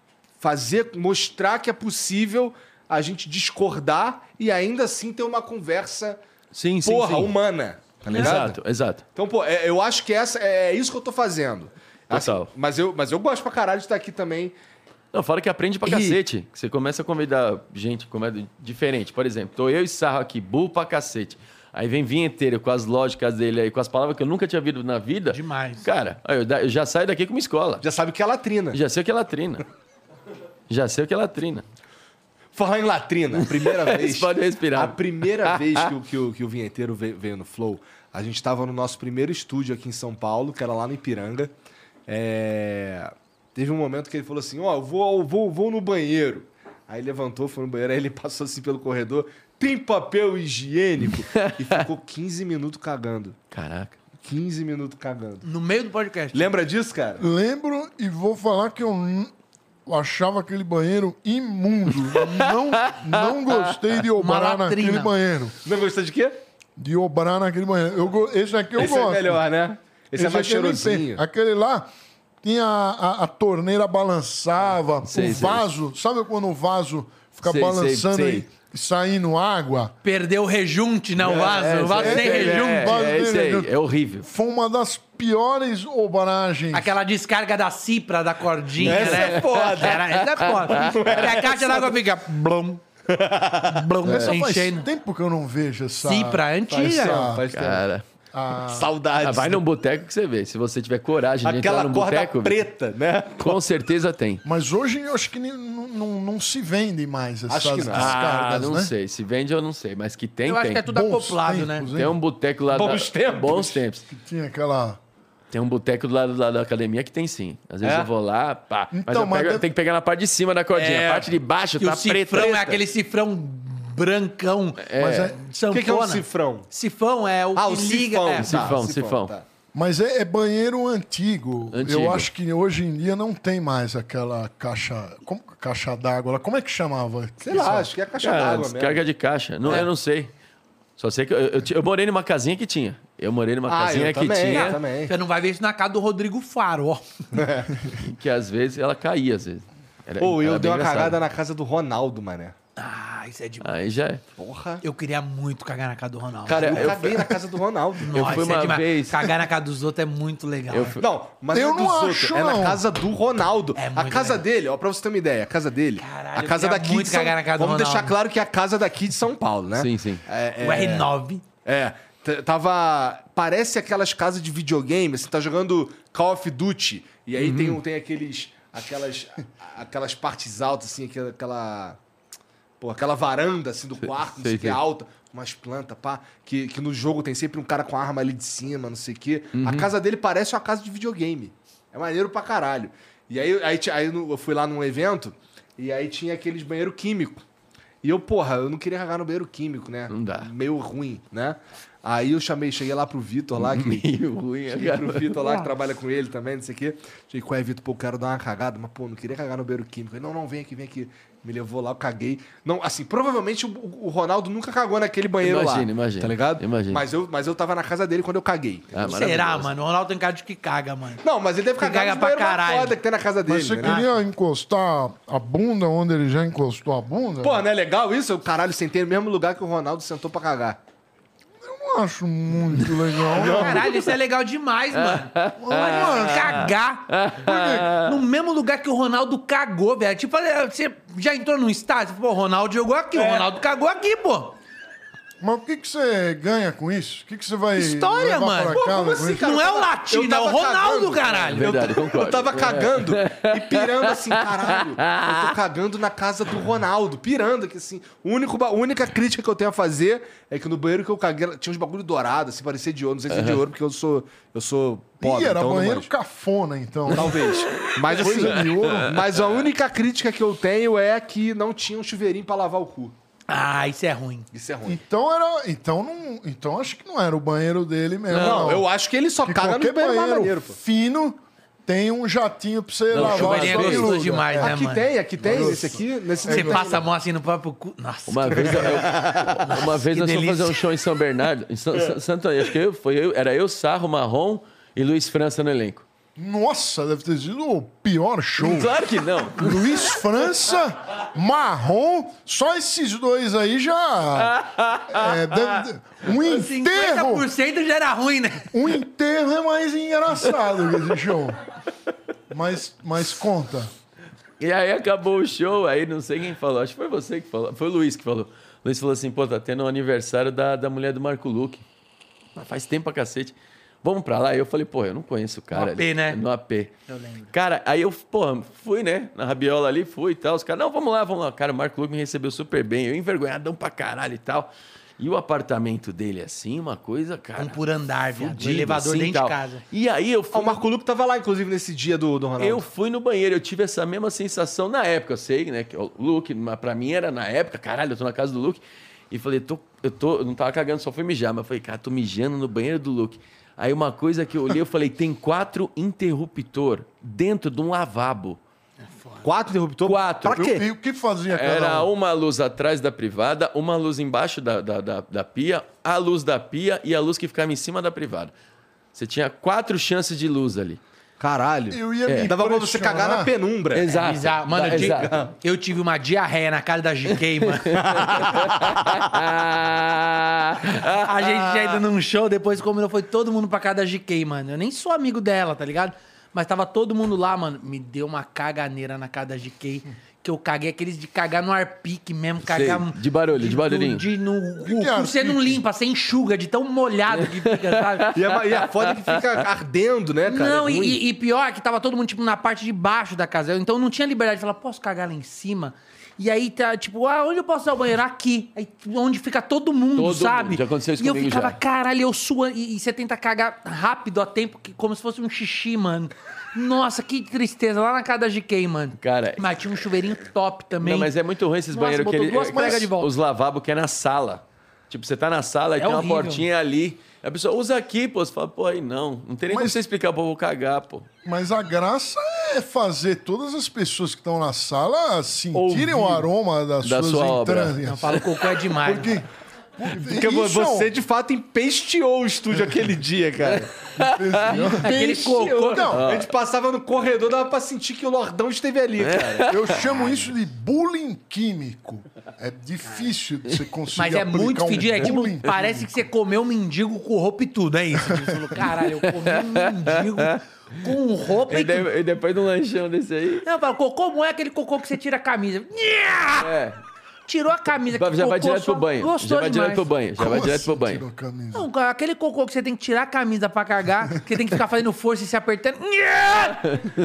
fazer, mostrar que é possível a gente discordar e ainda assim ter uma conversa, Sim, sim, porra, sim. humana, tá ligado? Exato, exato. Então, pô, é- eu acho que essa, é isso que eu tô fazendo. Assim, Total. mas, eu, mas eu gosto pra caralho de estar aqui também. Não, fora que aprende pra E- cacete. Que você começa a convidar gente comédia diferente. Por exemplo, tô eu e Sarro aqui, burro pra cacete. Aí vem vinheteiro com as lógicas dele aí, com as palavras que eu nunca tinha ouvido na vida. Demais. Cara, aí eu, da- eu já saio daqui com uma escola. Já sabe o que é latrina. Já sei o que é latrina. Já sei o que é latrina. Falar em latrina, a primeira vez. Vocês podem respirar. A primeira vez que o, que o, que o vinheteiro veio, veio no Flow, a gente tava no nosso primeiro estúdio aqui em São Paulo, que era lá no Ipiranga. É, Teve um momento que ele falou assim: Ó, eu vou, eu vou, vou no banheiro. Aí levantou, foi no banheiro, aí ele passou assim pelo corredor: tem papel higiênico? E ficou quinze minutos cagando. Caraca. quinze minutos cagando. No meio do podcast. Lembra disso, cara? Lembro e vou falar que eu n- Eu achava aquele banheiro imundo. Não, não gostei de obrar latrina. naquele banheiro. Não gostou de quê? De obrar naquele banheiro. Eu, go- esse aqui eu Esse gosto. é melhor, né? Esse, é mais aqui eu nem cheirosinho. sei. Aquele lá tinha a, a- a torneira balançava, Sei, o sei. vaso. Sabe quando o vaso fica Sei, sei, balançando sei. e- e saindo água? Perdeu o rejunte, né? O vaso. É, o vaso é, sem é, rejunte. É, vaso é, sem esse aí, rejunte. é horrível. Foi uma das piores obragens. Aquela descarga da cipra, da cordinha, Essa né? é foda. Era, essa é foda. Porque a caixa d'água fica... Blum, blum, Essa faz enchendo. tempo que eu não vejo essa... Cipra, antiga. essa- Faz tempo. Cara, Saudades. ah, vai num boteco que você vê. Se você tiver coragem de Aquela entrar num corda boteco, preta, né? com certeza tem. Mas hoje eu acho que nem- não, não, não se vende mais essas Acho que não. descargas, Ah, não né? sei. Se vende, eu não sei. Mas que tem, Eu acho tem. que é tudo Bons acoplado, né? tempos, hein? Tem um boteco lá Bons da... tempos. Bons tempos. Tinha aquela... Tem um boteco do lado, do lado da academia que tem sim. Às vezes É? eu vou lá, pá. mas Então, eu mas pego- deve- tem que pegar na parte de cima da cordinha. É. A parte de baixo Que tá o cifrão preta. é aquele cifrão brancão. Mas, é, O que, que é um sanfona. cifrão? Sifão é o Ah, que o liga... sifão. é. tá, Sifão, sifão. tá. mas é, é banheiro antigo. Antigo. Eu acho que hoje em dia não tem mais aquela caixa... Como, caixa d'água. Como é que chamava? Sei lá, acho que é a caixa Cara, d'água mesmo. descarga de caixa. Não, É. Eu não sei. Só sei que eu, eu, eu morei numa casinha que tinha. Eu morei numa Ah, casinha eu que também, tinha, eu também. Você não vai ver isso na casa do Rodrigo Faro, ó. que às vezes ela caía, às vezes. Era, Pô, eu era dei bem uma engraçado. cagada na casa do Ronaldo, mané. Ah, isso é demais. Aí já é. Porra. Eu queria muito cagar na casa do Ronaldo. Cara, Eu eu, caguei na casa do Ronaldo. eu Nossa, fui isso é uma demais. vez... Cagar na casa dos outros é muito legal. Eu né? fui- Não, mas Eu não é dos não outros. acho, É na não. casa do Ronaldo. É a muito casa legal. dele, ó, pra você ter uma ideia, a casa dele. Caralho, a eu casa queria daqui muito de São... cagar na casa do Vamos deixar Ronaldo. claro que é a casa daqui de São Paulo, né? Sim, sim. É, O é, R nove. É, t- tava... Parece aquelas casas de videogame, assim, tá jogando Call of Duty. E aí Uhum. tem, um- tem aqueles... Aquelas, aquelas partes altas, assim, aquela... aquela pô, aquela varanda, assim, do quarto, não sei sei, o que, sei. alta. Umas plantas, pá. Que, que no jogo tem sempre um cara com arma ali de cima, não sei o quê. A Uhum. casa dele parece uma casa de videogame. É maneiro pra caralho. E aí, aí, ti- aí eu fui lá num evento e aí tinha aqueles banheiro químico. E eu, porra, eu não queria cagar no banheiro químico, né? Não dá. Meio ruim, né? Aí eu chamei, cheguei lá pro Vitor lá, que. Meio ruim, Cheguei pro cara. Vitor lá, que trabalha com ele também, não sei o quê. Cheguei, qual é, Vitor? Pô, eu quero dar uma cagada, mas, pô, não queria cagar no banheiro químico. Ele, não, não, vem aqui, vem aqui. Me levou lá, eu caguei. Não, assim, provavelmente o, o Ronaldo nunca cagou naquele banheiro lá. Imagina, imagina. Tá ligado? Imagina. Mas eu, mas eu tava na casa dele quando eu caguei. Ah, Será, maravilhoso. mano? O Ronaldo tem cara de que caga, mano. Não, mas ele deve Ele cagar caga nos pra banheiros mais caralho. foda que tem na casa dele, Mas você né? queria encostar a bunda onde ele já encostou a bunda? Pô, não é legal isso? Eu, caralho, sentei no mesmo lugar que o Ronaldo sentou pra cagar. Eu não acho muito legal. Caralho, isso é legal demais, mano. Mano, cagar no mesmo lugar que o Ronaldo cagou, velho. Tipo, você já entrou num estádio? Pô, o Ronaldo jogou aqui, o Ronaldo cagou aqui, pô. Mas o que, que você ganha com isso? O que, que você vai História, levar mano. pra Pô, casa como com assim, isso? cara? Não é o eu latino, é tava o Ronaldo, cagando. caralho. Verdade, concordo. Eu tava cagando e pirando assim, caralho. Eu tô cagando na casa do Ronaldo, pirando que assim. O único, ba- a única crítica que eu tenho a fazer é que no banheiro que eu caguei tinha uns bagulho dourado, assim, parecia de ouro. Não sei se é de ouro, porque eu sou, eu sou pobre. Ih, era então eu não banheiro manjo. cafona, então. Talvez. Mas assim, Coisa de ouro. mas a única crítica que eu tenho é que não tinha um chuveirinho pra lavar o cu. Ah, isso é ruim. Isso é ruim. Então era. Então não. Então acho que não era o banheiro dele mesmo. Não, Não, eu acho que ele só que caga no qualquer banheiro mais banheiro maneiro, pô. fino tem um jatinho pra você lavar. chuveirinho a é sua gostoso biluga. demais, né, Aqui mano? tem, aqui tem, nesse aqui, nesse Você tem. passa a mão assim no próprio cu. Nossa. Uma vez, eu, eu- uma vez Que nós fomos delícia. fazer um show em São Bernardo, em São, São- Santo Acho que eu, foi eu, era eu, Sarro, Marrom e Luiz França no elenco. Nossa, deve ter sido o pior show. Claro que não. Luiz França, Marrom, só esses dois aí já. É, deve- um enterro. cinquenta por cento já era ruim, né? Um enterro é mais engraçado que esse show. Mas, mas conta. E aí acabou o show, aí não sei quem falou, acho que foi você que falou, foi o Luiz que falou. O Luiz falou assim, pô, tá tendo o aniversário da, da mulher do Marco Luque. Mas faz tempo pra cacete. Vamos pra lá? Aí eu falei, pô, eu não conheço o cara. No A P, né? No A P. Eu lembro. Cara, aí eu, pô, fui, né? Na rabiola ali, fui e tal. Os caras, não, vamos lá, vamos lá. Cara, o Marco Luque me recebeu super bem. Eu envergonhadão pra caralho e tal. E o apartamento dele, assim, uma coisa, cara... Um por andar, viado. fudido, O elevador assim, dentro tal. de casa. E aí eu Ah, fui... o Marco Luque tava lá, inclusive, nesse dia do, do Ronaldo. Eu fui no banheiro, eu tive essa mesma sensação na época, eu sei, né? Que o Luke, mas pra mim era na época, caralho, eu tô na casa do Luke. E falei, tô, eu tô, eu não tava cagando, só fui mijar. Mas eu falei, cara, tô mijando no banheiro do Luke. Aí uma coisa que eu olhei, eu falei, tem quatro interruptor dentro de um lavabo. foda. Quatro interruptor? Quatro. Pra quê? E o que fazia cada Era um? uma luz atrás da privada, uma luz embaixo da, da, da, da pia, a luz da pia e a luz que ficava em cima da privada. Você tinha quatro chances de luz ali. Caralho. Eu ia me Dava pra você cagar na impressionar. penumbra. Exato. Bizarro. Mano, Da- eu tive, exato. eu tive uma diarreia na casa da G K, mano. A gente já indo num show, depois combinou, foi todo mundo pra casa da G K, mano. Eu nem sou amigo dela, tá ligado? Mas tava todo mundo lá, mano. Me deu uma caganeira na casa da G K. Que eu caguei aqueles de cagar no arpique mesmo. Cagar Sei, de barulho, de barulhinho. De, no, que o é cu você não arpique? limpa, você enxuga de tão molhado que fica, sabe? E a, e a foda é que fica ardendo, né, cara? Não, É e, ruim. e- e pior que tava todo mundo, tipo, na parte de baixo da casa. Eu, Então eu não tinha liberdade de falar, posso cagar lá em cima? E aí tá, tipo, ah, onde eu posso dar o banheiro? Aqui. Aí, onde fica todo mundo, Todo sabe? mundo. Já aconteceu isso E eu comigo ficava, já. caralho, eu sua. E, e você tenta cagar rápido a tempo, que, como se fosse um xixi, mano. Nossa, que tristeza. Lá na casa da G K, mano. Cara, Mas tinha um chuveirinho top também. Não, mas é muito ruim esses Nossa, banheiros que botou ele, duas é- pregas de volta. os lavabos que é na sala. Tipo, você tá na sala e É tem uma horrível. portinha ali. A pessoa usa aqui, pô. Você fala, pô, aí não. Não tem nem como Mas- você explicar, pô, eu vou cagar, pô. Mas a graça é fazer todas as pessoas que estão na sala sentirem o Ouvir aroma das da suas sua obra. entranhas. Eu falo, cocô é demais. Porque, mano. Porque isso é um- você, de fato, empesteou o estúdio aquele dia, cara. Aquele cocô. Não, A gente passava no corredor, dava pra sentir que o Lordão esteve ali, cara. eu chamo isso de bullying químico. É difícil de você conseguir Mas é aplicar muito um fedido. É tipo, bullying parece que você comeu um mendigo com roupa e tudo. É isso. Você falou, caralho, eu comi um mendigo com roupa e, E, tudo. de- e depois de um lanchão desse aí. Não, eu falo, cocô não é aquele cocô que você tira a camisa. Nha! É. Tirou a camisa. Já que vai cocô direto só pro banho. Gostou Já vai demais. direto pro banho. Já Como vai direto assim pro banho. tirou a camisa? Não, aquele cocô que você tem que tirar a camisa pra cagar, que você tem que ficar fazendo força e se apertando. Nha!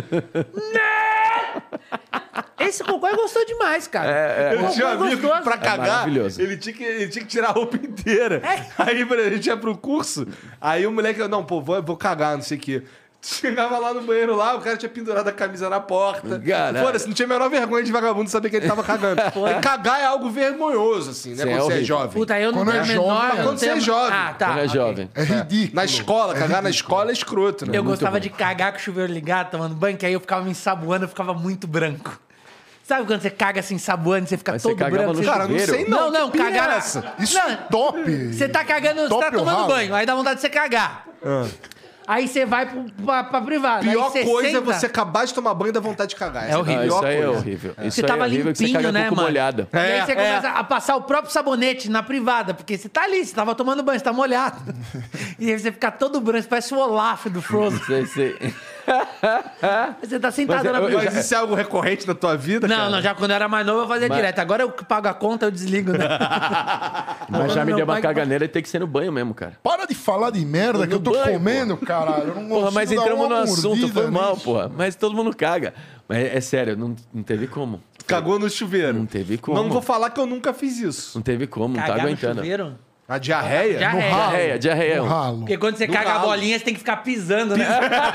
Nha! Esse cocô gostou demais, cara. É, Eu tinha um amigo que pra cagar, maravilhoso. ele tinha, que, ele tinha que tirar a roupa inteira. É. Aí por exemplo, a gente ia pro curso, aí o moleque, não, pô, vou, vou cagar, não sei o quê. Chegava lá no banheiro lá, o cara tinha pendurado a camisa na porta. Caralho. Foda-se, não tinha a menor vergonha de vagabundo saber que ele tava cagando. Porque cagar é algo vergonhoso, assim, né? Sim, é quando você é horrível. jovem. Puta, eu não Quando tenho é a jovem, menor... mas eu não quando você tenho- é jovem. Ah, tá. Quando é ok. jovem. É ridículo. Na escola, É cagar na ridículo. escola é escroto, né? Eu muito gostava bom. de cagar com o chuveiro ligado, tomando banho, que aí eu ficava me ensaboando, eu ficava muito branco. Sabe quando você caga assim, ensaboando, você fica Mas você todo cagava branco? no você- Cara, não sei Não, não. não, que pilha cagar é na- essa? Isso Não, é top. Você tá cagando, você Top tá o tomando ralo. banho, aí dá vontade de você cagar. Aí você vai pro, pra, pra privada. Pior aí você coisa é senta. você acabar de tomar banho e dar vontade de cagar. Essa É a horrível. Ah, pior isso aí é coisa. horrível. Isso Você aí tava é horrível que você limpinho, caga né, com mano? molhada. E aí É, você é. começa a passar o próprio sabonete na privada, porque você tá ali, você tava tomando banho, você tá molhado. E aí você fica todo branco, você parece o Olaf do Frozen. Sei, sei. Você tá sentado Mas na eu- eu privada. Mas isso é algo recorrente na tua vida, Não, cara? não, já quando eu era mais novo eu fazia Mas- direto. Agora eu que pago a conta, eu desligo, né? Mas já me Meu deu uma pai- caganeira e tem que ser no banho mesmo, cara. Para de falar de merda que eu tô No banho, comendo, caralho. Eu não Porra, consigo mas dar entramos uma no assunto, mordida foi mal, nisso. porra. Mas todo mundo caga. Mas é sério, não, não teve como. Cagou no chuveiro. Não teve como. Não vou falar que eu nunca fiz isso. Não teve como, não tá Cagar no aguentando. chuveiro? A diarreia? Já- No É, ralo. Diarreia, diarreia. No ralo. Porque quando você No caga a ralo. bolinha, você tem que ficar pisando, né?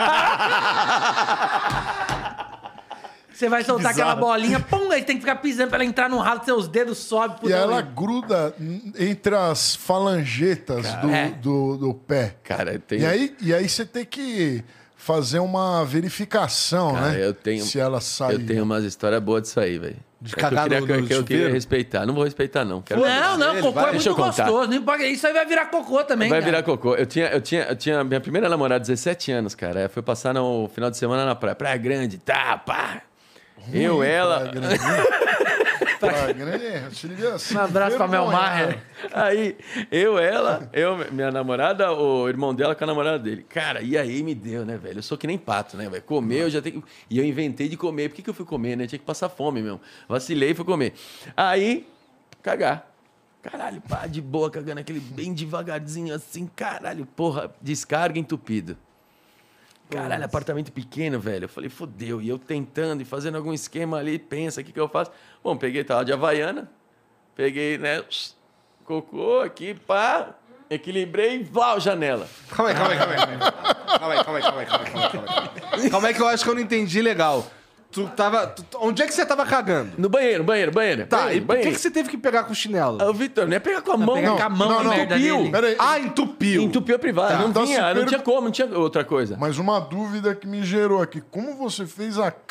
Você vai soltar aquela bizarro. bolinha, pum, aí tem que ficar pisando pra ela entrar no ralo, seus dedos sobem pro E ela dedo. gruda n- entre as falangetas do, é. do, do pé. Cara, tem. E aí, e aí você tem que fazer uma verificação, Cara, né? eu tenho- Se ela sai. Eu tenho umas histórias boas disso aí, velho. De É que cagar eu queria, no- que eu- no que eu queria chuveiro? respeitar. Não vou respeitar, não. Quero Não, não, Ele cocô vai- é Deixa muito eu contar. gostoso. Não importa, isso aí vai virar cocô também, Vai cara. virar cocô. Eu tinha, eu tinha, eu tinha minha primeira namorada, dezessete anos, cara. Ela foi passar no final de semana na praia. Praia Grande, tá, pá. Eu, ela. Praia Grande. Praia Grande, se liga, se Um abraço pra Mel envergonhar. Maher. Aí, eu, ela, eu, minha namorada, o irmão dela com a namorada dele. Cara, e aí me deu, né, velho? Eu sou que nem pato, né, velho? Comer, eu já tenho. E eu inventei de comer. Por que, que eu fui comer, né? Tinha que passar fome mesmo. Vacilei e fui comer. Aí, cagar. Caralho, pá, de boa, cagando aquele bem devagarzinho assim, caralho, porra, descarga entupido. Caralho, apartamento pequeno, velho. Eu falei, fodeu. E eu tentando e fazendo algum esquema ali, pensa, o que, que eu faço? Bom, peguei, tava de Havaiana, peguei, né, cocô aqui, pá, equilibrei e vlau, janela. Calma aí, calma aí, calma aí. Calma aí, calma aí, calma aí, calma aí, calma aí, calma aí. Calma aí que eu acho que eu não entendi legal. Tu tava... tu- onde é que você tava cagando? No banheiro, banheiro, banheiro. Tá, banheiro, e por que, banheiro. que você teve que pegar com o chinelo? Ah, o Vitor, não ia pegar com a mão. Pegar não. com a mão não, a não, merda entupiu. dele. Pera aí. Ah, entupiu. Entupiu a privada, Tá, não tá vinha, super- não tinha como, não tinha outra coisa. Mas uma dúvida que me gerou aqui. Como você fez a cap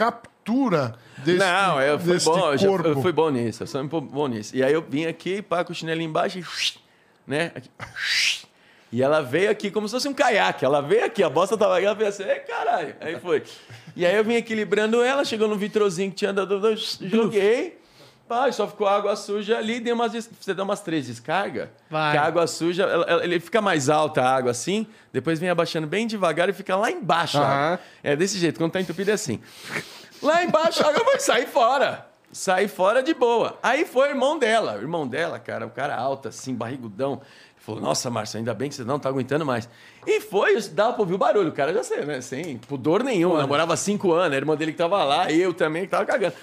estrutura desse, Não, eu fui desse bom, eu, já, corpo. eu fui bom nisso, eu sou um pouco bom nisso. E aí eu vim aqui, pá, com o chinelinho embaixo e... né? Aqui. E ela veio aqui como se fosse um caiaque. Ela veio aqui, a bosta tava aqui, ela fez assim, ei, caralho. Aí foi. E aí eu vim equilibrando ela, chegou no vitrozinho que tinha dado, joguei. Pá, só ficou água suja ali, deu umas, você dá umas três descargas, Vai. que a água suja, ela, ela- ele fica mais alta a água assim, depois vem abaixando bem devagar e fica lá embaixo. a água. Aham. É desse jeito, quando tá entupido é assim. Lá embaixo a água vai sair fora. Sair fora de boa. Aí foi o irmão dela. O irmão dela, cara, o cara alto assim, barrigudão. Falou, nossa, Márcio, ainda bem que você não tá aguentando mais. E foi, dava pra ouvir o barulho. O cara já sei, né? Sem pudor nenhum. Namorava há cinco anos, a irmã dele que tava lá, eu também que tava cagando.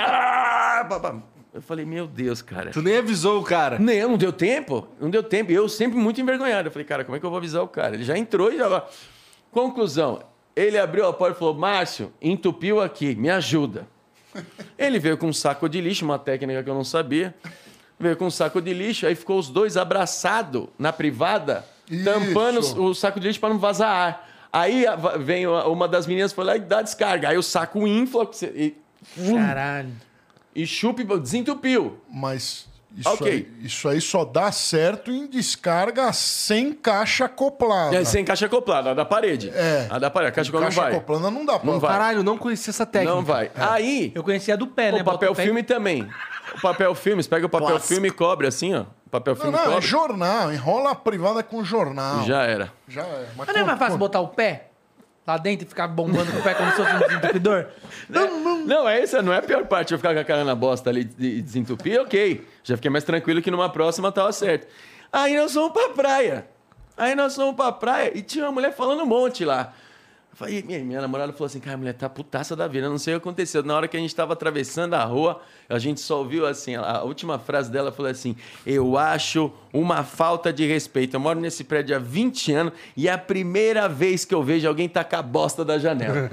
Eu falei, meu Deus, cara. Tu nem avisou o cara. Nem, não deu tempo. Não deu tempo. E eu sempre muito envergonhado. Eu falei, cara, como é que eu vou avisar o cara? Ele já entrou e já... Conclusão. Ele abriu a porta e falou, Márcio, entupiu aqui, me ajuda. Ele veio com um saco de lixo, uma técnica que eu não sabia. Veio com um saco de lixo, aí ficou os dois abraçados na privada, Isso. tampando o o saco de lixo para não vazar ar. Aí a- va- vem uma uma das meninas, foi lá e dá descarga. Aí o saco infla e, Caralho. e chupa e desentupiu. Mas isso, Ok. aí, isso aí só dá certo em descarga sem caixa acoplada. E aí você encaixa acoplado, a da parede. É. A da parede, a caixa acoplada não Caixa vai. acoplada não dá pra... Não vai. Caralho, não conhecia essa técnica. Não vai. Aí, Eu conhecia do pé, né? o Bota papel pé e- filme também. O papel filme, você pega o papel Clássico. filme e cobre assim, ó. O papel Não, filme não, é cobre. jornal. Enrola a privada com jornal. Já era. Já é. Mas não é mais fácil botar o pé lá dentro e ficar bombando com o pé como se fosse um desentupidor? Não, é essa não é a pior parte. Eu ficar com a cara na bosta ali e desentupir, ok. Já fiquei mais tranquilo que numa próxima tava certo. Aí nós fomos pra praia. Aí nós fomos pra praia e tinha uma mulher falando um monte lá. Eu falei, minha, minha namorada falou assim, cara, a mulher tá putaça da vida, eu não sei o que aconteceu. Na hora que a gente tava atravessando a rua, a gente só ouviu assim, a, a última frase dela falou assim, eu acho uma falta de respeito. Eu moro nesse prédio há vinte anos e é a primeira vez que eu vejo alguém tacar a bosta da janela.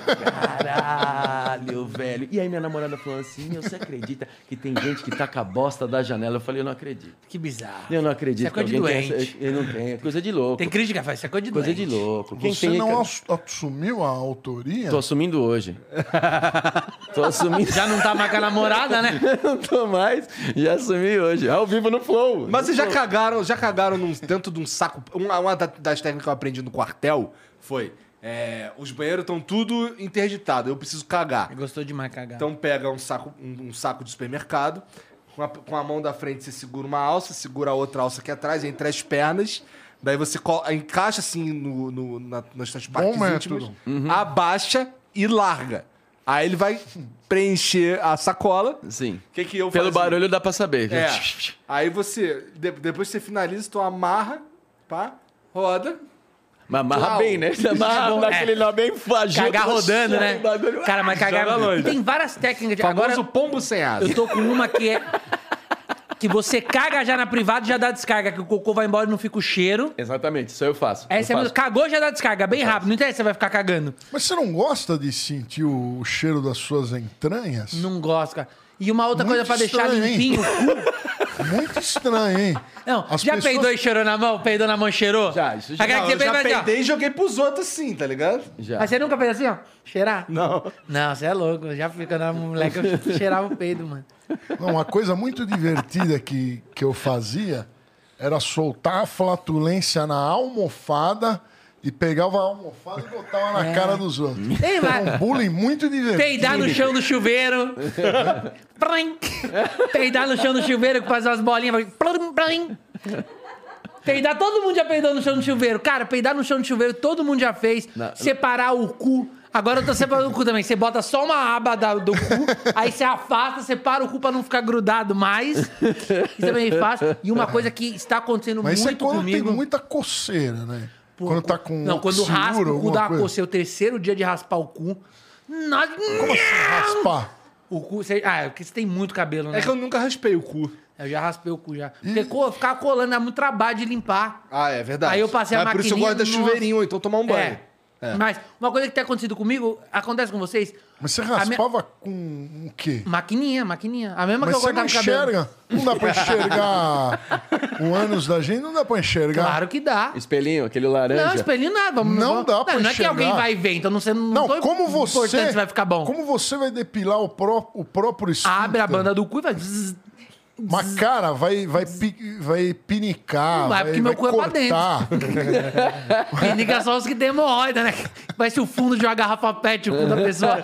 Caralho, velho. E aí minha namorada falou assim, meu, você acredita que tem gente que taca a bosta da janela? Eu falei, eu não acredito. Que bizarro. Eu não acredito Isso é que coisa de alguém tem doente. essa... Eu não tenho, é coisa de louco. Tem crítica que faz, isso é coisa de Coisa doente. de louco. Quem Você tem... não ass- assumiu a autoria? Tô assumindo hoje. Tô assumindo. Já não tá mais com a namorada, né? Não tô mais. Já assumi hoje. Ao vivo no Flow. Mas vocês já cagaram, já cagaram num- dentro de um saco. Uma, uma da- das técnicas que eu aprendi no quartel foi: é, os banheiros estão tudo interditados, eu preciso cagar. Gostou demais cagar. Então pega um saco, um, um saco de supermercado, com a, com a mão da frente você segura uma alça, segura a outra alça aqui atrás, entre as pernas. Daí você co- encaixa assim no, no, na, nas suas partes método. íntimas, abaixa e larga. Aí ele vai preencher a sacola. Sim. O que, que eu Pelo fazia? barulho dá pra saber. É. Aí você, de- depois que você finaliza, tu amarra, pá, roda. Mas amarra Uau. bem, né? Você amarra naquele nó bem fajuto. Cagar rodando, né? O bagulho- Cara, mas cagar... Joga longe. E tem várias técnicas de... Famoso Agora, pombo sem asa. eu tô com uma que é... Que você caga já na privada e já dá descarga, que o cocô vai embora e não fica o cheiro. Exatamente, isso aí eu faço. Essa eu é faço. mesmo, cagou, já dá descarga, bem rápido. Não interessa, você vai ficar cagando. Mas você não gosta de sentir o, o cheiro das suas entranhas? Não gosto, cara. E uma outra Muito coisa pra deixar estranho, hein? limpinho o cu. Muito estranho, hein? Não, As já pessoas- peidou e cheirou na mão? Peidou na mão e cheirou? Já, isso já. Aquela Não, que eu você já peida assim, ó. peidei e joguei pros outros assim, tá ligado? Já. Mas você nunca fez assim, ó? Cheirar? Não. Não, você é louco. Eu já fui quando eu era moleque, eu cheirava o peido, mano. Não, uma coisa muito divertida que, que eu fazia era soltar a flatulência na almofada e pegava a almofada e botava na cara dos outros. Ei, Era vai. um bullying muito divertido. Peidar no chão do chuveiro. Plim. Peidar no chão do chuveiro, fazer umas bolinhas. vai. Plim, plim. Peidar, todo mundo já peidou no chão do chuveiro. Cara, peidar no chão do chuveiro, todo mundo já fez. Não. Separar o cu. Agora eu tô separando o cu também. Você bota só uma aba da- do cu, aí você afasta, separa o cu pra não ficar grudado mais. Isso também é fácil. E uma coisa que está acontecendo Mas isso é muito quando comigo. tem muita coceira, né? Pô, quando tá com Não, quando oxiuro, raspa o cu alguma dá uma coisa. coceira. O terceiro dia de raspar o cu. Nossa, Como assim, raspar? o cu. Você, ah, é porque você tem muito cabelo, né? É que eu nunca raspei o cu. Eu já raspei o cu já. Porque co- ficar colando dá muito trabalho de limpar. Ah, é verdade. Aí eu passei a Mas por isso eu maquininha, gosto da nossa. chuveirinho, ou então tomar um banho. É. É. Mas uma coisa que tem acontecido comigo, acontece com vocês. Mas você A minha- raspava com o quê? Maquininha, maquininha. A mesma Mas que eu você não cortava o cabelo. enxerga. Não dá pra enxergar o ânus da gente, não dá pra enxergar. Claro que dá. Espelhinho, aquele laranja. Não, espelhinho nada. Vamos, Não vamos- dá pra Não é que enxergar. alguém vai ver, então não, você, não, Não, tô como você. importante se vai ficar bom. Como você vai depilar o, pró, o próprio esfíncter? Abre a banda do cu e faz... zzz. Mas, cara, vai, vai, pi- vai pinicar. Não vai, vai, porque meu cu é pra cortar. Pinica só os que tem hemorroida, né? Vai ser o fundo de uma garrafa pet, o cu da pessoa.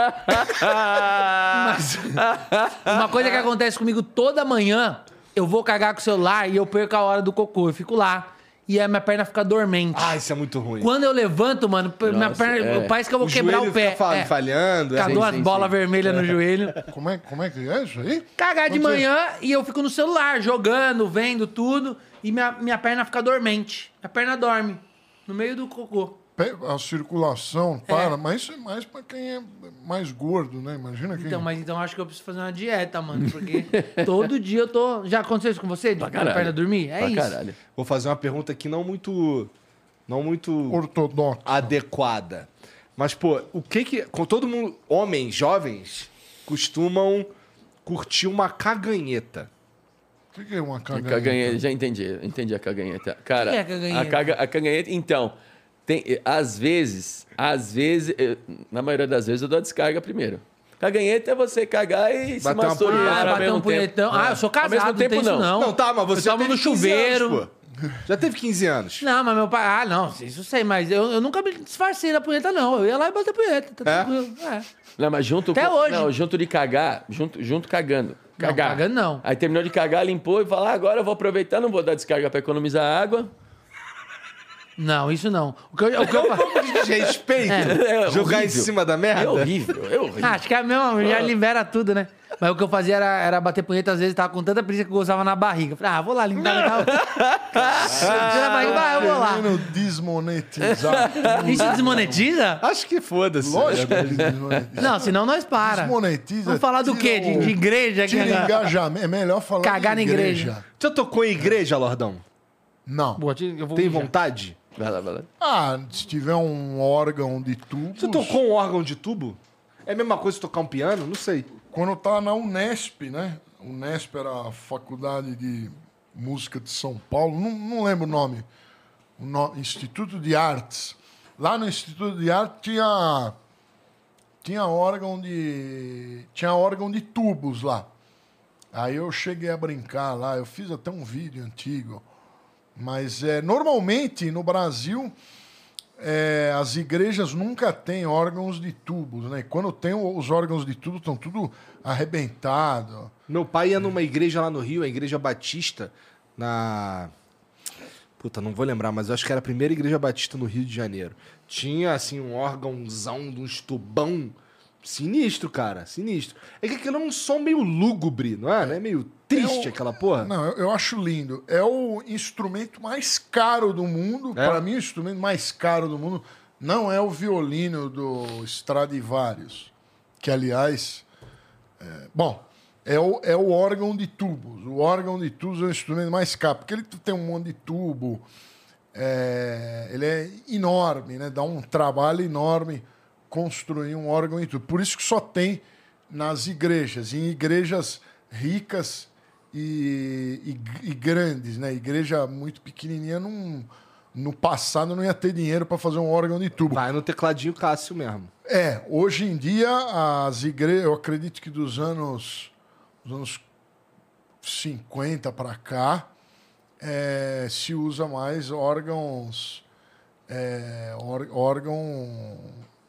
Mas uma coisa que acontece comigo toda manhã, eu vou cagar com o celular e eu perco a hora do cocô. Eu fico lá e a minha perna fica dormente. Ah, isso é muito ruim. Quando eu levanto, mano, minha Nossa, perna, é. parece que eu vou O quebrar joelho o pé. fica fa- É. falhando. Fica É. duas sim, bolas sim. vermelhas no joelho. Como é, como é que é isso aí? Cagar de Quando você- manhã e eu fico no celular, jogando, vendo tudo. E minha, minha perna fica dormente. A perna dorme. No meio do cocô. Pe- A circulação para, mas isso é mais pra quem é mais gordo, né? Imagina quem... Então, mas então acho que eu preciso fazer uma dieta, mano. Porque todo dia eu tô. Já aconteceu isso com você? De a caralho. perna dormir? É Pra isso. caralho. Vou fazer uma pergunta aqui não muito... Não muito Ortodoxo. adequada. Mas, pô, o que que... Com todo mundo... Homens jovens costumam curtir uma caganheta. O que, que é uma caganheta? Caganheta, já entendi, entendi a caganheta. Cara, O que é a caganheta? A, caga, a caganheta, então, tem, às vezes, às vezes, eu- na maioria das vezes eu dou a descarga primeiro. Caganheta é você cagar e se Bater uma masturbar punheta. Ah, ao bater mesmo um punhetão. tempo. Ah, eu sou Ao casado, mesmo não tempo, tem isso não. não. Não, tá, mas você Eu tomo teve no quinze chuveiro. anos, pô. Já teve quinze anos. Não, mas meu pai... Ah, não, isso eu sei, mas eu, eu nunca me disfarcei na punheta, não. Eu ia lá e bater punheta. Tá É? tranquilo. É. Não, mas junto Até com, hoje. Não, junto de cagar, junto, junto cagando. Não, Cagar. cagando não. Aí terminou de cagar, limpou e falou: ah, agora eu vou aproveitar, não vou dar descarga pra economizar água. Não, isso não. O que eu, o que eu fa- Respeito. É Jogar em horrível. cima da merda. É horrível, é horrível. Ah, acho que é mesmo, já libera tudo, né? Mas o que eu fazia era, era bater punheta, às vezes tava com tanta preguiça que eu gozava na barriga. Falei, ah, vou lá limpar legal. Tira a barriga, vai, eu vou lá. Querendo desmonetizar. Isso desmonetiza? Acho que foda-se. Lógico que desmonetiza. Não, senão nós para. Desmonetiza. Vamos falar do quê? De, tira o- de igreja? Tira Que... engajamento. É melhor falar Cagar de na igreja. Já tocou em igreja, Lordão? Não. Boa, eu vou Tem mijar. vontade? Vai lá, vai lá. Ah, se tiver um órgão de tubos... Você tocou um órgão de tubo? É a mesma coisa que tocar um piano? Não sei. Quando eu tava na Unesp, né? Unesp era a Faculdade de Música de São Paulo. Não, não lembro o nome. O no- Instituto de Artes. Lá no Instituto de Arte tinha... Tinha órgão de... Tinha órgão de tubos lá. Aí eu cheguei a brincar lá. Eu fiz até um vídeo antigo. Mas é, normalmente no Brasil é, as igrejas nunca têm órgãos de tubos, né? Quando tem os órgãos de tubo estão tudo arrebentado. Meu pai ia numa igreja lá no Rio, a Igreja Batista, na... Puta, não vou lembrar, mas eu acho que era a primeira Igreja Batista no Rio de Janeiro. Tinha, assim, um órgãozão de uns tubão sinistro, cara, sinistro. É que aquilo é um som meio lúgubre, não é? Não é meio triste É o- aquela porra? Não, eu, eu acho lindo. É o instrumento mais caro do mundo. É? Para mim, o instrumento mais caro do mundo não é o violino do Stradivarius, que, aliás... é, bom, é o, é o órgão de tubos. O órgão de tubos é o instrumento mais caro, porque ele tem um monte de tubo, é, ele é enorme, né? Dá um trabalho enorme construir um órgão de tubo. Por isso que só tem nas igrejas, em igrejas ricas e, e, e grandes, né? Igreja muito pequenininha, não, no passado não ia ter dinheiro para fazer um órgão de tubo. Vai no tecladinho Cássio mesmo. É, hoje em dia as igrejas, eu acredito que dos anos, dos anos cinquenta para cá, é, se usa mais órgãos, é, or- órgão,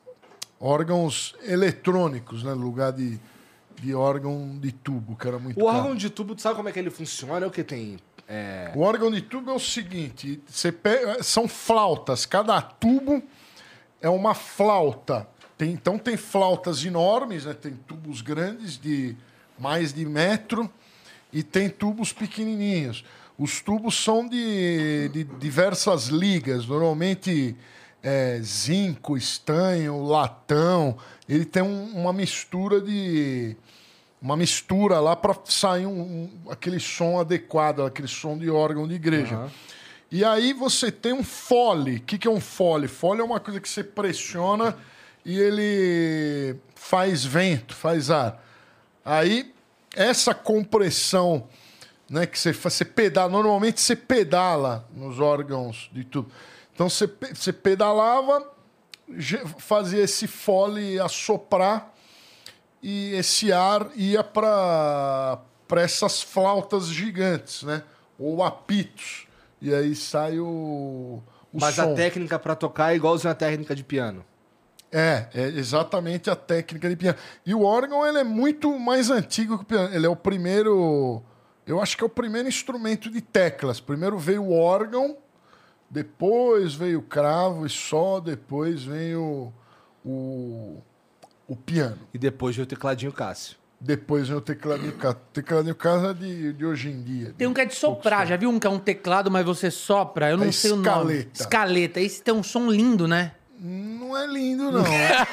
órgãos eletrônicos, né, no lugar de, de órgão de tubo, que era muito O caro. órgão de tubo, tu sabe como é que ele funciona? É o que tem? É... O órgão de tubo é o seguinte: você pega, são flautas, cada tubo é uma flauta. Tem, então tem flautas enormes, né? Tem tubos grandes de mais de metro e tem tubos pequenininhos. Os tubos são de, de diversas ligas, normalmente é, zinco, estanho, latão. Ele tem um- uma mistura de uma mistura lá para sair um, um- aquele som adequado, aquele som de órgão de igreja. E aí você tem um fole. O que, que é um fole? Fole é uma coisa que você pressiona e ele faz vento, faz ar. Aí, essa compressão, né, que você, você pedala, normalmente você pedala nos órgãos de tudo. Então você, você pedalava, fazia esse fole assoprar e esse ar ia para essas flautas gigantes, né? Ou apitos. E aí sai o, o Mas som. a técnica pra tocar é igualzinho a técnica de piano. É, é exatamente a técnica de piano. E o órgão, ele é muito mais antigo que o piano. Ele é o primeiro... Eu acho que é o primeiro instrumento de teclas. Primeiro veio o órgão, depois veio o cravo e só depois veio o, o piano. E depois veio o tecladinho Cássio. Depois veio o tecladinho Cássio. O tecladinho Cássio é de, de hoje em dia. Tem um que é de soprar. Já viu um que é um teclado, mas você sopra? Eu não A sei o nome. escaleta. Escaleta. Esse tem um som lindo, né? Não é lindo, não.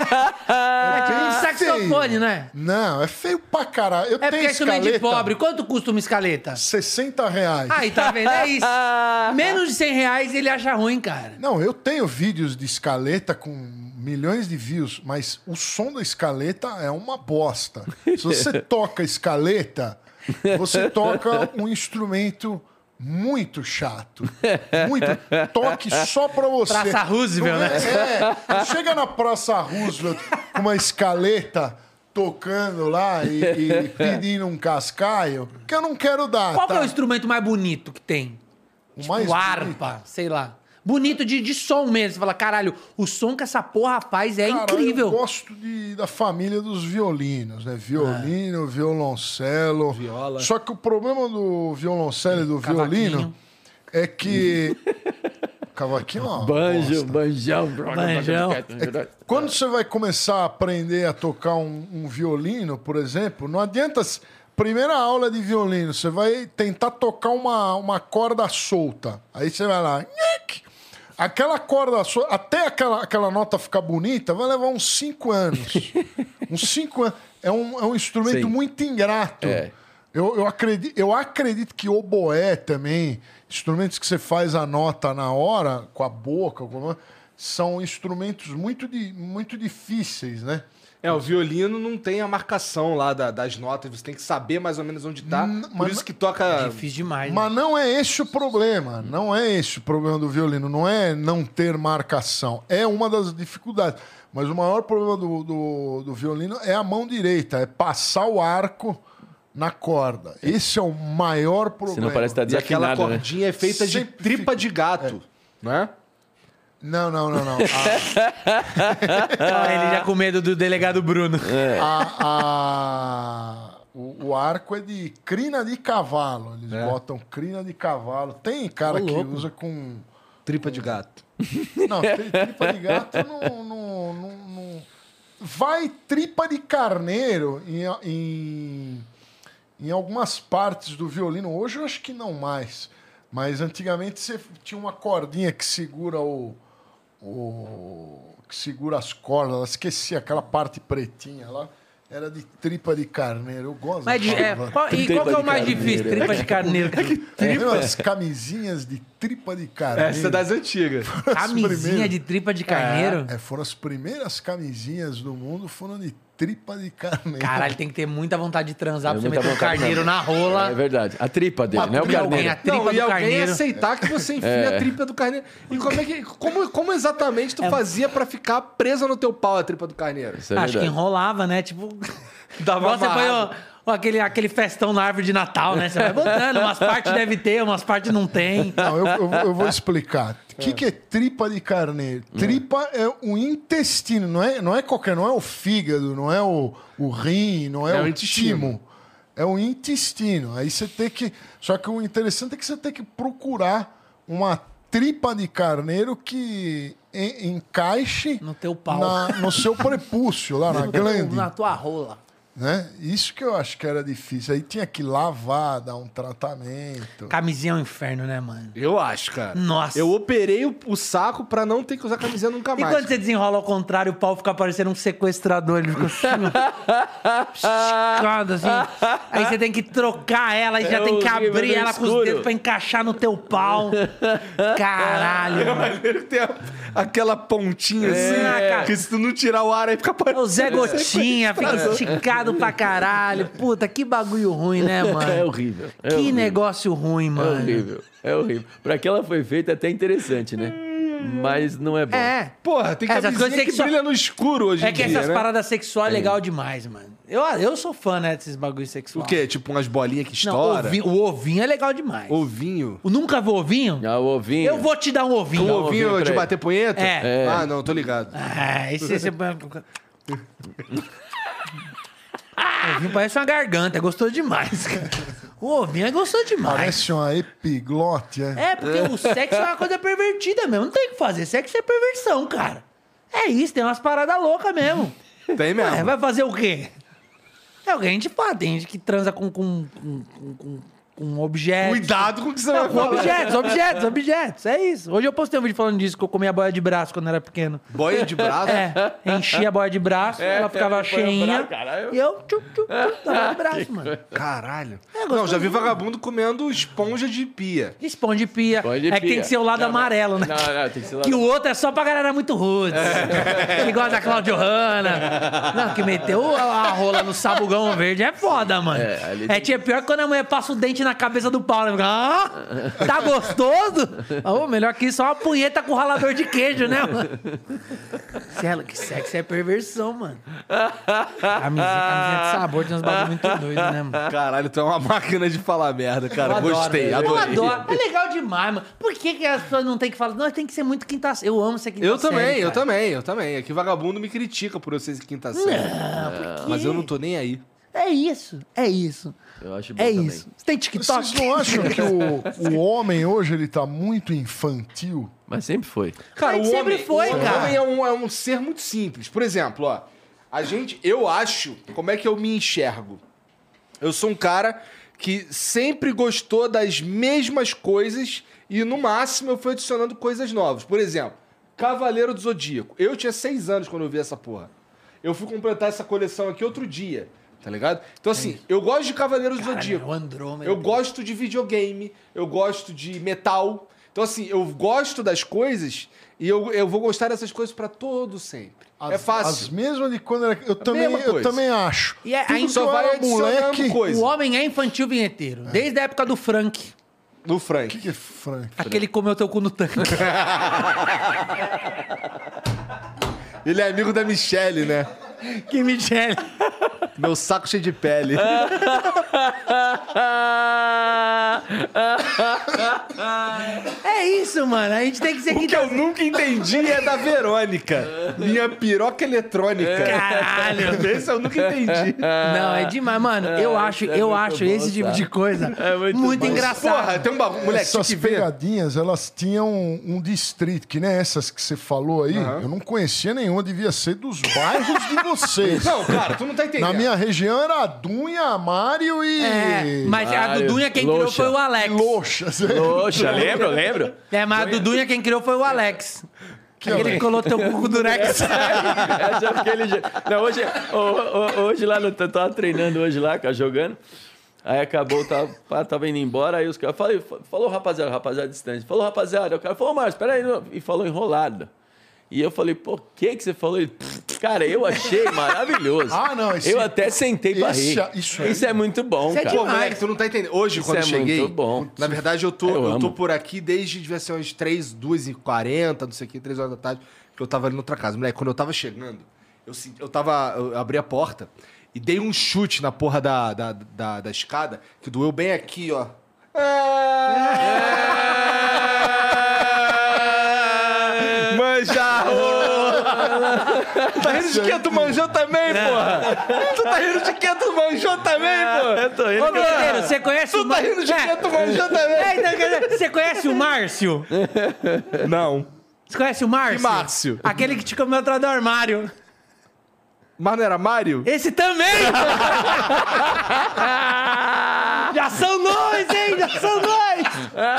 É tipo um saxofone, feio. né? Não, é feio pra caralho. Eu É porque tenho é instrumento de escaleta, pobre. Quanto custa uma escaleta? sessenta reais. Aí, tá vendo? É isso. Menos de cem reais ele acha ruim, cara. Não, eu tenho vídeos de escaleta com milhões de views, mas o som da escaleta é uma bosta. Se você toca escaleta, você toca um instrumento muito chato. Muito. Toque só pra você. Praça Roosevelt, Não é- né? É. Não chega na Praça Roosevelt com uma escaleta tocando lá e, e pedindo um cascaio, que eu não quero dar. Qual que tá? é o instrumento mais bonito que tem? O Tipo, mais harpa, sei lá. Bonito de, de som mesmo. Você fala, caralho, o som que essa porra faz é Cara, incrível. Eu gosto de, da família dos violinos, né? Violino, violoncelo. Viola. Só que o problema do violoncelo e do Cavaquinho. violino é que... Cavaquinho é uma Banjo, bosta. banjão. Banjão. Quando você vai começar a aprender a tocar um, um violino, por exemplo, não adianta... s- Primeira aula de violino, você vai tentar tocar uma, uma corda solta. Aí você vai lá... nhec. Aquela corda solta, até aquela, aquela nota ficar bonita, vai levar uns cinco anos. uns cinco anos. É um, é um instrumento Sim. muito ingrato. É. Eu, eu, acredito, eu acredito que oboé também, instrumentos que você faz a nota na hora, com a boca, com- são instrumentos muito, di, muito difíceis, né? É, o violino não tem a marcação lá da- das notas, você tem que saber mais ou menos onde tá. Hum, Por mas isso não- que toca. Difícil demais. né? Mas não é esse o problema. Não é esse o problema do violino. Não é não ter marcação. É uma das dificuldades. Mas o maior problema do, do, do violino é a mão direita. É passar o arco na corda. Esse é o maior problema. Senão parece que tá E aquela desafinado, né? cordinha é feita de Sempre tripa fica- de gato, não é? Não, não, não, não. Ah, ele já com medo do delegado Bruno. A- a- o, o arco é de crina de cavalo. Eles É. botam crina de cavalo. Tem cara Ô, que louco. usa com... Tripa de gato. Não, tri- tripa de gato não, não, não, não- vai tripa de carneiro em, em, em algumas partes do violino. Hoje eu acho que não mais. Mas antigamente você tinha uma cordinha que segura o. o que segura as cordas. Esqueci aquela parte pretinha lá. Era de tripa de carneiro. Eu gosto Mas de- daquilo, é, mano. qual, e Tripa qual que é de o mais carneiro, difícil? né? Tripa de carneiro. Tem umas camisinhas de tripa de carneiro. Essa é das antigas. Camisinha primeiras. de tripa de carneiro? É, foram as primeiras camisinhas do mundo, foram de tripa de carneiro. Caralho, tem que ter muita vontade de transar pra você Muita meter o vontade carneiro mesmo. na rola. É verdade. A tripa dele, Uma não é o tripa, alguém, carneiro. a tripa Não, e do alguém carneiro. aceitar que você enfia É. a tripa do carneiro. E como, é que, como, como exatamente tu É. fazia pra ficar presa no teu pau a tripa do carneiro? Isso é Acho que verdade. enrolava, né? Tipo. Dava Igual você põe amarrado. ó, ó, aquele, aquele festão na árvore de Natal, né? Você vai botando, umas partes deve ter, umas partes não tem. Não, eu, eu- eu vou explicar. O que, que é tripa de carneiro? Tripa é o intestino, não é, não é qualquer, não é o fígado, não é o, o rim, não é, É o, o intestino. timo. É o intestino. Aí você tem que. Só que o interessante é que você tem que procurar uma tripa de carneiro que en- encaixe No teu pau. na- no seu prepúcio, lá na glande. Na tua rola. Né? Isso que eu acho que era difícil. Aí tinha que lavar, dar um tratamento. Camisinha é um inferno, né, mano? Eu acho, cara. Nossa. Eu operei o, o saco pra não ter que usar camiseta nunca E mais. quando você desenrola ao contrário, o pau fica parecendo um sequestrador. Ele fica assim, esticado, assim. Aí você tem que trocar ela e É já tem que horrível, abrir no ela com os escuro. dedos pra encaixar no teu pau. Caralho, É mano. maneiro que tem a- aquela pontinha assim, cara. que se tu não tirar o ar aí fica parecendo... O Zé Gotinha fica esticado pra caralho. Puta, que bagulho ruim, né, mano? É horrível. É que horrível. negócio ruim, É mano. horrível. É horrível. Pra que ela foi feita é até interessante, né? Mas não é bom. É. Porra, tem Essas camisinha coisas que sexua- brilha no escuro hoje É em que dia, essas né? paradas sexuais é legal demais, mano. Eu, eu sou fã, né, desses bagulhos O sexuais. quê? Tipo umas bolinhas que Não, estouram? ovinho, o ovinho é legal demais. Ovinho? O nunca viu ovinho? Ah, o ovinho. Eu vou te dar um ovinho. Um Dá um ovinho ovinho de pra ele. bater punheta? É. Ah, não, tô ligado. Ah, esse... esse... O ovinho parece uma garganta, é gostoso demais, cara. O ovinho é gostoso demais. Parece uma epiglote, é? É, porque o sexo é uma coisa pervertida mesmo. Não tem o que fazer. Sexo é perversão, cara. É isso, tem umas paradas loucas mesmo. Tem mesmo. Ué, vai fazer o quê? É o que a gente fala. Tem gente que transa com, com, com, com, com, com objetos. Cuidado com o que você Não, vai com falar. objetos, objetos, objetos. É isso. Hoje eu postei um vídeo falando disso, que eu comia boia de braço quando era pequeno. Boia de braço? É, enchia a boia de braço, ela ficava foi um cheinha. braço, caralho. E eu, tchup, tchup, tchup, dava de braço, mano. Caralho. gostoso não, já vi demais. vagabundo comendo esponja de pia. Esponja de pia. Pode é que pia. tem que ser o lado Não, amarelo, né? Não, não, tem que ser lá. Que o outro é só pra galera muito rude. Que gosta da Claudio Hanna. Não, que meteu a a rola no sabugão verde é foda, mano. É, ali É, tem- tinha pior que quando a mulher passa o dente na cabeça do pau. Né? Fica, ah, tá gostoso? Oh, melhor que isso, só uma punheta com ralador de queijo, né, mano? Cê- Que sexo é perversão, mano. Camisinha, camisinha de sabor tem uns bagulho muito doido, né, mano? Caralho, tu é uma máquina de falar merda, cara. Eu adoro, Gostei, eu adorei. adoro. É legal demais, mano. Por que, que as pessoas não têm que falar? Não, tem que ser muito quinta série. Eu amo ser quinta Eu série. também, eu cara. também, eu também. Aqui vagabundo me critica por eu ser quinta série. Não, por quê? Mas eu não tô nem aí. É isso, é isso. Eu acho bom É também. isso. Você tem TikTok? Vocês não acham que o, o homem hoje ele tá muito infantil? Mas sempre foi. Cara, Mas o sempre homem, foi, o cara. homem é um, é um ser muito simples. Por exemplo, ó, a gente, eu acho, como é que eu me enxergo? Eu sou um cara que sempre gostou das mesmas coisas e no máximo eu fui adicionando coisas novas. Por exemplo, Cavaleiro do Zodíaco. Eu tinha seis anos quando eu vi essa porra. Eu fui completar essa coleção aqui outro dia, tá ligado? Então assim, eu gosto de Cavaleiro do Caralho, Zodíaco. o Andrômeda. Eu gosto de videogame, eu gosto de metal. Então, assim, eu gosto das coisas e eu, eu vou gostar dessas coisas pra todo sempre. As, é fácil. As mesmas de quando era. Eu, também, mesma eu coisa. também acho. E é- Tudo ainda que Só eu vai era adicionando moleque. coisa. O homem é infantil vinheteiro. Desde a época do Frank. No O Frank. que, que é Frank? Aquele que comeu teu cu no tanque. Ele é amigo da Michelle, né? que Michele. Meu saco cheio de pele. É isso, mano. A gente tem que ser O que quinta eu nunca entendi é da Verônica. Minha piroca eletrônica. Caralho. Esse eu nunca entendi. Não, é demais, mano. Eu acho, é eu muito acho bom, esse tipo sabe? de coisa É muito muito bom. engraçado. Porra, tem um bagulho. Moleque, tinha Essas que ver. pegadinhas, elas tinham um, um distrito, que nem essas que você falou aí. Eu não conhecia nenhuma, devia ser dos bairros de vocês. Não, cara, tu não tá entendendo. Na minha região era a Dunha, Mário e. É, mas a Mário, Dudunha quem criou Loxa. foi o Alex. Loxas. Poxa, lembro, lembro. É, mas a Dudunha quem criou foi o Alex. Aquele que colou teu cu com o Durex. É só aquele jeito. Não, hoje, ho- ho- hoje lá, no, eu tava treinando hoje lá, cara, jogando. Aí acabou, tava, pá, tava indo embora, aí os caras falei, falou rapaziada, rapaziada distante. Falou rapaziada, o cara falou, Márcio, peraí, não. E falou enrolado. E eu falei, pô, o que que você falou? Ele, cara, eu achei maravilhoso. Ah, não, esse- Eu até sentei pra esse- rir. isso aí- Isso é muito bom, Isso é cara. Pô, moleque, tu não tá entendendo. Hoje, Isso quando é eu cheguei. muito bom. Na verdade, eu tô, Eu eu tô amo. por aqui desde devia ser umas três, duas e quarenta, não sei o que, três horas da tarde, que eu tava ali na outra casa. Moleque, quando eu tava chegando, eu, senti- eu tava. Eu abri a porta e dei um chute na porra da, da, da, da escada, que doeu bem aqui, ó. Manja! Tá rindo de quê? Tu manjou também, porra? Tu tá rindo de quê? Tu manjou também, porra? Eu tô rindo. Ô, Vinheteiro, você conhece Tu o tá Mar- rindo de É. quê? Tu manjou também? É, então, quer dizer, você conhece o Márcio? Não. Você conhece o Márcio? Que Márcio? Aquele que te comeu atrás do armário. Mas não era Mário? Esse também! Já são dois, hein? Já são dois!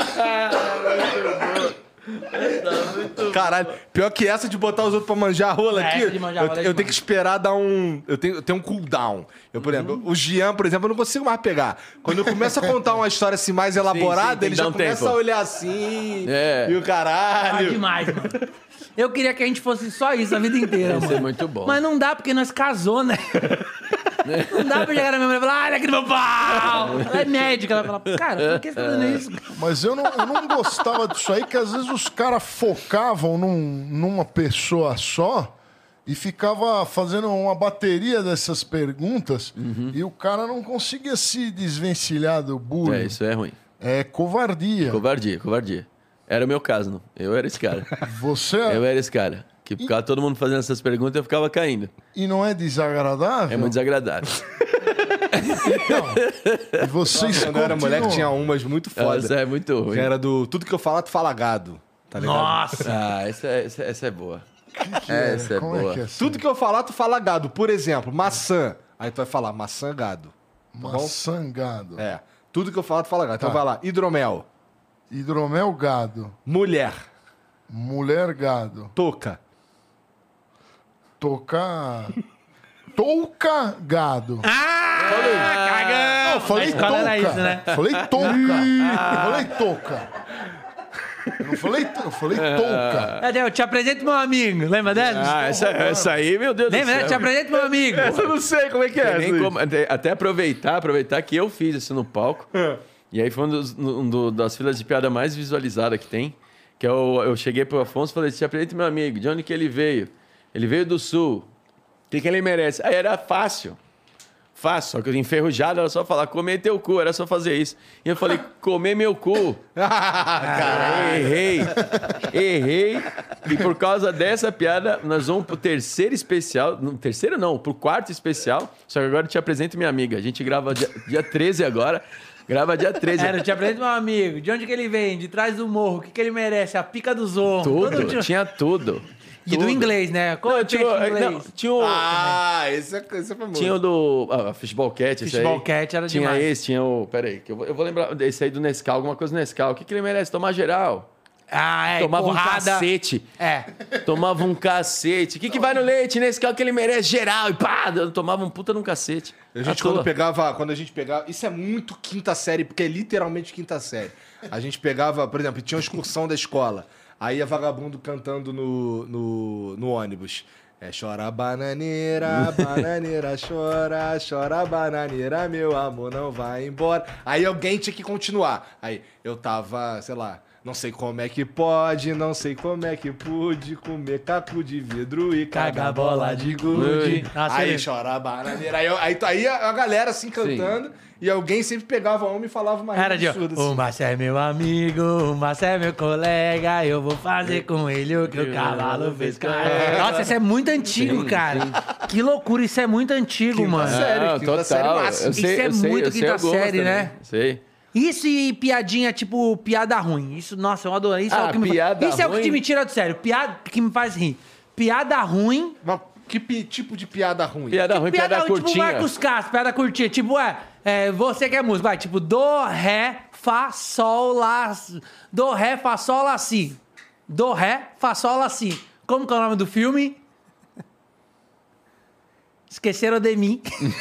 Caralho, pior que essa de botar os outros pra manjar a rola É, aqui, essa de manjar a eu, rola é eu tenho demais. que esperar dar um... Eu tenho, eu tenho um cooldown. Eu, por exemplo, o Jean, por exemplo, eu não consigo mais pegar. Quando eu começo a contar uma história assim mais elaborada, sim, tem ele que já dar um começa tempo. a olhar assim, É. e o Ah, caralho. demais, mano. Eu queria que a gente fosse só isso a vida inteira, Ia mano. ser muito bom. Mas não dá, porque nós casou, né? Não dá pra chegar na minha mulher e falar, olha aqui no meu pau! Ela é médica, ela fala, cara, por que você tá fazendo isso? Mas eu não, eu não gostava disso aí, que às vezes os caras focavam num- numa pessoa só e ficava fazendo uma bateria dessas perguntas e o cara não conseguia se desvencilhar do bullying. É, isso é ruim. É covardia. Covardia, covardia. Era o meu caso, não. Eu era esse cara. Você Eu era esse cara. Que ficava todo mundo fazendo essas perguntas e eu ficava caindo. e não é desagradável? É muito desagradável. E vocês Quando eu era moleque, continuam. tinha umas muito foda. Essa é muito ruim. Que era do tudo que eu falar, tu fala gado. Tá ligado? Nossa! Ah, essa, é- essa, essa é boa. Que é? Essa é Como boa. é que é assim? Tudo que eu falar, tu fala gado. Por exemplo, maçã. Aí tu vai falar maçã gado. Maçangado. É. Tudo que eu falar, tu fala gado. Então Tá. vai lá. Hidromel. Hidromel gado. Mulher. Mulher gado. Touca. Tocar. Touca gado. Ah, cagão! Eu falei Na escola touca. era isso, né? Falei touca. Eu falei touca. Eu não falei, to- eu falei touca. Cadê? Eu te apresento meu amigo. Lembra dela? Ah, essa, essa aí, meu Deus Lembra, do né? céu. Te apresento meu amigo. Essa eu não sei como é que é. Nem essa aí. como- até, até aproveitar, aproveitar que eu fiz isso no palco. E aí foi um, dos, um do- das filas de piada mais visualizada que tem. Que eu, eu cheguei pro Afonso e falei, te apresenta meu amigo, de onde que ele veio? Ele veio do Sul. O que, que ele merece? Aí era fácil. Fácil, só que enferrujado era só falar, comer teu cu, era só fazer isso. E eu falei, comer meu cu. Caralho, errei. Errei. E por causa dessa piada, nós vamos pro terceiro especial. Não, terceiro não, pro quarto especial. Só que agora eu te apresento minha amiga. A gente grava dia, dia treze agora. Grava dia treze. Era, eu te apresento meu amigo. De onde que ele vem? De trás do morro. O que, que ele merece? A pica dos ombros. Tudo, Todo dia- tinha tudo. E do Tudo. inglês, né? Qual é Não, o tinha, peixe em o- inglês? não, tinha o... Ah, esse é, esse é famoso. Tinha o do. Ah, Fishball Cat, esse Fishball aí. Cat era Tinha demais. esse, tinha o. Pera aí, que eu vou, eu vou lembrar desse aí do Nescau, alguma coisa do Nescau. O que, que ele merece? Tomar geral. Ah, é. Tomava porrada. um cacete. É. Tomava um cacete. O que, que vai no leite? Nescau que ele merece geral. E pá, eu tomava um puta num cacete. A gente, À quando toa. pegava, quando a gente pegava. Isso é muito quinta série, porque é literalmente quinta série. A gente pegava, por exemplo, tinha uma excursão da escola. Aí ia vagabundo cantando no, no, no ônibus. É chora bananeira, bananeira, chora, chora bananeira, meu amor não vai embora. Aí alguém tinha que continuar. Aí eu tava, sei lá, não sei como é que pode, não sei como é que pude comer caco de vidro e cagar bola de gude. Nossa, Aí eu- chora bananeira. Aí, eu- aí, aí a, a galera assim cantando e alguém sempre pegava a uma e falava uma Era de, absurda o assim. Márcio é meu amigo, o Márcio é meu colega, eu vou fazer com ele o que o cavalo fez com a... Nossa, isso é muito antigo, cara. Que loucura, isso é muito antigo, Quinta mano. série, Não, quinta série total. máxima. Eu sei, Isso é eu sei, muito eu sei quinta algumas série, também. né? Sei. Isso e piadinha, tipo, piada ruim. Isso, nossa, eu adoro. Isso é Ah, o que me piada Isso é o que ruim? me tira do sério. Piada que me faz rir. Piada ruim. Mas que pi- tipo de piada ruim? Piada ruim, piada, Piada, ruim, tipo curtinha. Marcos Castro, piada curtinha. Tipo, é, é, você que é músico, vai, tipo, do, ré, fá, sol, lá, si. Do, ré, fá, sol, lá, si. Do, ré, fá, sol, lá, si. Como que é o nome do filme? Esqueceram de mim.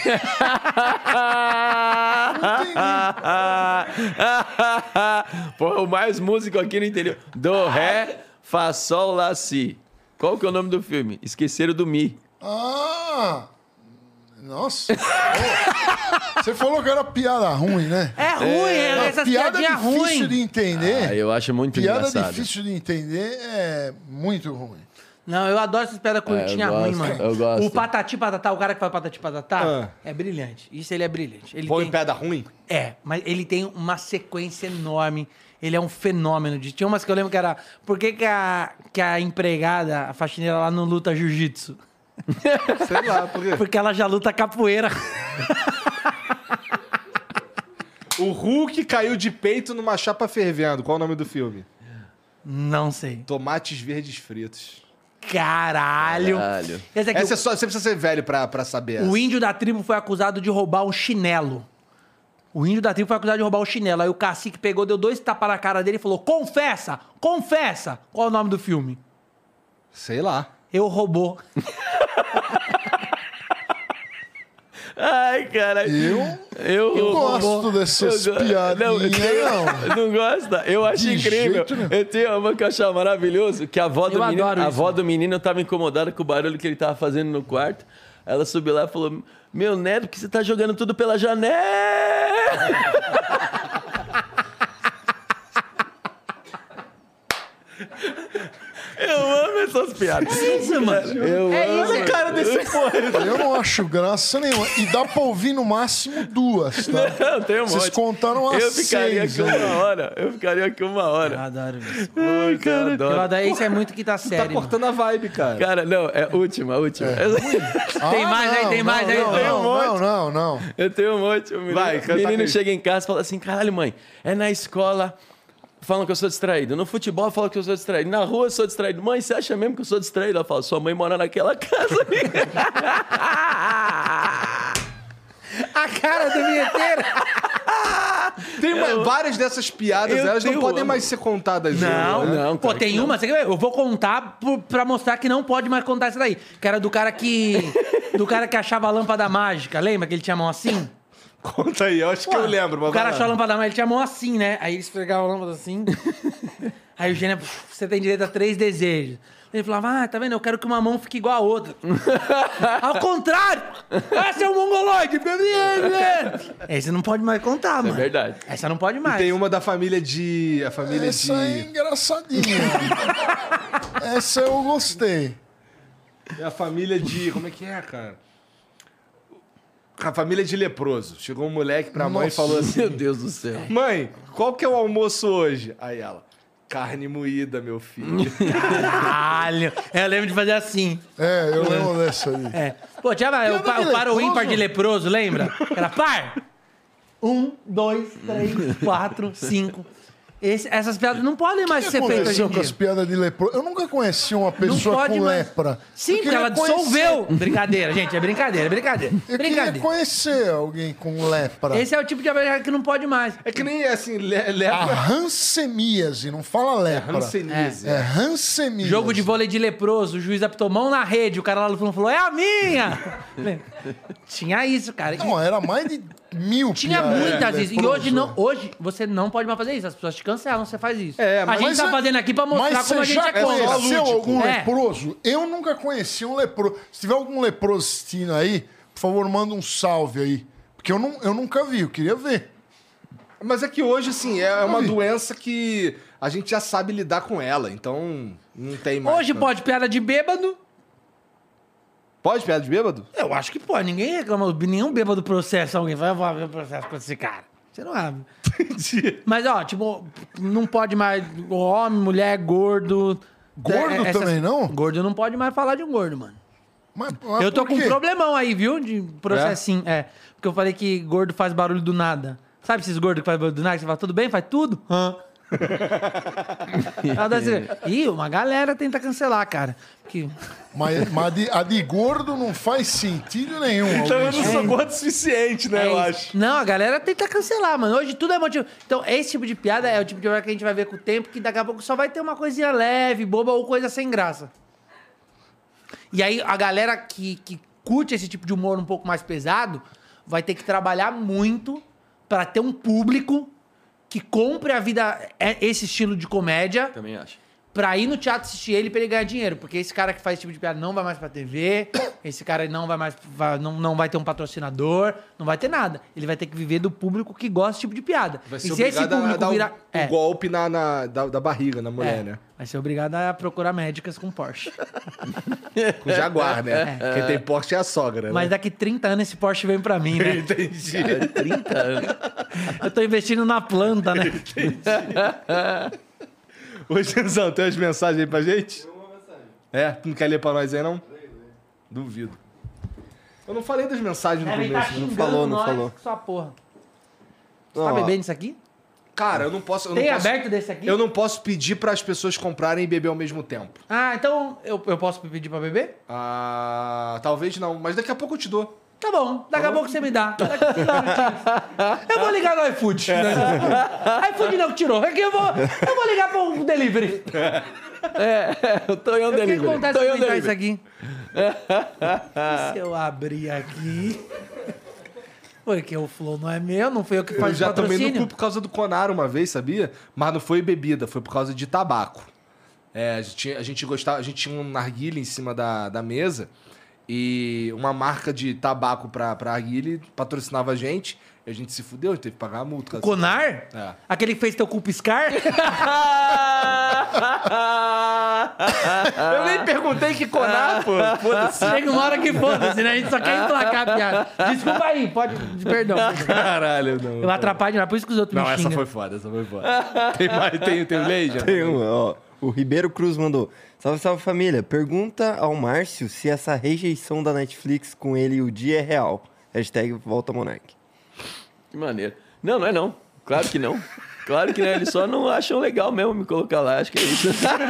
Pô, o mais músico aqui no interior. Do, ré, fá, sol, lá, si. Qual que é o nome do filme? Esqueceram do Mi. Ah! Nossa. Ô, você falou que era piada ruim, né? É ruim, é, Não, essas piada piadinhas difícil ruins. de entender. Ah, eu acho muito piada engraçado. difícil de entender é muito ruim. Não, eu adoro essas piadas curtinhas eu ruins, gosto, mano. eu gosto. O Patati Patatá, o cara que faz Patati Patatá, Ah. é brilhante. Isso ele é brilhante. Ele Bom tem... em piada ruim? É, mas ele tem uma sequência enorme. Ele é um fenômeno. De... Tinha umas que eu lembro que era... Por que, que, a, que a empregada, a faxineira lá não luta jiu-jitsu? Sei lá, por quê? Porque ela já luta capoeira. O Hulk caiu de peito numa chapa fervendo. Qual é o nome do filme? Não sei. Tomates verdes fritos. caralho. Caralho. Esse aqui, Essa é só, você precisa ser velho pra, pra saber essa. o índio da tribo foi acusado de roubar um chinelo. O índio da tribo foi acusado de roubar o chinelo. Aí o cacique pegou, deu dois tapas na cara dele e falou: confessa, confessa. Qual é o nome do filme? Sei lá. Eu Robô. Ai, cara. Eu, Eu, eu gosto eu dessas go- piadinhas, não. não. Não gosta? Eu acho De incrível. jeito nenhum. Eu tenho uma que eu achava maravilhoso, que a avó do Eu menino, adoro a isso. avó do menino tava incomodada com o barulho que ele tava fazendo no quarto. Ela subiu lá e falou: meu neto, que você tá jogando tudo pela janela? Eu amo essas piadas. É isso, mano. Eu É amo. isso. Olha a cara desse porra. Eu não acho graça nenhuma. E dá pra ouvir no máximo duas, tá? Não, tem um Vocês monte. contaram as Eu ficaria seis, aqui né? uma hora. Eu ficaria aqui uma Eu hora. adoro isso. Ai, cara, eu adoro. Eu adoro. Isso é muito que tá Tá sério. mano. cortando a vibe, cara. Cara, não, é última, a última. Tem Ah, mais aí, não, tem mais não, aí. Não, Tem não, um não, não, não. Eu tenho um monte. O menino, Vai, o canta menino aí. chega em casa e fala assim: caralho, mãe, é na escola. Falam que eu sou distraído. No futebol falam que eu sou distraído. Na rua eu sou distraído. Mãe, você acha mesmo que eu sou distraído? Ela fala: sua mãe mora naquela casa. A cara do vinheteiro. Tem uma- várias dessas piadas, Eu elas não tenho podem uma. mais ser contadas Não, hoje, né? não, Pô, cara, tem que não. uma, você quer ver? Eu vou contar pro- pra mostrar que não pode mais contar isso daí. Que era do cara que. Do cara que achava a lâmpada mágica. Lembra que ele tinha a mão assim? Conta aí, eu acho que Pô, eu lembro. Mas O cara vai lá. achou a lâmpada mágica, ele tinha a mão assim, né? Aí ele esfregava a lâmpada assim. Aí o gênio, você tem direito a três desejos. Ele falava: ah, tá vendo? Eu quero que uma mão fique igual a outra. Ao contrário! Esse é o mongoloide! Esse não pode mais contar, mano. É verdade. Essa não pode mais. Tem uma da família de... A família Essa é de... engraçadinha. Essa eu gostei. É a família de... Como é que é, cara? A família de leproso. Chegou um moleque pra mãe e Nossa. falou assim... Meu Deus do céu. Mãe, qual que é o almoço hoje? Aí ela... Carne moída, meu filho. Caralho! Eu lembro de fazer assim. É, eu lembro dessa aí. É. Pô, tinha o, Piada pa- de o par ou leproso? ímpar de leproso, lembra? Era par. Um, dois, três, quatro, cinco. Esse- essas piadas não podem mais O que ser feitas hoje aconteceu em com as dia. piadas de lepro? Eu nunca conheci uma Não pessoa pode com mais. lepra. Sim, Eu porque queria ela conhecer- dissolveu. Brincadeira, gente, é brincadeira, é brincadeira. Eu queria Brincadeira. conhecer alguém com lepra. Esse é o tipo de abelha que não pode mais. É que nem assim, le- A lepra... hanseníase, não fala lepra. Hanseníase. É hanseníase. Jogo de vôlei de leproso, o juiz apitou mão na rede, o cara lá no fundo falou: é a minha! Tinha isso, cara. Não, era mais de mil Tinha piadas de muitas vezes. E leproso. hoje não, hoje você não pode mais fazer isso. As pessoas te cancelam, você faz isso. É, a mas- gente Mas tá é- fazendo aqui pra mostrar Mas como a você gente já é contra. conheceu algum É. leproso? Eu nunca conheci um leproso. Se tiver algum leproso assistindo aí, por favor, manda um salve aí. Porque eu, não, eu nunca vi, eu queria ver. Mas é que hoje, assim, é uma vi. doença que a gente já sabe lidar com ela. Então, não tem mais... Hoje tanto. pode piada de bêbado. Pode piada de bêbado? Eu acho que pode. Ninguém reclama. Nenhum bêbado processa alguém. Vai, eu vou abrir um processo com esse cara. Você não abre. Entendi. Mas, ó, tipo, não pode mais homem, mulher, gordo. Gordo É, essas- também não? Gordo não pode mais falar de um gordo, mano. Mas, mas Eu tô por com um quê? problemão aí, viu? De processinho. É? Porque eu falei que gordo faz barulho do nada. Sabe esses gordos que faz barulho do nada? Que você fala, tudo bem? Faz tudo? Hã? Ela dá assim, Ih, uma galera tenta cancelar, cara. Que... Mas, mas a, de, a de gordo não faz sentido nenhum. Então eu alguém não sou gordo o suficiente, né, É eu isso. acho. Não, a galera tenta cancelar, mano. Hoje tudo é motivo. Então, esse tipo de piada é o tipo de piada que a gente vai ver com o tempo, que daqui a pouco só vai ter uma coisinha leve, boba ou coisa sem graça. E aí, a galera que, que curte esse tipo de humor um pouco mais pesado vai ter que trabalhar muito pra ter um público que compre a vida, é- esse estilo de comédia, Também acho. pra ir no teatro assistir ele pra ele ganhar dinheiro. Porque esse cara que faz esse tipo de piada não vai mais pra T V, esse cara não vai mais vai- não, não vai ter um patrocinador, não vai ter nada. Ele vai ter que viver do público que gosta desse tipo de piada. Vai E ser se esse obrigado a público dar virar. um, um é, golpe na, na- da, da barriga, na mulher, é, né? vai ser obrigado a procurar médicas com Porsche. Com Jaguar, né? Quem tem Porsche é a sogra, né? Mas daqui trinta anos esse Porsche vem pra mim, né? Entendi. Cara, trinta anos. Eu tô investindo na planta, né? Ô, Genzão, tem umas mensagens aí pra gente? Tem uma mensagem. É? Tu não quer ler pra nós aí, não? Duvido. Eu não falei das mensagens no Deve estar começo. Não xingando falou, não nós falou. com sua porra. Você Ó, tá bebendo isso aqui? Cara, eu não posso... Eu Tem não posso, aberto desse aqui? Eu não posso pedir para as pessoas comprarem e beber ao mesmo tempo. Ah, então eu, eu posso pedir pra beber? Ah, talvez não, mas daqui a pouco eu te dou. Tá bom, daqui a pouco você me dá. Daqui a cinco minutinhos. Eu vou ligar no iFood. iFood não tirou. Aqui eu vou, eu vou ligar pro delivery. É, o Tonhão Eu fiquei Delivery. com vontade de Tonhão experimentar isso Delivery. aqui. Se eu abrir aqui... Porque o flow não é meu, não foi eu que Eu faço já tomei no patrocínio. cu por causa do Conar uma vez, sabia? Mas não foi bebida, foi por causa de tabaco. É, a gente, a gente gostava, a gente tinha um narguile em cima da, da mesa e uma marca de tabaco pra, pra narguile patrocinava a gente e a gente se fudeu, a gente teve que pagar a multa. Conar? É. Aquele que fez teu cu piscar? Eu nem perguntei que Conar, pô. Foda-se. Chega uma hora que foda-se, né? A gente só quer emplacar a piada. Desculpa aí, pode... Perdão. Caralho, não. Eu atrapalho demais, por isso que os outros Não, me essa xingam. foi foda, essa foi foda. Tem mais, tem, tem o Leija? Tem um, ó. O Ribeiro Cruz mandou. Salve, salve família. Pergunta ao Márcio se essa rejeição da Netflix com ele e o Dia é real. Hashtag volta Monark. Que maneiro. Não, não é não. Claro que não. Claro que não. Eles só não acham legal mesmo me colocar lá. Acho que é isso.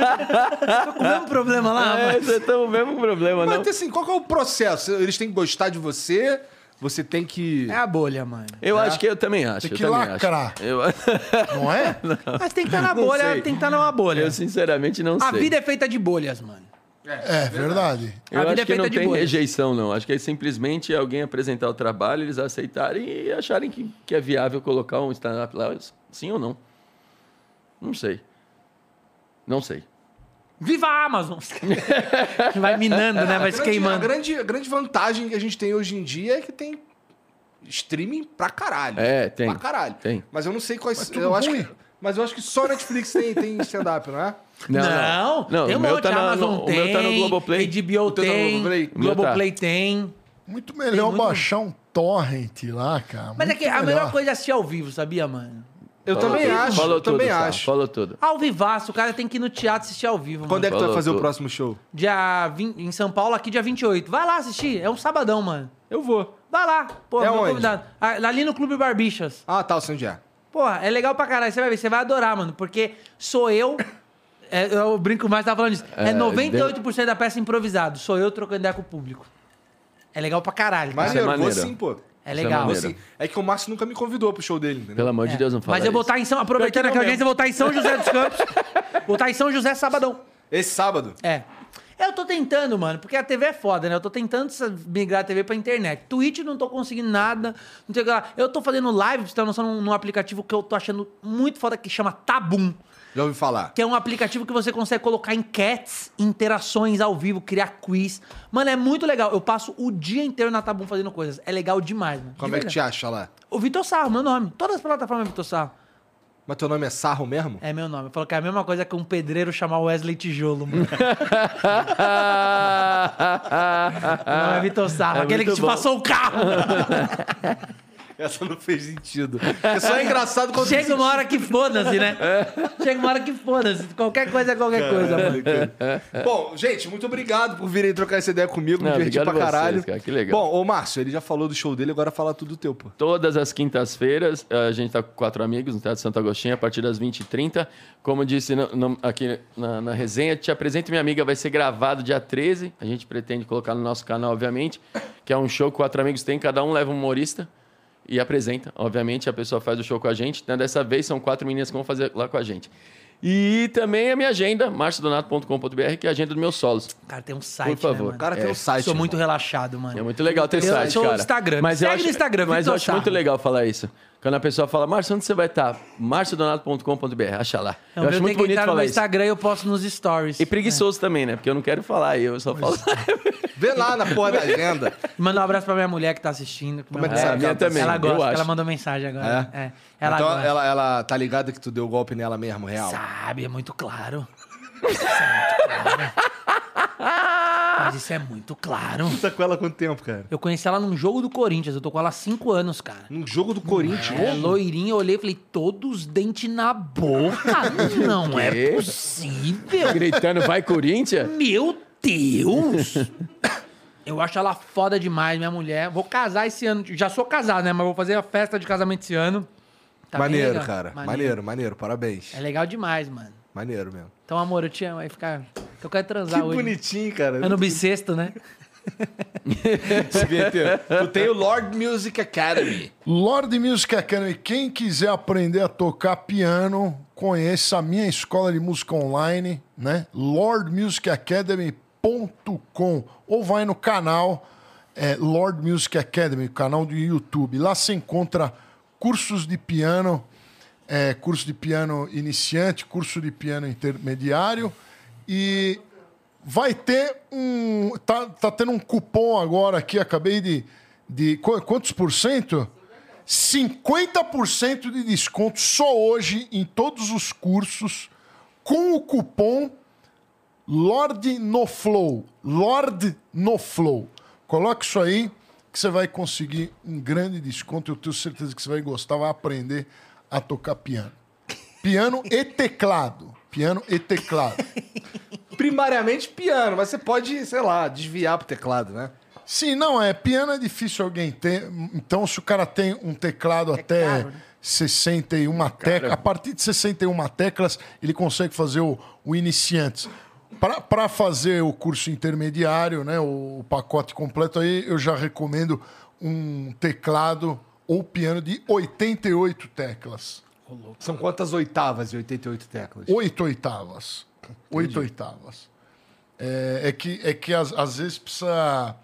Tô com o mesmo problema lá, É, mas... vocês estão o mesmo problema, não. Mas assim, qual que é o processo? Eles têm que gostar de você, você tem que... É a bolha, mano. Eu acho que eu também acho. Tem eu que também lacrar. Acho. Eu, Não é? Mas tem que estar na Não bolha, sei. tem que estar numa bolha. eu sinceramente não A sei. vida é feita de bolhas, mano. É, verdade. Eu a vida acho é que feita não de tem bolhas. rejeição, não. Acho que é simplesmente alguém apresentar o trabalho, eles aceitarem e acharem que, que é viável colocar um stand-up lá. Sim ou não? Não sei. Não sei. Viva a Amazon! Vai minando, né? Vai se A grande- queimando. A grande, a grande vantagem que a gente tem hoje em dia é que tem streaming pra caralho. É, tem. Pra caralho. Tem. Mas eu não sei quais... Mas tudo eu acho ruim. que, mas eu acho que só Netflix tem, tem stand-up, não é? Não, Não, tem um o meu monte. tá na- Amazon no- o tem, meu tá no Globoplay. H B O O teu tá no tem, Globoplay? O meu tá. Globoplay tem. Muito melhor muito- baixar um torrent lá, cara. Mas é Muito que a melhor coisa é assistir ao vivo, sabia, mano? Eu Falou também tudo. acho, Falou eu também tudo, Sá, acho. Falou tudo. Ao vivaço, o cara tem que ir no teatro assistir ao vivo, Quando mano. é que tu vai Falou fazer o tudo. próximo show? Dia vinte, em São Paulo, aqui dia vinte e oito. Vai lá assistir, é um sabadão, mano. Eu vou. Vai lá. Pô, É meu onde? convidado. Ah, Ali no Clube Barbixas. Ah, tá, o sei onde é. Porra, é legal pra caralho. Você vai ver, você vai adorar, mano. Porque sou eu. é, eu brinco mais, tava falando disso. É, É, noventa e oito por cento da peça improvisado. Sou eu trocando ideia com o público. É legal pra caralho. cara. Maneiro, vou maneiro. sim, pô. É Isso é legal. Vou maneiro. sim. É que o Márcio nunca me convidou pro show dele, entendeu? Pelo amor de É. Deus, não fala Mas eu vou isso. estar em São... Aproveitando Pior que aqui a não audiência, eu vou estar em São José dos Campos. Vou estar em São José sabadão. Esse sábado. É. Eu tô tentando, mano, porque a T V é foda, né? Eu tô tentando essa- migrar a T V pra internet. Twitch não tô conseguindo nada. Não sei o que lá. Eu tô fazendo live, pra você ter uma noção, num, num aplicativo que eu tô achando muito foda, que chama Tabum. Já ouvi falar. Que é um aplicativo que você consegue colocar enquetes, interações ao vivo, criar quiz. Mano, é muito legal. Eu passo o dia inteiro na Tabum fazendo coisas. É legal demais, mano. De Como é que verdade. te acha lá? O Vitor Sarro, meu nome. Todas as plataformas é Vitor Sarro. Mas teu nome é Sarro mesmo? É meu nome. Eu falo que é a mesma coisa que um pedreiro chamar Wesley Tijolo, mano. Não é Vitor Sarro. É aquele que muito te bom. passou o carro. Essa não fez sentido. É só engraçado quando... Chega uma hora que foda-se, né? Chega uma hora que foda-se. Qualquer coisa é qualquer coisa, mano. Bom, gente, muito obrigado por virem trocar essa ideia comigo. Me Não, diverti pra obrigado a vocês, caralho. cara, que legal. Bom, ô Márcio, ele já falou do show dele, agora fala tudo teu, pô. Todas as quintas-feiras, a gente tá com quatro amigos no Teatro Santo Agostinho, a partir das vinte e trinta. Como eu disse no- no- aqui na, na resenha, Te Apresento Minha Amiga vai ser gravado dia treze. A gente pretende colocar no nosso canal, obviamente, que é um show que quatro amigos têm, cada um leva um humorista e apresenta. Obviamente, a pessoa faz o show com a gente. Então, dessa vez, são quatro meninas que vão fazer lá com a gente. E também a minha agenda, marcio donato ponto com ponto b r, que é a agenda dos meus solos. Cara, tem um site, Por favor. né, O mano? cara tem É, um site. Sou irmão. muito relaxado, mano. É muito legal ter Eu site, sou do cara. Instagram. Mas eu Segue acho, no Instagram, mas eu Vitor acho muito Sarro. legal falar isso. Quando a pessoa fala, Márcio, onde você vai estar? marcio donato ponto com ponto b r, acha lá. Então, eu acho eu muito tenho que bonito entrar no falar meu isso. Instagram e eu posto nos stories. E preguiçoso também, né? Porque eu não quero falar, eu só falo. Vê lá na porra da agenda. Manda um abraço pra minha mulher que tá assistindo. que Como é que meu- sabe a que minha ela tá também. Ela eu gosta, acho. ela mandou mensagem agora. É. Ela então gosta. ela, ela tá ligada que tu deu golpe nela mesmo, real? Sabe, é muito claro. Isso é muito claro. Mas isso é muito claro. Tu tá com ela há quanto tempo, cara? Eu conheci ela num jogo do Corinthians. Eu tô com ela há cinco anos, cara. Num jogo do Corinthians. É, loirinha, eu olhei e falei, todos os dentes na boca? Não é Quê? possível. Gritando, vai Corinthians? Meu Deus! Eu acho ela foda demais, minha mulher. Vou casar esse ano. Já sou casado, né? Mas vou fazer a festa de casamento esse ano. Tá bem maneiro, legal. cara. Maneiro. maneiro, parabéns. É legal demais, mano. Maneiro mesmo. Então, amor, eu te amo. Aí ficar. Eu quero transar Que hoje. bonitinho, cara. Ano bissexto, né? Vinheteiro, tu tem o Lord Music Academy. Lord Music Academy. Quem quiser aprender a tocar piano, conheça a minha escola de música online, né? lord music academy ponto com ou vai no canal é, Lord Music Academy, canal do YouTube. Lá você encontra cursos de piano, é, curso de piano iniciante, curso de piano intermediário e vai ter um... Tá, tá tendo um cupom agora aqui, acabei de... de qu- quantos por cento? cinquenta por cento de desconto só hoje em todos os cursos com o cupom Lord No Flow. Lord No Flow. Coloque isso aí que você vai conseguir um grande desconto. Eu tenho certeza que você vai gostar, vai aprender a tocar piano. Piano e teclado. Piano e teclado. Primariamente piano, mas você pode, sei lá, desviar pro teclado, né? Sim, não, é piano é difícil alguém ter. Então, se o cara tem um teclado até caro, né? sessenta e uma teclas, a partir de sessenta e uma teclas, ele consegue fazer o, o iniciantes. Para fazer o curso intermediário, né, o, o pacote completo, aí eu já recomendo um teclado ou piano de oitenta e oito teclas. São quantas oitavas de oitenta e oito teclas? Oito oitavas. Oito oitavas. É, é que, é que às, às vezes precisa...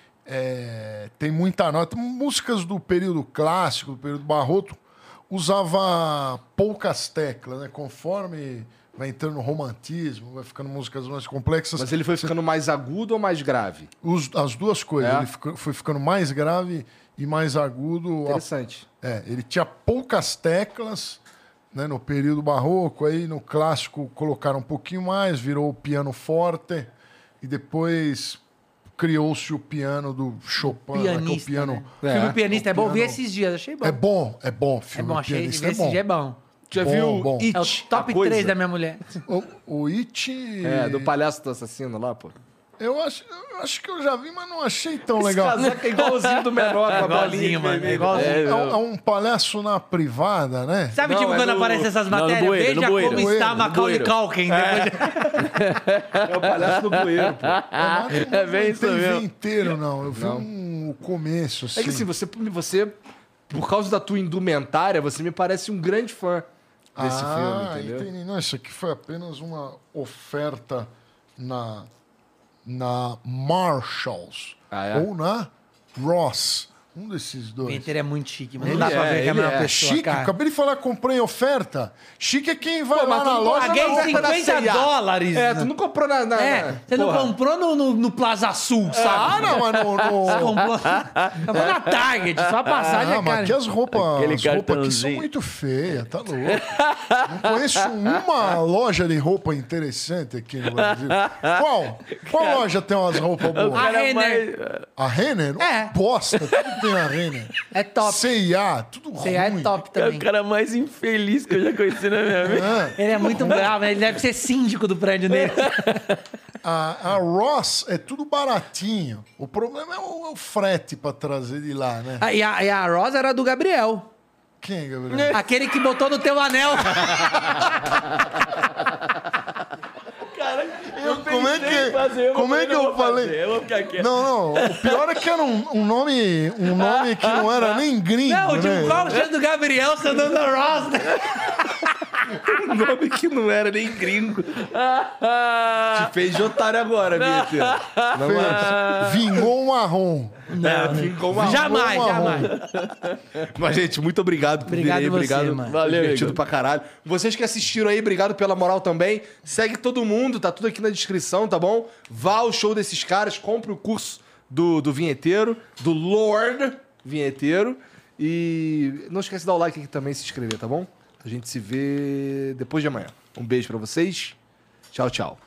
é, tem muita nota. Músicas do período clássico, do período barroco, usava poucas teclas, né? Conforme vai entrando no romantismo, vai ficando músicas mais complexas. Mas ele foi ficando mais agudo ou mais grave? Os- as duas coisas. É? Ele ficou- foi ficando mais grave e mais agudo. Interessante. É, ele tinha poucas teclas, né, no período barroco, aí no clássico colocaram um pouquinho mais, virou o piano forte, e depois criou-se o piano do Chopin, né, que é o Pianista. piano... Né? O filme Pianista é, bom. piano- Vi esses dias, achei bom. É bom, é bom, É filme bom, achei. Vi pianista esses é bom. dias é bom. Já Bom, viu bom. It, É o top a coisa? três da minha mulher. O, o It... É, do palhaço do assassino lá, pô. Eu acho, eu acho que eu já vi, mas não achei tão Esse legal. casaco é igualzinho do menor, com a bolinha igualzinho, mano, é vermelha. igualzinho. É, um, é um palhaço na privada, né? Sabe, Não, tipo, é quando no- aparecem essas não, no matérias? bueiro, no Veja bueiro. como está Bueiro, Macaulay bueiro. Culkin. Depois... É o palhaço do bueiro, pô. Eu É bem não isso entendi mesmo. inteiro, não. Eu vi Não. um, o começo, assim. É que assim, você, você, por causa da tua indumentária, você me parece um grande fã desse ah, filme, entendeu? entendi. Não, isso aqui foi apenas uma oferta na, na Marshalls. Ah, é? Ou na Ross. Um desses O dois. Vinheteiro é muito chique, mano. Ele Não dá pra é, ver que é a ele mesma é. pessoa, Chique, cara. acabei de falar, comprei em oferta. Chique é quem vai Pô, lá mas tu na não loja. Paguei na oferta da cinquenta C e A. dólares. É, tu não comprou na... na É, na- você não porra. comprou no, no, no Plaza Sul, Ah, sabe? não, mas no... no... Você comprou, comprou na Target, só a passagem Ah, é mas cara. aqui as roupas, Aquele as roupas aqui são cartãozinho. muito feias, tá louco. Não conheço uma loja de roupa interessante aqui no Brasil. Qual? Qual loja tem umas roupas A boas? Renner. mais- A Renner? É. Bosta, tudo tem a Renner. É top. C e A, tudo ruim. C e A é top É o também. cara mais infeliz que eu já conheci na minha vida. Ah, Ele é muito bravo, né? Ele deve ser síndico do prédio dele. a, a Ross é tudo baratinho. O problema é o, é o frete pra trazer de lá, né? Ah, e, a, e a Rosa era do Gabriel. Quem, Gabriel? Aquele que botou no teu anel. Eu Como é pensei em que- fazer, como mas é que não eu vou falei? fazer, eu vou ficar quieto. Não, não. O pior é que era um, um nome, um nome que não era nem gringo, Não, tipo, né? qual o cheiro do Gabriel sendo da Rosa? Um nome que não era nem gringo. Te fez de otário agora, Vinheteiro. Não, mas, Fez. Vingou um marrom. é, ficou uma... Jamais, Marrom. jamais. Mas, gente, muito obrigado por Obrigado vir aí. você, Obrigado. mano. Valeu, divertido Igor. pra caralho. Vocês que assistiram aí, obrigado pela moral também. Segue todo mundo, tá tudo aqui na descrição, tá bom? Vá ao show desses caras, compre o curso do, do Vinheteiro, do Lord Vinheteiro. E não esquece de dar o like aqui também e se inscrever, tá bom? A gente se vê depois de amanhã. Um beijo pra vocês. Tchau, tchau.